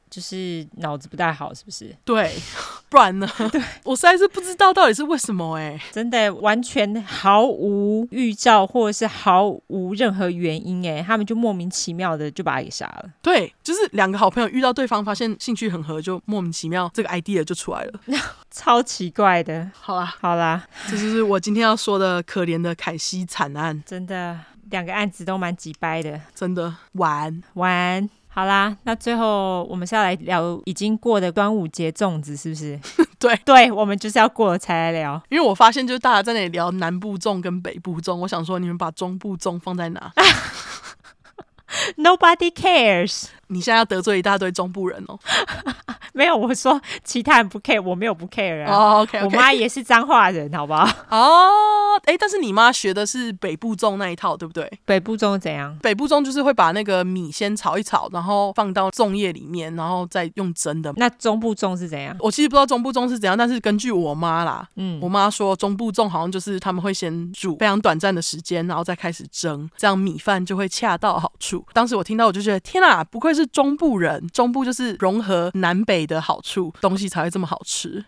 就是脑子不太好，是不是？ 对，不然呢？我实在是不知道到底是为什么真的完全毫无预兆，或者是毫无任何原因他们就莫名其妙的就把他给杀了。 对，就是两个好朋友遇到对方，发现兴趣很合，就莫名其妙这个 idea 就出来了， 超奇怪的。 好啦， 这就是我今天要说的可怜的凯西惨案。 真的两个案子都蛮鸡掰的， 真的完。 好啦，那最后我们是要来聊已经过的端午节粽子，是不是？对，我们就是要过了才来聊。 因为我发现就是大家在那里聊南部粽跟北部粽，我想说你们把中部粽放在哪 ？Nobody cares。 你现在要得罪一大堆中部人哦。 没有，我说其他人不 care， 我没有不 care 啊。 OK， 我妈也是彰化人，好不好？ 但是你妈学的是北部粽那一套，对不对？ 北部粽怎样？ 北部粽就是会把那个米先炒一炒，然后放到粽叶里面，然后再用蒸的。 那中部粽是怎样？ 我其实不知道中部粽是怎样，但是根据我妈啦，我妈说中部粽好像就是他们会先煮非常短暂的时间，然后再开始蒸，这样米饭就会恰到好处。当时我听到我就觉得天啊，不愧是中部人，中部就是融合南北的好处，东西才会这么好吃。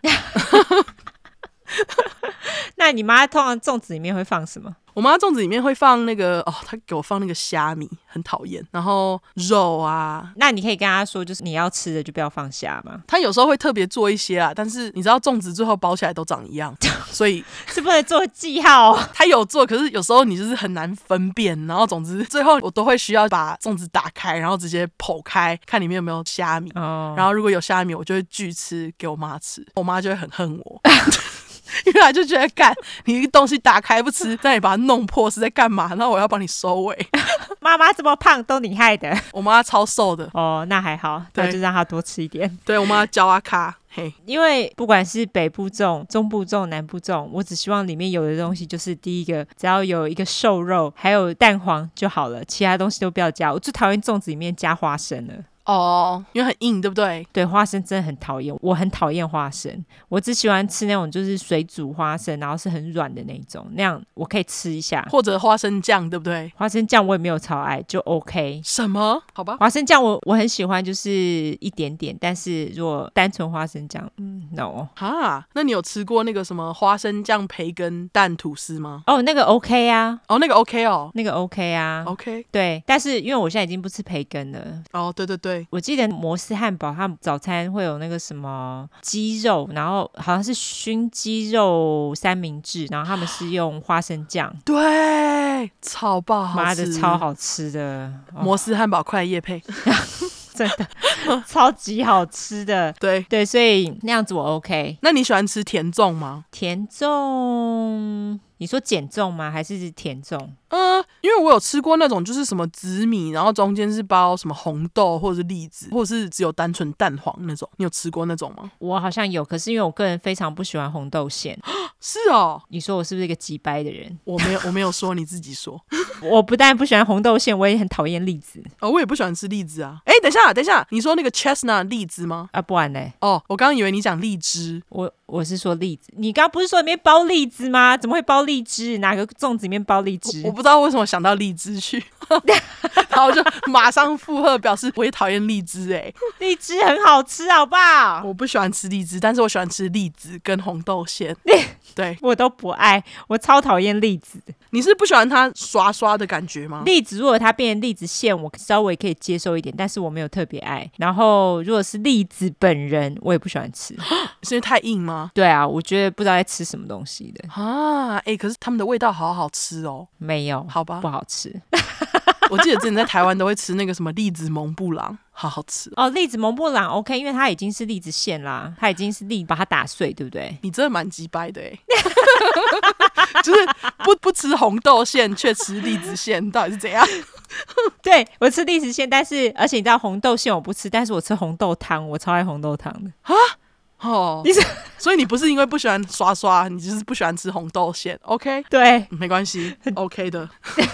那你妈通常粽子里面会放什么？ 我妈粽子里面会放那个她给我放那个虾米，很讨厌。然后肉啊， 那你可以跟她说，就是你要吃的就不要放虾嘛。 她有时候会特别做一些啊，但是你知道粽子最后包起来都长一样，所以是不能做记号。 她有做，可是有时候你就是很难分辨。然后总之最后我都会需要把粽子打开，然后直接剖开，看里面有没有虾米。然后如果有虾米，我就会拒吃给我妈吃，我妈就会很恨我。因为他就觉得干你一个东西打开不吃，但你把它弄破是在干嘛？那我要帮你收尾。 妈妈这么胖都你害的。 我妈超瘦的那还好，那就让她多吃一点。 对，我妈教阿卡。 因为不管是北部粽、中部粽、南部粽，我只希望里面有的东西就是第一个，只要有一个瘦肉，还有蛋黄就好了，其他东西都不要加。我最讨厌粽子里面加花生了。 因为很硬，对不对？ 对，花生真的很讨厌，我很讨厌花生，我只喜欢吃那种就是水煮花生，然后是很软的那种，那样我可以吃一下。 或者花生酱，对不对？ 花生酱我也没有超爱，就 OK。 什么？好吧， 花生酱我很喜欢，就是一点点，但是如果单纯花生酱，no。 那你有吃过那个什么花生酱培根蛋吐司吗？ 那个 OK 啊。 那个 OK 那个 OK 啊。 OK。 对，但是因为我现在已经不吃培根了。 对。 我记得摩斯汉堡他们早餐会有那个什么鸡肉，然后好像是熏鸡肉三明治，然后他们是用花生酱。 对，超爆好吃， 妈的超好吃的。 摩斯汉堡快业配。 真的超级好吃的。 对， 所以那样子我 OK。 那你喜欢吃甜粽吗？ 甜粽，你说碱粽吗？还是甜粽？ 因为我有吃过那种就是什么紫米，然后中间是包什么红豆或者是栗子，或者是只有单纯蛋黄那种。你有吃过那种吗？ 我好像有，可是因为我个人非常不喜欢红豆馅。 是哦。 你说我是不是一个鸡掰的人？ 我没有说，你自己说。 我不但不喜欢红豆馅，我也很讨厌栗子。 我也不喜欢吃栗子啊。等一下，你说那个 chestnut 栗子吗？ 不然呢？ 我刚刚以为你讲荔枝。 我是说栗子。你刚刚不是说里面包栗子吗？怎么会包荔枝？哪个粽子里面包荔枝？ 我不知道为什么想到荔枝去。然后就马上附和表示我也讨厌荔枝。 荔枝很好吃好不好？ 我不喜欢吃荔枝，但是我喜欢吃栗子跟红豆馅。对， 我都不爱，我超讨厌栗子。 你是不喜欢它刷刷的感觉吗？ 栗子如果它变成栗子馅，我稍微可以接受一点，但是我没有特别爱。然后如果是栗子本人，我也不喜欢吃。 是因为太硬吗？ 对啊，我觉得不知道在吃什么东西的。 可是他们的味道好好吃哦。 没有， 好吧， 不好吃。 我记得之前在台湾都会吃那个什么栗子蒙布朗，好好吃栗子蒙布朗 OK， 因为它已经是栗子馅啦，它已经是把它打碎，对不对？ 你真的蛮鸡掰的就是不吃红豆馅却吃栗子馅，到底是怎样？ 对，我吃栗子馅，但是而且你知道红豆馅我不吃，但是我吃红豆汤，我超爱红豆汤的。 所以你不是因为不喜欢刷刷，你就是不喜欢吃红豆馅 OK？ 对， 没关系OK 的。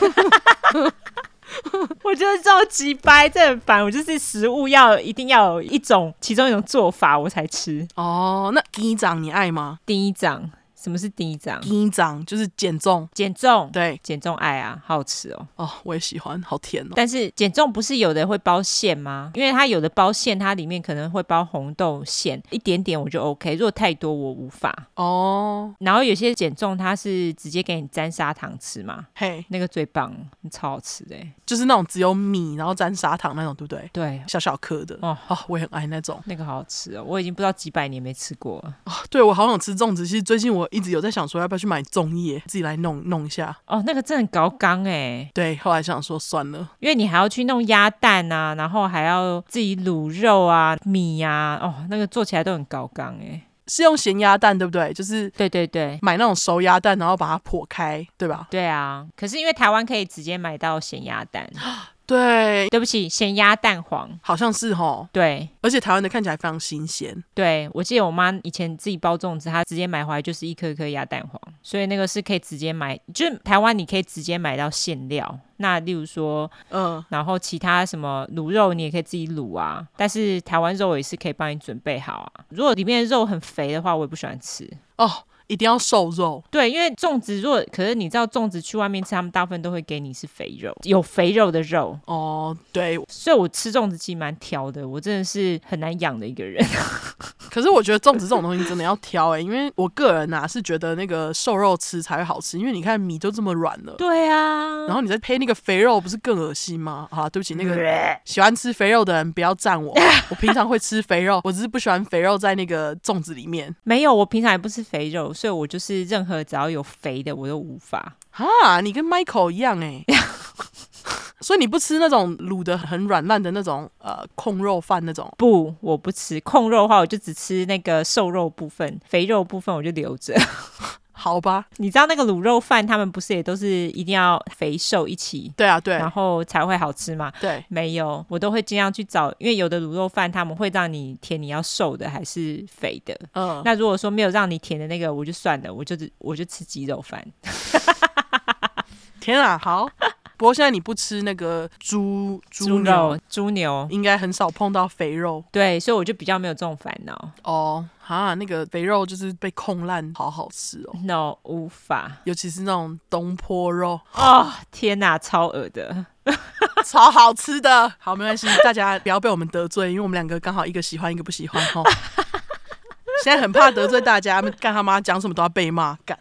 我觉得超级掰，这很烦。我就是食物一定要有其中一种做法我才吃。 那鸡掌你爱吗？ 第一掌什么是低长？ 低长就是减重。 减重， 对， 减重爱啊，好好吃哦。 哦，我也喜欢，好甜哦。 但是减重不是有的会包馅吗？因为它有的包馅，它里面可能会包红豆馅，一点点我就 OK， 如果太多我无法。 哦， 然后有些减重它是直接给你沾砂糖吃嘛， 嘿， 那个最棒，超好吃的。 就是那种只有米然后沾砂糖那种，对不对？ 对， 小小颗的。哦，我也很爱那种。 那个好好吃哦，我已经不知道几百年没吃过了。 哦，对，我好想吃粽子。其实最近我一直有在想说，要不要去买粽叶，自己来弄一下。 哦，那个真的很高纲哎。 对，后来想说算了， 因为你还要去弄鸭蛋啊，然后还要自己卤肉啊、米啊，哦，那个做起来都很高纲哎。 是用咸鸭蛋对不对？就是对对对， 买那种熟鸭蛋，然后把它剖开，对吧？ 对啊，可是因为台湾可以直接买到咸鸭蛋。 对， 对不起，咸鸭蛋黄， 好像是齁。 对， 而且台湾的看起来非常新鲜。 对，我记得我妈以前自己包粽子，她直接买回来就是一颗一颗鸭蛋黄，所以那个是可以直接买，就是台湾你可以直接买到馅料。那例如说，然后其他什么卤肉你也可以自己卤啊，但是台湾肉也是可以帮你准备好啊。如果里面的肉很肥的话，我也不喜欢吃哦。一定要瘦肉， 对，因为粽子可是你知道粽子去外面吃，他们大部分都会给你是肥肉，有肥肉的肉哦，对， 所以我吃粽子其实蛮挑的，我真的是很难养的一个人。 可是我觉得粽子这种东西真的要挑因为我个人是觉得那个瘦肉吃才会好吃，因为你看米就这么软了， 对啊， 然后你再配那个肥肉，不是更恶心吗？好啦，对不起，那个喜欢吃肥肉的人不要赞我，我平常会吃肥肉，我只是不喜欢肥肉在那个粽子里面。 没有，我平常也不吃肥肉，所以我就是任何只要有肥的我都无法。 啊，你跟 Michael 一样所以你不吃那种卤的很软烂的那种控肉饭那种？ 不，我不吃控肉的话，我就只吃那个瘦肉部分，肥肉部分我就留着。 好吧， 你知道那个卤肉饭他们不是也都是一定要肥瘦一起？ 对啊，对， 然后才会好吃吗？ 对， 没有，我都会尽量去找，因为有的卤肉饭他们会让你填你要瘦的还是肥的。那如果说没有让你填的那个，我就算了，我就吃鸡肉饭。 天啊，好。不过现在你不吃那个猪肉、猪牛， 应该很少碰到肥肉。 对，所以我就比较没有这种烦恼。 哦，那个肥肉就是被控烂，好好吃哦。 No， 无法， 尤其是那种东坡肉。 哦，天哪，超恶的。 超好吃的。好，没关系，大家不要被我们得罪，因为我们两个刚好一个喜欢，一个不喜欢。现在很怕得罪大家，干他妈讲什么都要被骂，干。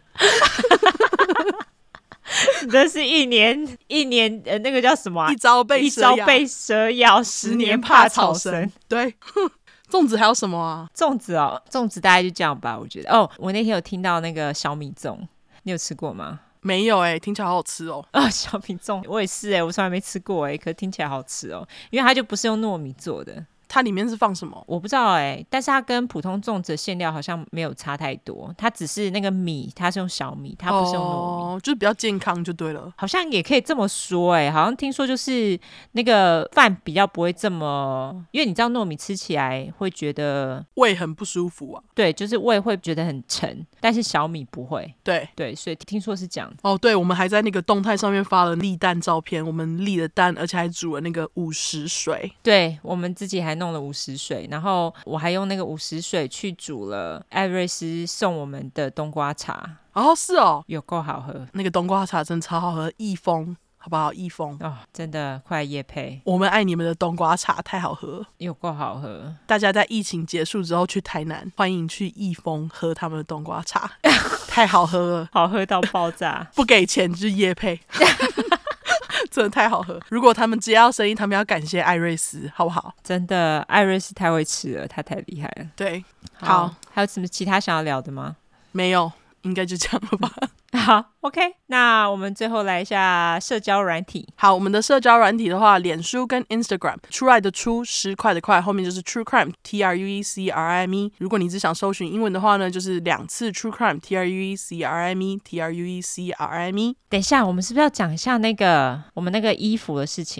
这是一年那个叫什么一朝被蛇咬，10年怕草绳。 对。粽子还有什么啊？ 粽子大概就这样吧，我觉得。我那天有听到那个小米粽，你有吃过吗？ 没有听起来好好吃哦。 小米粽我也是我从来没吃过可是听起来好吃哦，因为它就不是用糯米做的。 它里面是放什么？ 我不知道但是它跟普通粽子的馅料好像没有差太多，它只是那个米它是用小米，它不是用糯米， 就是比较健康就对了。 好像也可以这么说好像听说就是那个饭比较不会这么，因为你知道糯米吃起来会觉得胃很不舒服啊。 对，就是胃会觉得很沉，但是小米不会。 对， 所以听说是这样。 对，我们还在那个动态上面发了立蛋照片，我们立了蛋，而且还煮了那个50水。 对，我们自己还弄了50水，然后我还用那个50水去煮了艾瑞斯送我们的冬瓜茶。 是哦， 有够好喝， 那个冬瓜茶真的超好喝，益丰好不好？益丰真的快业配， 我们爱你们的冬瓜茶，太好喝， 有够好喝。 大家在疫情结束之后去台南，欢迎去益丰喝他们的冬瓜茶，太好喝了， 好喝到爆炸， 不给钱就是业配。真的太好喝，如果他们接到生意，他们要感谢艾瑞斯好不好？ 真的，艾瑞斯太会吃了，他太厉害了。 对，好， 还有什么其他想要聊的吗？ 没有，应该就这样了吧。 好 OK， 那我们最后来一下社交软体。 好，我们的社交软体的话，脸书跟 Instagram， 出来的出10块的块，后面就是 True Crime TRUECRIME。如果你只想搜寻英文的话呢，就是2次 True Crime TRUECRIME TRUECRIME。 等一下，我们是不是要讲一下我们那个衣服的事情？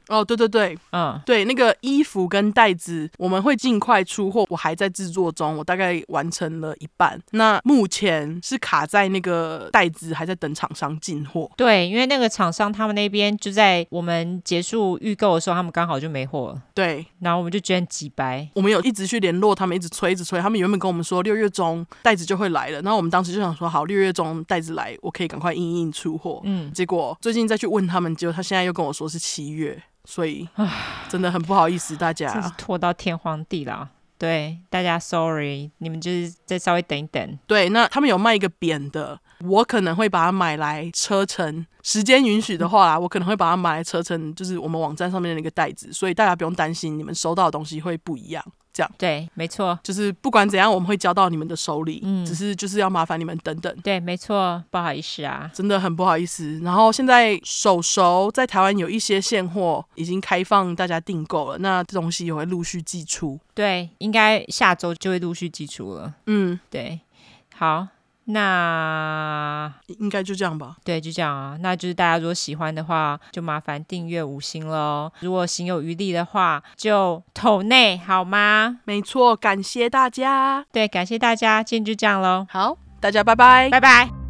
哦，对对对，对，那个衣服跟袋子我们会尽快出货，我还在制作中，我大概完成了一半。那目前是卡在那个袋子，还在等厂商进货。 对，因为那个厂商他们那边就在我们结束预购的时候，他们刚好就没货了。 对， 然后我们就觉得很鸡掰。 我们有一直去联络他们，一直催，他们原本跟我们说6月中袋子就会来了，然后我们当时就想说，好，6月中袋子来，我可以赶快印出货。结果最近再去问他们，结果他现在又跟我说是7月。所以真的很不好意思大家， 真是拖到天荒地老。对大家 sorry， 你们就是再稍微等一等。 对，那他们有卖一个扁的，我可能会把它买来车程，时间允许的话我可能会把它买来车程，就是我们网站上面的那个袋子，所以大家不用担心你们收到的东西会不一样。这样对，没错， 就是不管怎样我们会交到你们的手里，只是就是要麻烦你们等等。 对，没错，不好意思啊， 真的很不好意思。然后现在手熟在台湾有一些现货已经开放大家订购了，那这东西也会陆续寄出。 对，应该下周就会陆续寄出了。对，好，那应该就这样吧。 对，就这样啊。那就是大家如果喜欢的话，就麻烦订阅5星咯。如果行有余力的话，就抖内好吗？ 没错，感谢大家。 对，感谢大家，今天就这样咯。 好，大家拜拜， 拜拜。